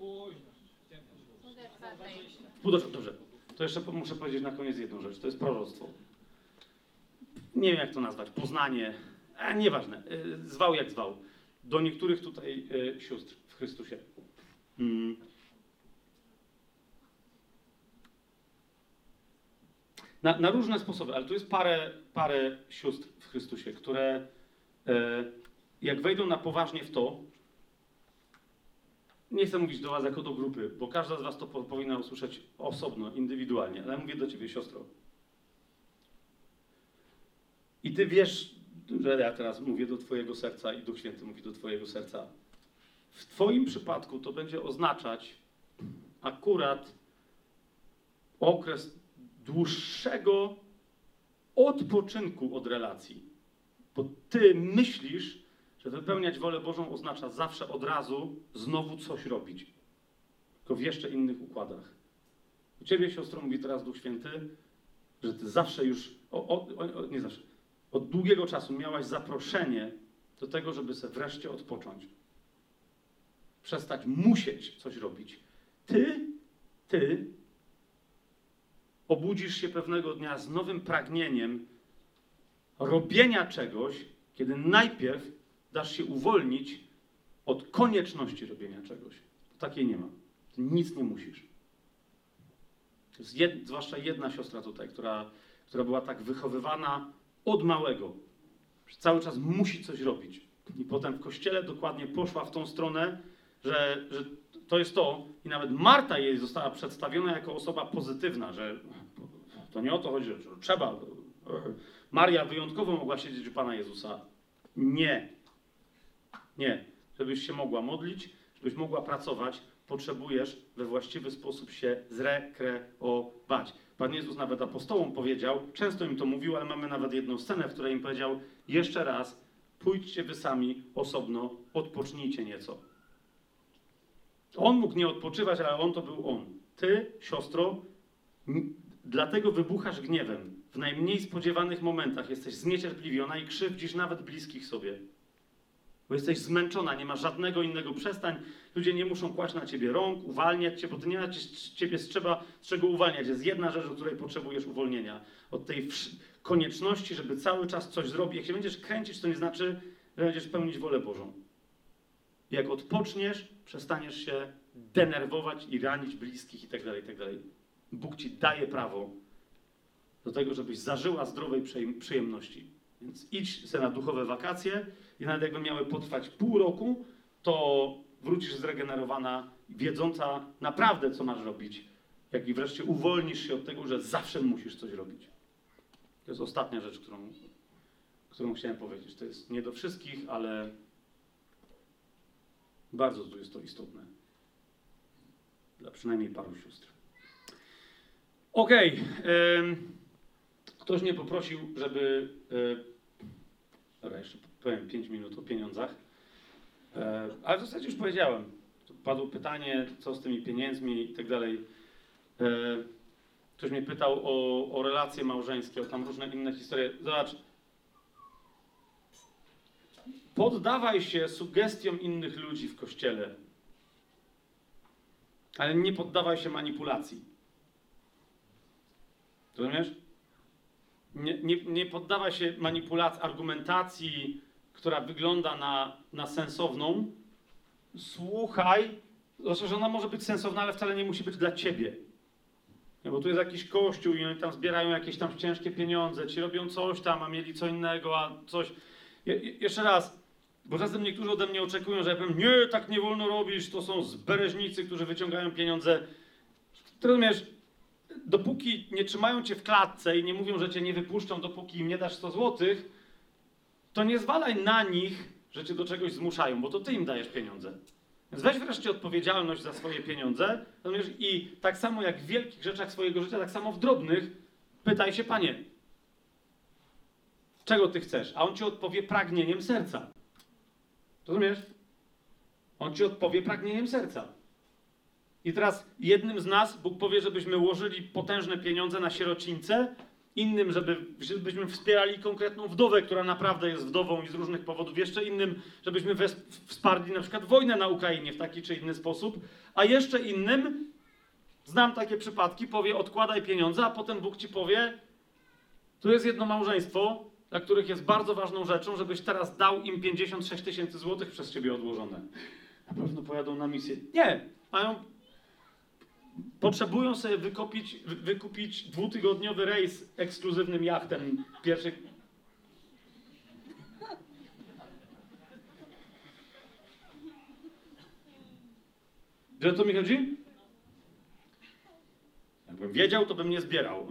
Dobrze. To jeszcze muszę powiedzieć na koniec jedną rzecz. To jest proroctwo. Nie wiem, jak to nazwać. Poznanie. Nieważne. Zwał jak zwał. Do niektórych tutaj sióstr w Chrystusie. Na różne sposoby, ale tu jest parę sióstr w Chrystusie, które jak wejdą na poważnie w to, nie chcę mówić do was jako do grupy, bo każda z was to powinna usłyszeć osobno, indywidualnie, ale mówię do ciebie, siostro. I ty wiesz, że ja teraz mówię do twojego serca i Duch Święty mówi do twojego serca. W twoim przypadku to będzie oznaczać akurat okres dłuższego odpoczynku od relacji. Bo ty myślisz, że wypełniać wolę Bożą oznacza zawsze od razu znowu coś robić. Tylko w jeszcze innych układach. U ciebie, siostro, mówi teraz Duch Święty, że ty zawsze już, nie zawsze, od długiego czasu miałaś zaproszenie do tego, żeby sobie wreszcie odpocząć. Przestać musieć coś robić. Ty obudzisz się pewnego dnia z nowym pragnieniem robienia czegoś, kiedy najpierw dasz się uwolnić od konieczności robienia czegoś. Takiej nie ma. Ty nic nie musisz. To jest zwłaszcza jedna siostra tutaj, która była tak wychowywana od małego, że cały czas musi coś robić. I potem w kościele dokładnie poszła w tą stronę, że to jest to. I nawet Marta jej została przedstawiona jako osoba pozytywna, że to nie o to chodzi, że trzeba. Maria wyjątkowo mogła siedzieć u Pana Jezusa. Nie. Żebyś się mogła modlić, żebyś mogła pracować, potrzebujesz we właściwy sposób się zrekreować. Pan Jezus nawet apostołom powiedział, często im to mówił, ale mamy nawet jedną scenę, w której im powiedział, jeszcze raz, pójdźcie wy sami osobno, odpocznijcie nieco. On mógł nie odpoczywać, ale on to był on. Ty, siostro, dlatego wybuchasz gniewem. W najmniej spodziewanych momentach jesteś zniecierpliwiona i krzywdzisz nawet bliskich sobie. Bo jesteś zmęczona, nie ma żadnego innego przestań. Ludzie nie muszą kłaść na ciebie rąk, uwalniać cię, bo ty nie ma ciebie z czego uwalniać. Jest jedna rzecz, o której potrzebujesz uwolnienia. Od tej konieczności, żeby cały czas coś zrobić. Jak się będziesz kręcić, to nie znaczy, że będziesz pełnić wolę Bożą. Jak odpoczniesz, przestaniesz się denerwować i ranić bliskich itd. Bóg ci daje prawo, do tego, żebyś zażyła zdrowej przyjemności. Więc idź sobie na duchowe wakacje i nawet jakby miały potrwać pół roku, to wrócisz zregenerowana, wiedząca naprawdę, co masz robić. Jak i wreszcie uwolnisz się od tego, że zawsze musisz coś robić. To jest ostatnia rzecz, którą chciałem powiedzieć. To jest nie do wszystkich, ale bardzo tu jest to istotne. Dla przynajmniej paru sióstr. Okej. Ktoś mnie poprosił, żeby... Dobra, jeszcze powiem 5 minut o pieniądzach. Ale w zasadzie już powiedziałem. Padło pytanie, co z tymi pieniędzmi i tak dalej. Ktoś mnie pytał o relacje małżeńskie, o tam różne inne historie. Zobacz. Poddawaj się sugestiom innych ludzi w kościele, ale nie poddawaj się manipulacji. Rozumiesz? Nie poddawaj się manipulacji, argumentacji, która wygląda na sensowną. Słuchaj, zresztą, że ona może być sensowna, ale wcale nie musi być dla ciebie. No bo tu jest jakiś kościół i oni tam zbierają jakieś tam ciężkie pieniądze, ci robią coś tam, a mieli co innego, a coś... Jeszcze raz, bo czasem niektórzy ode mnie oczekują, że ja powiem, nie, tak nie wolno robić, to są zbereźnicy, którzy wyciągają pieniądze. Ty rozumiesz, dopóki nie trzymają cię w klatce i nie mówią, że cię nie wypuszczą, dopóki im nie dasz 100 złotych, to nie zwalaj na nich, że cię do czegoś zmuszają, bo to ty im dajesz pieniądze. Więc weź wreszcie odpowiedzialność za swoje pieniądze, rozumiesz? I tak samo jak w wielkich rzeczach swojego życia, tak samo w drobnych, pytaj się, Panie, czego ty chcesz? A on ci odpowie pragnieniem serca. Rozumiesz? On ci odpowie pragnieniem serca. I teraz jednym z nas Bóg powie, żebyśmy łożyli potężne pieniądze na sierocińce, innym, żebyśmy wspierali konkretną wdowę, która naprawdę jest wdową i z różnych powodów, jeszcze innym, żebyśmy wsparli na przykład wojnę na Ukrainie w taki czy inny sposób, a jeszcze innym, znam takie przypadki, powie odkładaj pieniądze, a potem Bóg ci powie, tu jest jedno małżeństwo, dla których jest bardzo ważną rzeczą, żebyś teraz dał im 56 000 złotych przez ciebie odłożone. Na pewno pojadą na misję. Nie, potrzebują sobie wykupić 2-tygodniowy rejs ekskluzywnym jachtem pierwszych... Wiesz, o co mi chodzi? Jakbym wiedział, to bym nie zbierał.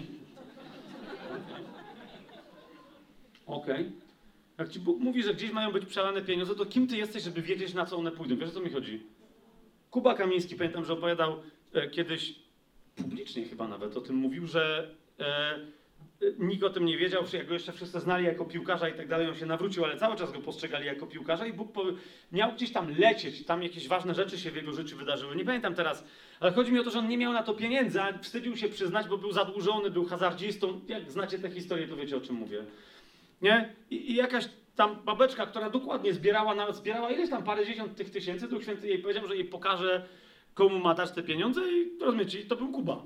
Okej. Jak ci Bóg mówi, że gdzieś mają być przelane pieniądze, to kim ty jesteś, żeby wiedzieć, na co one pójdą? Wiesz, o co mi chodzi? Kuba Kamiński, pamiętam, że opowiadał kiedyś, publicznie chyba nawet o tym mówił, że nikt o tym nie wiedział, jak go jeszcze wszyscy znali jako piłkarza i tak dalej, on się nawrócił, ale cały czas go postrzegali jako piłkarza i Bóg miał gdzieś tam lecieć, tam jakieś ważne rzeczy się w jego życiu wydarzyły. Nie pamiętam teraz, ale chodzi mi o to, że on nie miał na to pieniędzy, a wstydził się przyznać, bo był zadłużony, był hazardzistą. Jak znacie tę historię, to wiecie, o czym mówię. Nie? I jakaś tam babeczka, która dokładnie zbierała ileś tam parędziesiąt tych tysięcy, Duch Święty jej powiedział, że jej pokaże, komu ma dać te pieniądze i rozumiecie, to był Kuba.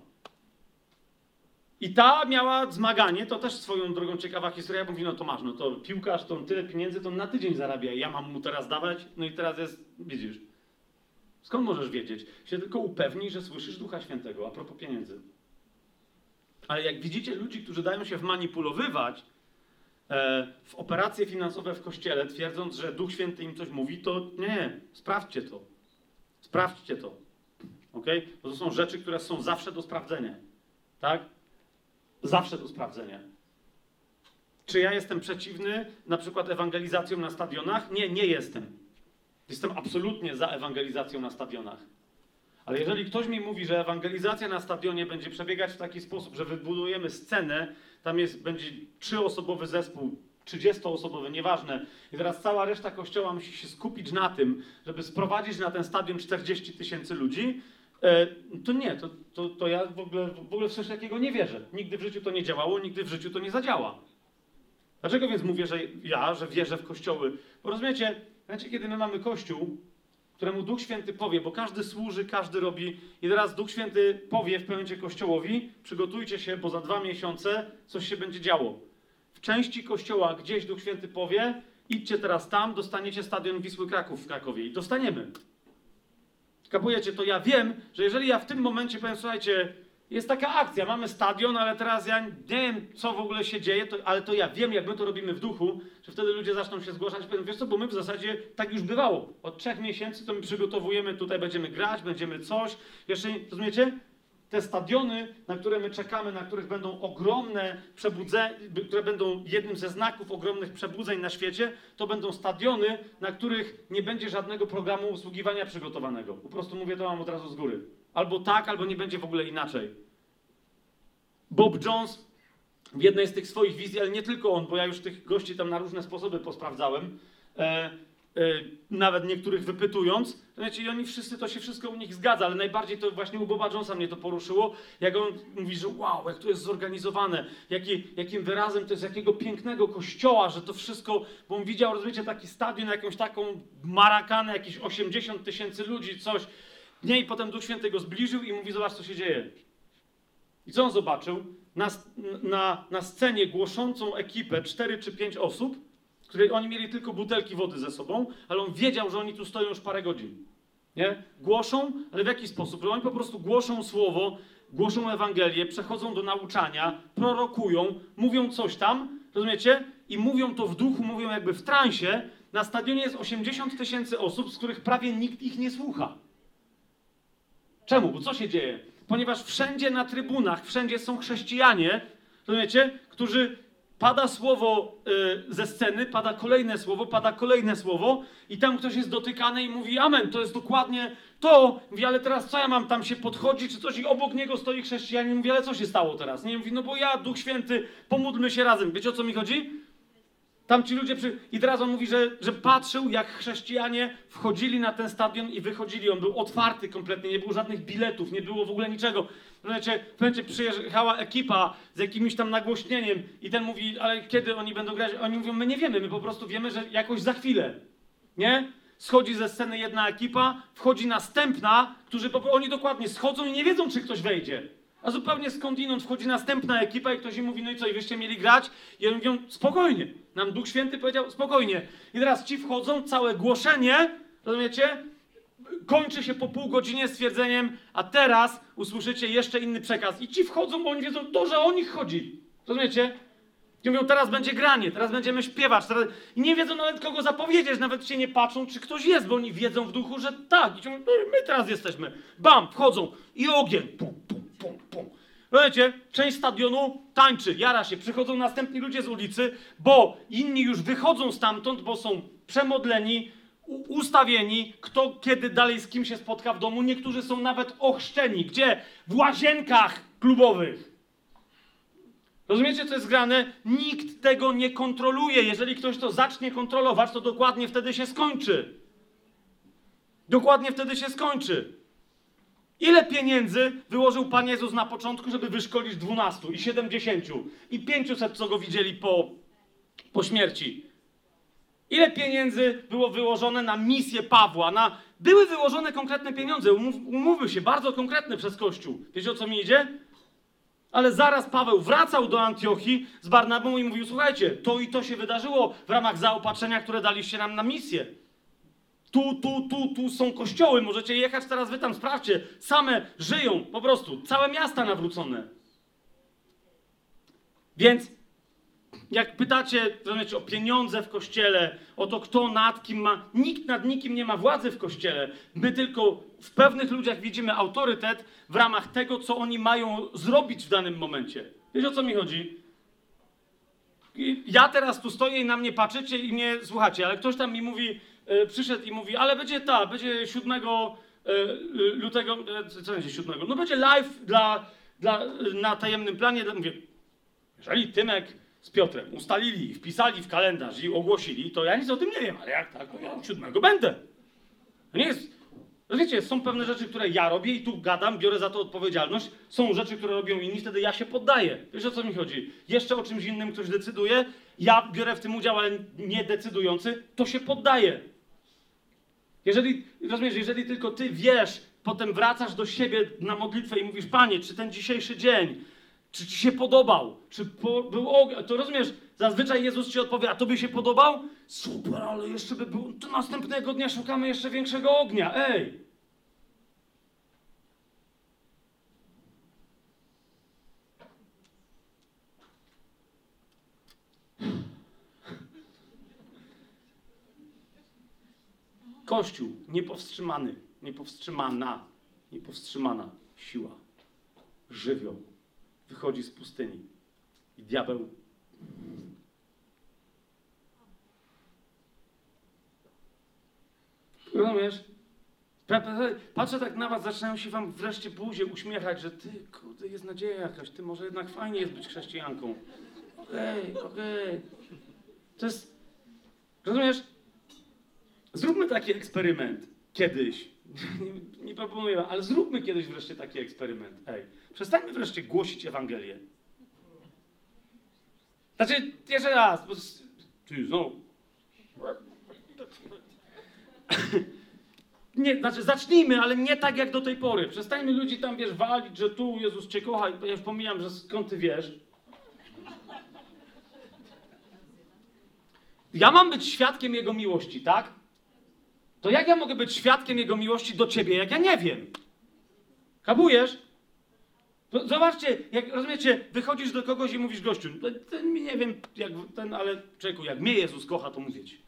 I ta miała zmaganie, to też swoją drogą ciekawa historia, bo mówi, no to masz, no to piłkarz, to tyle pieniędzy, to na tydzień zarabia, ja mam mu teraz dawać, no i teraz jest, widzisz. Skąd możesz wiedzieć? Się tylko upewnij, że słyszysz Ducha Świętego, a propos pieniędzy. Ale jak widzicie ludzi, którzy dają się wmanipulowywać w operacje finansowe w Kościele, twierdząc, że Duch Święty im coś mówi, to nie, sprawdźcie to. Sprawdźcie to. Okay? Bo to są rzeczy, które są zawsze do sprawdzenia. Tak? Zawsze do sprawdzenia. Czy ja jestem przeciwny na przykład ewangelizacjom na stadionach? Nie, nie jestem. Jestem absolutnie za ewangelizacją na stadionach. Ale jeżeli ktoś mi mówi, że ewangelizacja na stadionie będzie przebiegać w taki sposób, że wybudujemy scenę, tam będzie 3-osobowy zespół, 30-osobowy, nieważne, i teraz cała reszta kościoła musi się skupić na tym, żeby sprowadzić na ten stadion 40 000 ludzi, to nie, to ja w ogóle w coś takiego nie wierzę. Nigdy w życiu to nie działało, nigdy w życiu to nie zadziała. Dlaczego więc mówię, że wierzę w kościoły? Bo rozumiecie, kiedy my mamy kościół, któremu Duch Święty powie, bo każdy służy, każdy robi, i teraz Duch Święty powie w pewnym momencie kościołowi, przygotujcie się, bo za 2 miesiące coś się będzie działo. W części kościoła gdzieś Duch Święty powie, idźcie teraz tam, dostaniecie stadion Wisły Kraków w Krakowie. I dostaniemy. Kapujecie, to ja wiem, że jeżeli ja w tym momencie powiem, słuchajcie, jest taka akcja, mamy stadion, ale teraz ja nie wiem, co w ogóle się dzieje, ale to ja wiem, jak my to robimy w duchu, że wtedy ludzie zaczną się zgłaszać, powiedzą, wiesz co, bo my w zasadzie tak już bywało. Od 3 miesięcy to my przygotowujemy, tutaj będziemy grać, będziemy coś. Jeszcze, rozumiecie? Te stadiony, na które my czekamy, na których będą ogromne przebudzenia, które będą jednym ze znaków ogromnych przebudzeń na świecie, to będą stadiony, na których nie będzie żadnego programu usługiwania przygotowanego. Po prostu mówię to wam od razu z góry. Albo tak, albo nie będzie w ogóle inaczej. Bob Jones w jednej z tych swoich wizji, ale nie tylko on, bo ja już tych gości tam na różne sposoby posprawdzałem, nawet niektórych wypytując, wiecie, i oni wszyscy, to się wszystko u nich zgadza, ale najbardziej to właśnie u Boba Jonesa mnie to poruszyło, jak on mówi, że wow, jak to jest zorganizowane, jakim wyrazem to jest, jakiego pięknego kościoła, że to wszystko, bo on widział, rozumiecie, taki stadion, jakąś taką marakanę, jakieś 80 000 ludzi, coś, nie, i potem Duch Święty go zbliżył i mówi, zobacz, co się dzieje. I co on zobaczył? Na scenie głoszącą ekipę 4 czy 5 osób, której oni mieli tylko butelki wody ze sobą, ale on wiedział, że oni tu stoją już parę godzin. Nie? Głoszą, ale w jaki sposób? Że oni po prostu głoszą słowo, głoszą Ewangelię, przechodzą do nauczania, prorokują, mówią coś tam, rozumiecie? I mówią to w duchu, mówią jakby w transie. Na stadionie jest 80 000 osób, z których prawie nikt ich nie słucha. Czemu? Bo co się dzieje? Ponieważ wszędzie na trybunach, wszędzie są chrześcijanie, rozumiecie, którzy pada słowo ze sceny, pada kolejne słowo i tam ktoś jest dotykany i mówi amen, to jest dokładnie to. Mówi, ale teraz co ja mam tam się podchodzi, czy coś i obok niego stoi chrześcijanin. Mówi, ale co się stało teraz? Nie, mówi, no bo ja, Duch Święty, pomódlmy się razem. Wiecie, o co mi chodzi? Tam ci ludzie I teraz on mówi, że patrzył, jak chrześcijanie wchodzili na ten stadion i wychodzili. On był otwarty kompletnie, nie było żadnych biletów, nie było w ogóle niczego. W momencie przyjechała ekipa z jakimś tam nagłośnieniem i ten mówi, ale kiedy oni będą grać? Oni mówią, my nie wiemy, my po prostu wiemy, że jakoś za chwilę. Nie? Schodzi ze sceny jedna ekipa, wchodzi następna, oni dokładnie schodzą i nie wiedzą, czy ktoś wejdzie. A zupełnie skądinąd wchodzi następna ekipa i ktoś im mówi, no i co, i wyście mieli grać? I oni mówią, spokojnie. Nam Duch Święty powiedział, spokojnie. I teraz ci wchodzą, całe głoszenie, rozumiecie? Kończy się po pół godzinie stwierdzeniem, a teraz usłyszycie jeszcze inny przekaz. I ci wchodzą, bo oni wiedzą to, że o nich chodzi. Rozumiecie? I mówią, teraz będzie granie, teraz będziemy śpiewać. I nie wiedzą nawet kogo zapowiedzieć, nawet się nie patrzą, czy ktoś jest, bo oni wiedzą w duchu, że tak. I ci mówią, no, my teraz jesteśmy. Bam, wchodzą i ogień. Pum, pum, pum, pum. Rozumiecie? Część stadionu tańczy, jara się. Przychodzą następni ludzie z ulicy, bo inni już wychodzą stamtąd, bo są przemodleni, ustawieni, kto kiedy dalej z kim się spotka w domu. Niektórzy są nawet ochrzczeni. Gdzie? W łazienkach klubowych. Rozumiecie, co jest grane? Nikt tego nie kontroluje. Jeżeli ktoś to zacznie kontrolować, to dokładnie wtedy się skończy. Dokładnie wtedy się skończy. Ile pieniędzy wyłożył Pan Jezus na początku, żeby wyszkolić 12 i 70 i 500, co go widzieli po śmierci? Ile pieniędzy było wyłożone na misję Pawła? Były wyłożone konkretne pieniądze, umówmy się, bardzo konkretne przez Kościół. Wiecie, o co mi idzie? Ale zaraz Paweł wracał do Antiochii z Barnabą i mówił, słuchajcie, to i to się wydarzyło w ramach zaopatrzenia, które daliście nam na misję. Tu są kościoły, możecie jechać teraz, wy tam sprawdźcie. Same żyją, po prostu, całe miasta nawrócone. Więc jak pytacie, rozumiecie, o pieniądze w kościele, o to, kto nad kim ma, nikt nad nikim nie ma władzy w kościele. My tylko w pewnych ludziach widzimy autorytet w ramach tego, co oni mają zrobić w danym momencie. Wiecie, o co mi chodzi? Ja teraz tu stoję i na mnie patrzycie i mnie słuchacie, ale ktoś tam mi mówi, przyszedł i mówi, ale będzie 7 lutego, co będzie 7? No będzie live na tajemnym planie. Mówię, jeżeli Tymek z Piotrem ustalili, wpisali w kalendarz i ogłosili, to ja nic o tym nie wiem, ale jak tak, to ja 7 będę. To nie jest... No wiecie, są pewne rzeczy, które ja robię i tu gadam, biorę za to odpowiedzialność. Są rzeczy, które robią inni, wtedy ja się poddaję. Wiesz, o co mi chodzi? Jeszcze o czymś innym ktoś decyduje, ja biorę w tym udział, ale nie decydujący, to się poddaje. Rozumiesz, jeżeli tylko ty wiesz, potem wracasz do siebie na modlitwę i mówisz, Panie, czy ten dzisiejszy dzień, czy ci się podobał, czy był ogień, to rozumiesz, zazwyczaj Jezus ci odpowie, a tobie się podobał? Super, ale jeszcze by było, to następnego dnia szukamy jeszcze większego ognia, ej! Kościół niepowstrzymany, niepowstrzymana siła, żywioł wychodzi z pustyni i diabeł rozumiesz? Patrzę tak na was, zaczynają się wam wreszcie buzie uśmiechać, że ty, kurde, jest nadzieja jakaś, ty może jednak fajnie jest być chrześcijanką. Okej. To jest, rozumiesz? Zróbmy taki eksperyment kiedyś. Nie proponuję, ale zróbmy kiedyś wreszcie taki eksperyment. Przestańmy wreszcie głosić Ewangelię. Znaczy, jeszcze raz, bo ty znowu. Nie, znaczy zacznijmy, ale nie tak jak do tej pory. Przestańmy ludzi tam, wiesz, walić, że tu Jezus cię kocha i ja już pomijam, że skąd ty wiesz. Ja mam być świadkiem Jego miłości, tak? To jak ja mogę być świadkiem Jego miłości do ciebie, jak ja nie wiem? Kabujesz? Zobaczcie, jak rozumiecie, wychodzisz do kogoś i mówisz, gościu, ten nie wiem, jak ten, ale człowieku, jak mnie Jezus kocha, to mówię ci.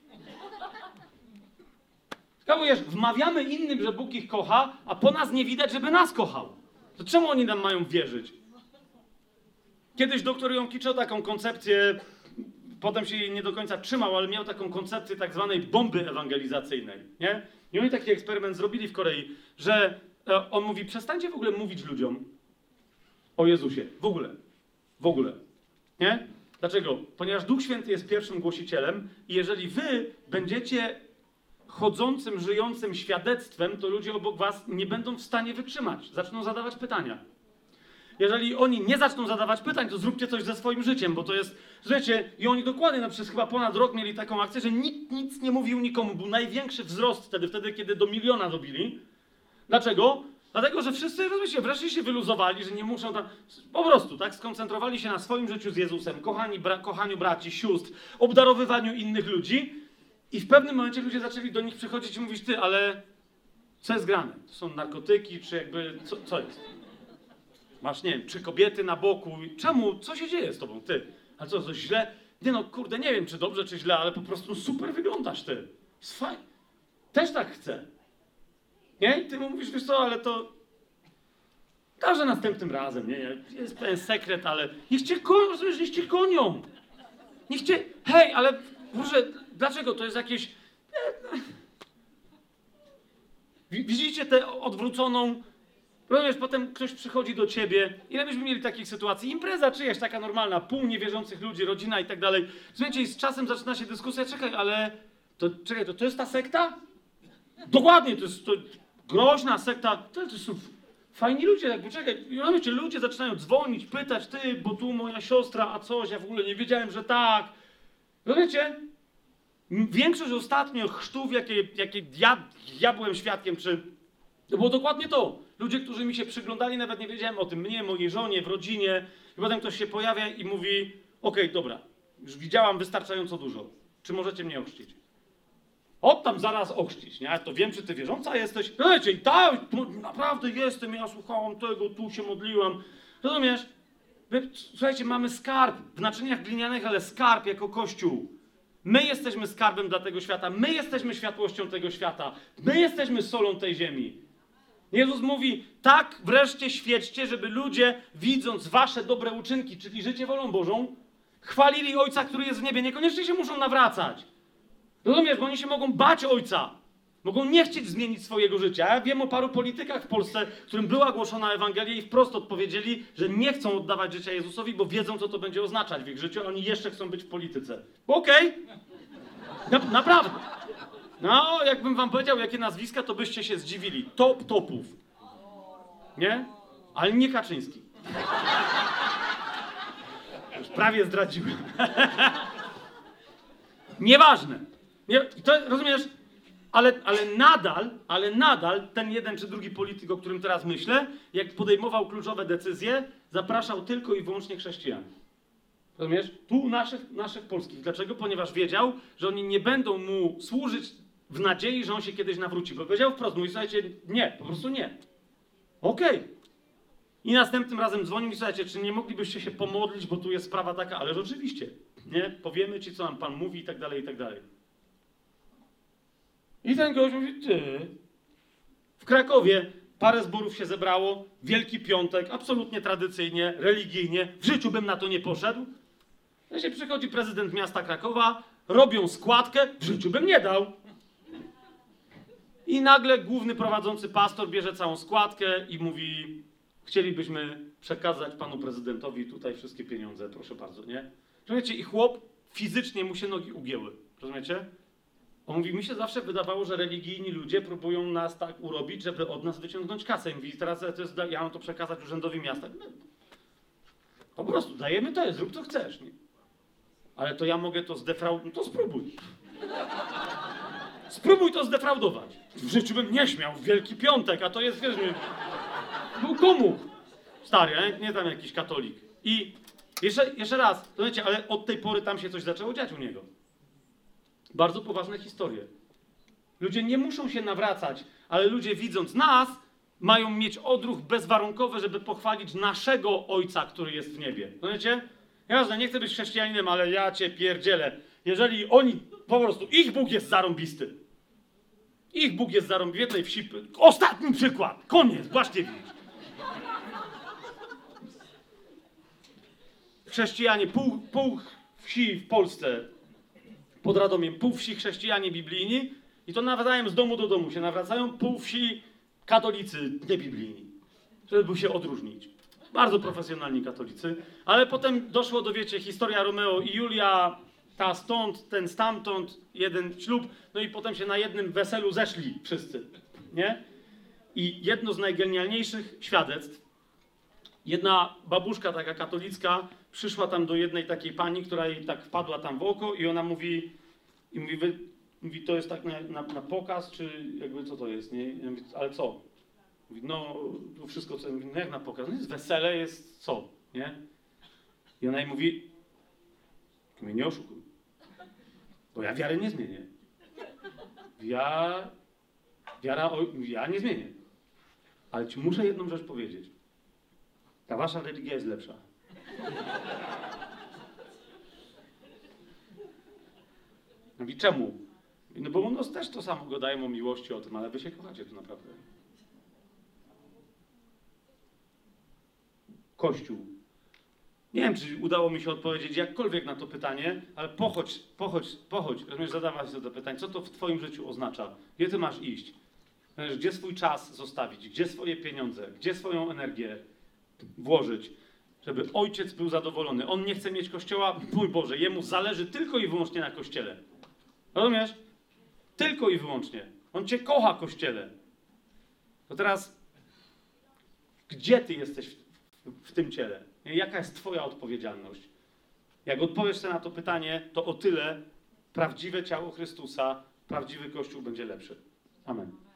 Kabujesz? Wmawiamy innym, że Bóg ich kocha, a po nas nie widać, żeby nas kochał. To czemu oni nam mają wierzyć? Kiedyś doktor Jąkiczał taką koncepcję, potem się jej nie do końca trzymał, ale miał taką koncepcję tak zwanej bomby ewangelizacyjnej, nie? I oni taki eksperyment zrobili w Korei, że on mówi, przestańcie w ogóle mówić ludziom o Jezusie. W ogóle. Nie? Dlaczego? Ponieważ Duch Święty jest pierwszym głosicielem i jeżeli wy będziecie chodzącym, żyjącym świadectwem, to ludzie obok was nie będą w stanie wytrzymać. Zaczną zadawać pytania. Jeżeli oni nie zaczną zadawać pytań, to zróbcie coś ze swoim życiem, bo to jest, wiecie, i oni dokładnie przez chyba ponad rok mieli taką akcję, że nikt nic nie mówił nikomu. Był największy wzrost wtedy kiedy do 1 000 000 dobili. Dlaczego? Dlatego, że wszyscy, rozumiecie, wreszcie się wyluzowali, że nie muszą tam, po prostu, tak, skoncentrowali się na swoim życiu z Jezusem, kochaniu braci, sióstr, obdarowywaniu innych ludzi i w pewnym momencie ludzie zaczęli do nich przychodzić i mówić, ty, ale co jest grane? To są narkotyki, czy jakby, co jest? Masz, nie wiem, 3 kobiety na boku. Czemu? Co się dzieje z tobą, ty? A co, coś źle? Nie no, kurde, nie wiem, czy dobrze, czy źle, ale po prostu super wyglądasz, ty. Jest fajnie. Też tak chcę. Nie? I ty mu mówisz, wiesz co, ale to... Każę następnym razem, nie? Jest pewien sekret, ale... Niech cię gonią, rozumiesz, niech cię gonią. Niech cię... Hej, ale proszę, dlaczego to jest jakieś... Widzicie tę odwróconą... Rozumiesz, potem ktoś przychodzi do ciebie, ile byśmy mieli takich sytuacji, impreza czyjaś taka normalna, pół niewierzących ludzi, rodzina i tak dalej. Słuchajcie, i z czasem zaczyna się dyskusja, czekaj, ale to jest ta sekta? Dokładnie, to jest groźna sekta, to są fajni ludzie, jakby czekaj, rozumiecie, ludzie zaczynają dzwonić, pytać, ty, bo tu moja siostra, a coś, ja w ogóle nie wiedziałem, że tak. Rozumiecie? Większość ostatnio chrztów, jakie ja byłem świadkiem, to było dokładnie to. Ludzie, którzy mi się przyglądali, nawet nie wiedziałem o tym, mnie, mojej żonie, w rodzinie. I potem ktoś się pojawia i mówi, okej, dobra, już widziałam wystarczająco dużo. Czy możecie mnie ochrzcić? Tam zaraz ochrzcić, nie? Ja to wiem, czy ty wierząca jesteś. Wiecie, i tak, naprawdę jestem, ja słuchałam tego, tu się modliłam. Rozumiesz? Słuchajcie, mamy skarb w naczyniach glinianych, ale skarb jako Kościół. My jesteśmy skarbem dla tego świata, my jesteśmy światłością tego świata, my jesteśmy solą tej ziemi. Jezus mówi, tak wreszcie świećcie, żeby ludzie, widząc wasze dobre uczynki, czyli życie wolą Bożą, chwalili Ojca, który jest w niebie. Niekoniecznie się muszą nawracać. Rozumiesz, bo oni się mogą bać Ojca. Mogą nie chcieć zmienić swojego życia. Ja wiem o paru politykach w Polsce, którym była głoszona Ewangelia i wprost odpowiedzieli, że nie chcą oddawać życia Jezusowi, bo wiedzą, co to będzie oznaczać w ich życiu, a oni jeszcze chcą być w polityce. Okej. Naprawdę. No, jakbym wam powiedział, jakie nazwiska, to byście się zdziwili. Top topów. Nie? Ale nie Kaczyński. Już prawie zdradziłem. Nieważne. Nie, to, rozumiesz? Ale nadal ten jeden czy drugi polityk, o którym teraz myślę, jak podejmował kluczowe decyzje, zapraszał tylko i wyłącznie chrześcijan. Rozumiesz? Tu naszych polskich. Dlaczego? Ponieważ wiedział, że oni nie będą mu służyć w nadziei, że on się kiedyś nawróci. Bo powiedział wprost, mówi, słuchajcie, nie, po prostu nie. Okej. I następnym razem dzwonił i słuchajcie, czy nie moglibyście się pomodlić, bo tu jest sprawa taka, ale rzeczywiście, nie? Powiemy ci, co nam Pan mówi i tak dalej, i tak dalej. I ten gość mówi, ty. W Krakowie parę zborów się zebrało, Wielki Piątek, absolutnie tradycyjnie, religijnie. W życiu bym na to nie poszedł. Jeśli przychodzi prezydent miasta Krakowa, robią składkę, w życiu bym nie dał. I nagle główny prowadzący pastor bierze całą składkę i mówi, chcielibyśmy przekazać panu prezydentowi tutaj wszystkie pieniądze, proszę bardzo, nie? Rozumiecie? I chłop fizycznie mu się nogi ugięły, rozumiecie? On mówi, mi się zawsze wydawało, że religijni ludzie próbują nas tak urobić, żeby od nas wyciągnąć kasę. I mówi, teraz to jest, ja mam to przekazać urzędowi miasta. No, po prostu dajemy to, zrób co chcesz. Nie? Ale to ja mogę to zdefraudować. No to spróbuj. Spróbuj to zdefraudować. W życiu bym nie śmiał, w Wielki Piątek, a to jest, wiesz, był komu? Stary, nie tam jakiś katolik. I jeszcze raz, to wiecie, ale od tej pory tam się coś zaczęło dziać u niego. Bardzo poważne historie. Ludzie nie muszą się nawracać, ale ludzie widząc nas, mają mieć odruch bezwarunkowy, żeby pochwalić naszego Ojca, który jest w niebie. Rozumiecie? Jasne, nie chcę być chrześcijaninem, ale ja cię pierdzielę. Jeżeli oni, po prostu, ich Bóg jest zarąbisty. Ich Bóg jest zarąbisty. W jednej wsi, ostatni przykład, koniec, właśnie widzisz. Chrześcijanie, pół wsi w Polsce, pod Radomiem, pół wsi chrześcijanie biblijni i to nawracają z domu do domu się nawracają, pół wsi katolicy niebiblijni, żeby się odróżnić. Bardzo profesjonalni katolicy, ale potem doszło do, wiecie, historia Romeo i Julia, ta stąd, ten stamtąd, jeden ślub, no i potem się na jednym weselu zeszli wszyscy, nie? I jedno z najgenialniejszych świadectw, jedna babuszka taka katolicka przyszła tam do jednej takiej pani, która jej tak wpadła tam w oko i ona mówi, to jest tak na pokaz, czy jakby co to jest, nie? Ja mówię, ale co? Mówi, no to wszystko co, mówi, no jak na pokaz? No jest wesele, jest co, nie? I ona jej mówi, mnie nie oszukuj, bo ja wiary nie zmienię. Ja nie zmienię. Ale ci muszę jedną rzecz powiedzieć. Ta wasza religia jest lepsza. Mówi, czemu? No bo u nas też to samo gadają o miłości, o tym, ale wy się kochacie tu naprawdę. Kościół. Nie wiem, czy udało mi się odpowiedzieć jakkolwiek na to pytanie, ale pochodź, rozumiesz, zadawać sobie to pytanie, co to w twoim życiu oznacza? Gdzie ty masz iść? Gdzie swój czas zostawić? Gdzie swoje pieniądze? Gdzie swoją energię włożyć? Żeby ojciec był zadowolony. On nie chce mieć kościoła, mój Boże, jemu zależy tylko i wyłącznie na kościele. Rozumiesz? Tylko i wyłącznie. On cię kocha, kościele. To teraz, gdzie ty jesteś w tym ciele? Jaka jest twoja odpowiedzialność? Jak odpowiesz sobie na to pytanie, to o tyle prawdziwe ciało Chrystusa, prawdziwy Kościół będzie lepszy. Amen.